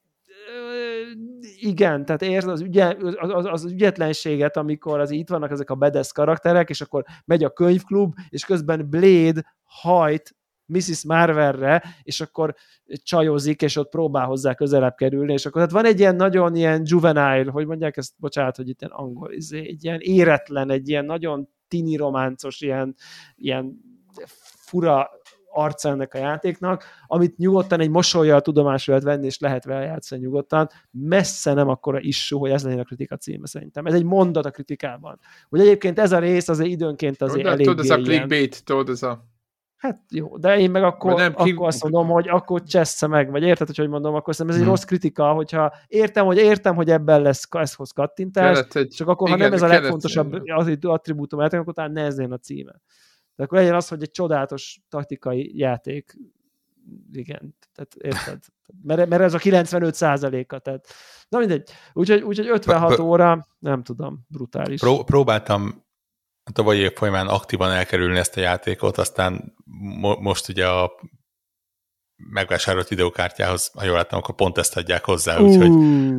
igen, tehát érted az ügyetlenséget, amikor az itt vannak ezek a badass karakterek, és akkor megy a könyvklub, és közben Blade hajt Mrs. Marvelre, és akkor csajozik, és ott próbál hozzá közelebb kerülni, és akkor tehát van egy ilyen nagyon ilyen juvenile, hogy mondják ezt, bocsánat, hogy itt ilyen angol, egy ilyen éretlen, egy ilyen nagyon tini románcos, ilyen fura arca ennek a játéknak, amit nyugodtan egy mosollyal tudomásul lehet venni, és lehet vele játszani nyugodtan. Messze nem akkora issue, hogy ez legyen a kritika címe szerintem. Ez egy mondat a kritikában. Hogy egyébként ez a rész azért időnként azért eléggé tudod, ez a clickbait, tudod, ez a... Hát jó, de én meg akkor azt mondom, hogy akkor csessze meg, vagy érted, hogy mondom, akkor szerintem ez egy rossz kritika, hogyha értem, hogy ebben lesz ez hoz kattintás, csak akkor, ha nem ez a legfontosabb attribútum játék, akkor talán ne ez legyen a címe. De akkor legyen az, hogy egy csodálatos taktikai játék. Igen, tehát érted? Mert ez a 95%-a. Tehát, na mindegy. Úgyhogy 56 óra, nem tudom, brutális. Próbáltam a tavalyi év folyamán aktívan elkerülni ezt a játékot, aztán most ugye a megvásárolt videokártyához, ha jól láttam, akkor pont ezt adják hozzá, úgyhogy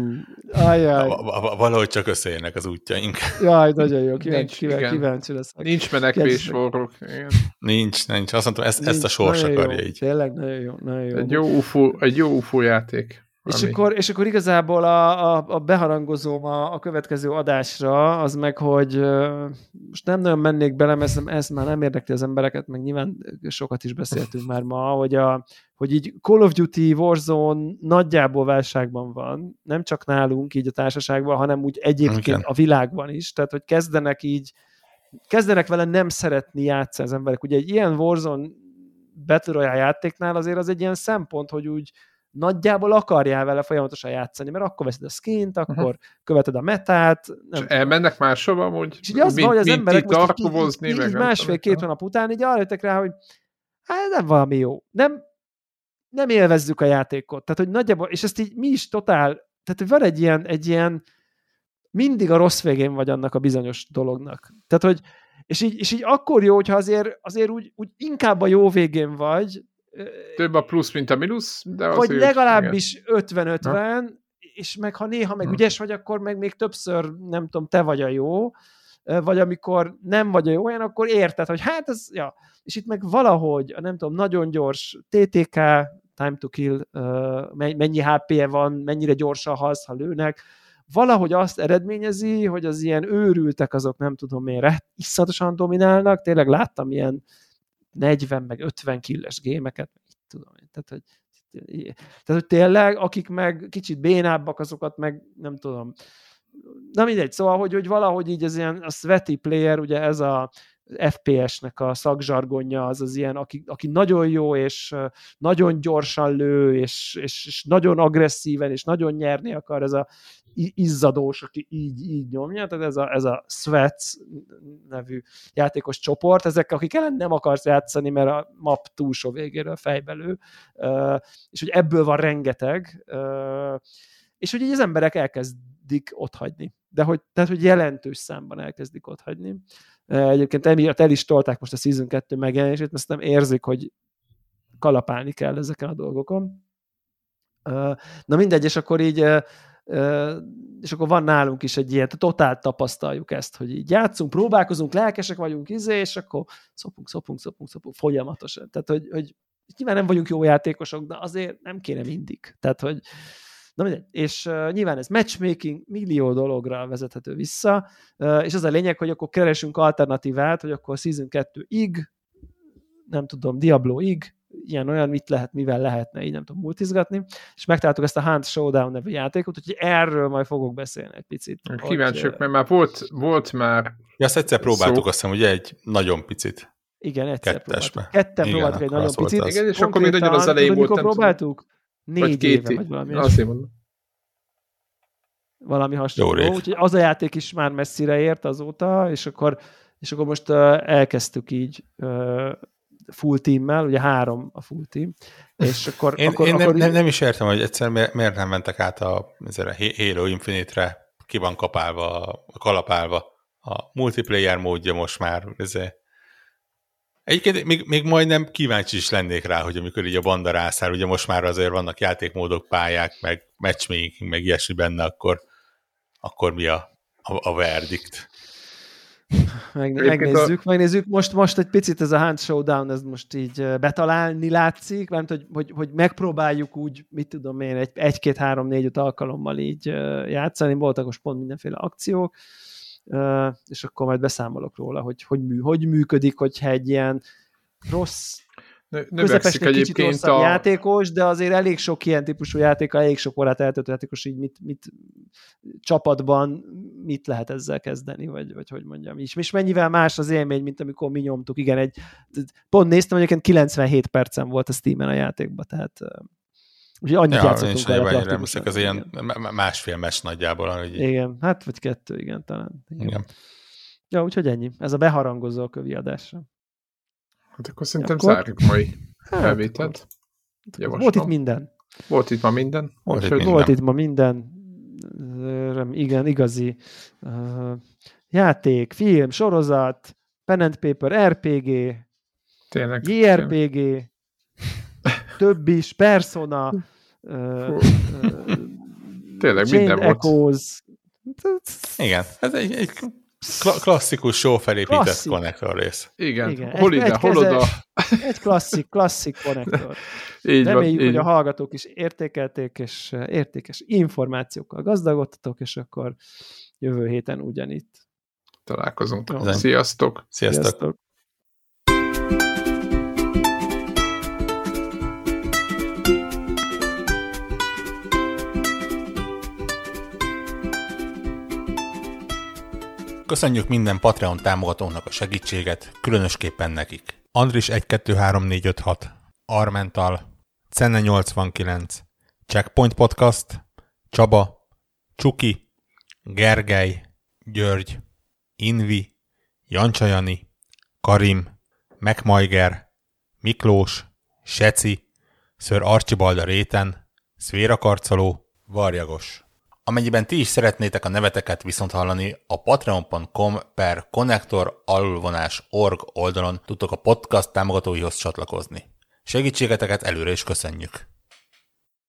valahogy csak összejönnek az útjaink. Jaj, nagyon jó, kíváncsi leszek. Nincs menekvés forrok. Nincs. Azt mondtam, ezt a sors akarja így. Tényleg, nagyon jó. Egy jó UFO játék. És akkor igazából a beharangozóm a következő adásra, az meg, hogy most nem nagyon mennék bele, mert ez már nem érdekli az embereket, meg nyilván sokat is beszéltünk már ma, hogy így Call of Duty Warzone nagyjából válságban van, nem csak nálunk így a társaságban, hanem úgy egyébként a világban is, tehát hogy kezdenek vele nem szeretni játszani az emberek. Ugye egy ilyen Warzone Battle Royale játéknál azért az egy ilyen szempont, hogy úgy nagyjából akarjál vele folyamatosan játszani, mert akkor veszed a skint, akkor követed a metát. És elmennek máshova amúgy? És így az van, hogy az emberek most így másfél-két hónap után így arra jöttek rá, hogy hát nem valami jó. Nem élvezzük a játékot. Tehát, hogy nagyjából, és ezt így mi is totál, tehát van egy ilyen mindig a rossz végén vagy annak a bizonyos dolognak. Tehát, hogy és így akkor jó, hogyha azért úgy inkább a jó végén vagy, több a plusz, mint a mínusz, de azért... Vagy legalábbis 50-50, és meg ha néha meg ügyes vagy, akkor meg még többször, nem tudom, te vagy a jó, vagy amikor nem vagy a jó olyan, akkor érted, hogy hát ez, ja. És itt meg valahogy, nem tudom, nagyon gyors TTK, time to kill, mennyi HP-je van, mennyire gyorsan halsz, ha lőnek, valahogy azt eredményezi, hogy az ilyen őrültek azok, nem tudom én, iszonyatosan dominálnak, tényleg láttam ilyen 40 meg 50 killes gémeket, tudom én. Tehát, hogy tényleg, akik meg kicsit bénábbak, azokat meg nem tudom. Na mindegy, szóval, hogy valahogy így ez ilyen a sweaty player, ugye ez a FPS-nek a szakzsargonja az ilyen, aki nagyon jó, és nagyon gyorsan lő, és nagyon agresszíven, és nagyon nyerni akar, ez a izzadós, aki így nyomja, tehát ez a Sweats nevű játékos csoport, ezek, akik ellen nem akarsz játszani, mert a map túlsó végéről fejbe lő, és hogy ebből van rengeteg, és hogy így az emberek elkezdik otthagyni. Tehát, hogy jelentős számban elkezdik otthagyni. Egyébként emiatt el is tolták most a Season 2 megjelenését, mert nem érzik, hogy kalapálni kell ezeken a dolgokon. Na mindegy, és akkor így és akkor van nálunk is egy ilyen, totál tapasztaljuk ezt, hogy így játszunk, próbálkozunk, lelkesek vagyunk, és akkor szopunk folyamatosan. Tehát, hogy nyilván nem vagyunk jó játékosok, de azért nem kéne mindig. Tehát, hogy na mindegy. És nyilván ez matchmaking millió dologra vezethető vissza, és az a lényeg, hogy akkor keresünk alternatívát, hogy akkor Season 2-ig, nem tudom, Diablo-ig, ilyen-olyan mivel lehetne így, nem tudom, multizgatni, és megtaláltuk ezt a Hunt Showdown nevű játékot, úgyhogy erről majd fogok beszélni egy picit. Kíváncsiak, mert már volt már... Ja, azt egyszer próbáltuk, azt hiszem, ugye egy nagyon picit. Igen, egyszer próbáltuk. Ketten próbáltuk egy nagyon picit. Igen, és akkor még nagyon az elején volt. Mikor próbáltuk? 4 éve, vagy valami. Azért mondom. Valami hasonló. Úgyhogy az a játék is már messzire ért azóta, és akkor most elkezdtük így full teammel, ugye 3 a full team, és akkor... Nem is értem, hogy egyszer miért nem mentek át a Halo Infinite-re, ki van kalapálva a multiplayer módja most már. Egyébként még majdnem kíváncsi is lennék rá, hogy amikor így a banda rászáll, ugye most már azért vannak játékmódok, pályák, meg matchmaking, meg ilyesmi benne, akkor mi a verdict? Megnézzük. Most egy picit ez a Hunt Showdown, ez most így betalálni látszik, mert hogy megpróbáljuk úgy, mit tudom én, 1-2-3-4-5 alkalommal így játszani, voltak most pont mindenféle akciók, és akkor majd beszámolok róla, hogy működik, hogyha egy ilyen rossz, közepesen kicsit rosszabb játékos, de azért elég sok ilyen típusú játék, elég sok órát eltöltő játékos, így mit csapatban mit lehet ezzel kezdeni, vagy hogy mondjam is. És mennyivel más az élmény, mint amikor mi nyomtuk. Igen, pont néztem, hogy 97 percem volt a Steamen a játékban, tehát úgyhogy annyit játszottunk vele. Az ilyen másfél meccs nagyjából. Hogy... Igen, hát vagy 2, igen, talán. Igen. Ja, úgyhogy ennyi. Ez a beharangozó a kövi adásra. Hát akkor szerintem zárjuk mai felvételt. Volt itt minden. Volt itt ma minden. Igen, igazi játék, film, sorozat, pen and paper, RPG, tényleg, JRPG, több is, Persona, tényleg minden volt. Igen, ez egy klasszikus show felépített konnektor rész. Igen. Hol ide, hol oda. Egy klasszik konnektor. Reméljük, hogy a hallgatók is értékelték, és értékes információkkal gazdagodtatok, és akkor jövő héten ugyanitt találkozunk. Sziasztok! Sziasztok! Köszönjük minden Patreon támogatónak a segítséget, különösképpen nekik. Andris 123456, Armental, Cenne 89, Checkpoint Podcast, Csaba, Csuki, Gergely, György, Invi, Jancsajani, Karim, Megmajger, Miklós, Seci, Ször Archibald Réten, Szvéra Karcoló, Varjagos. Amennyiben ti is szeretnétek a neveteket viszont hallani, a patreon.com/connector_org oldalon tudtok a podcast támogatóihoz csatlakozni. Segítségeteket előre is köszönjük!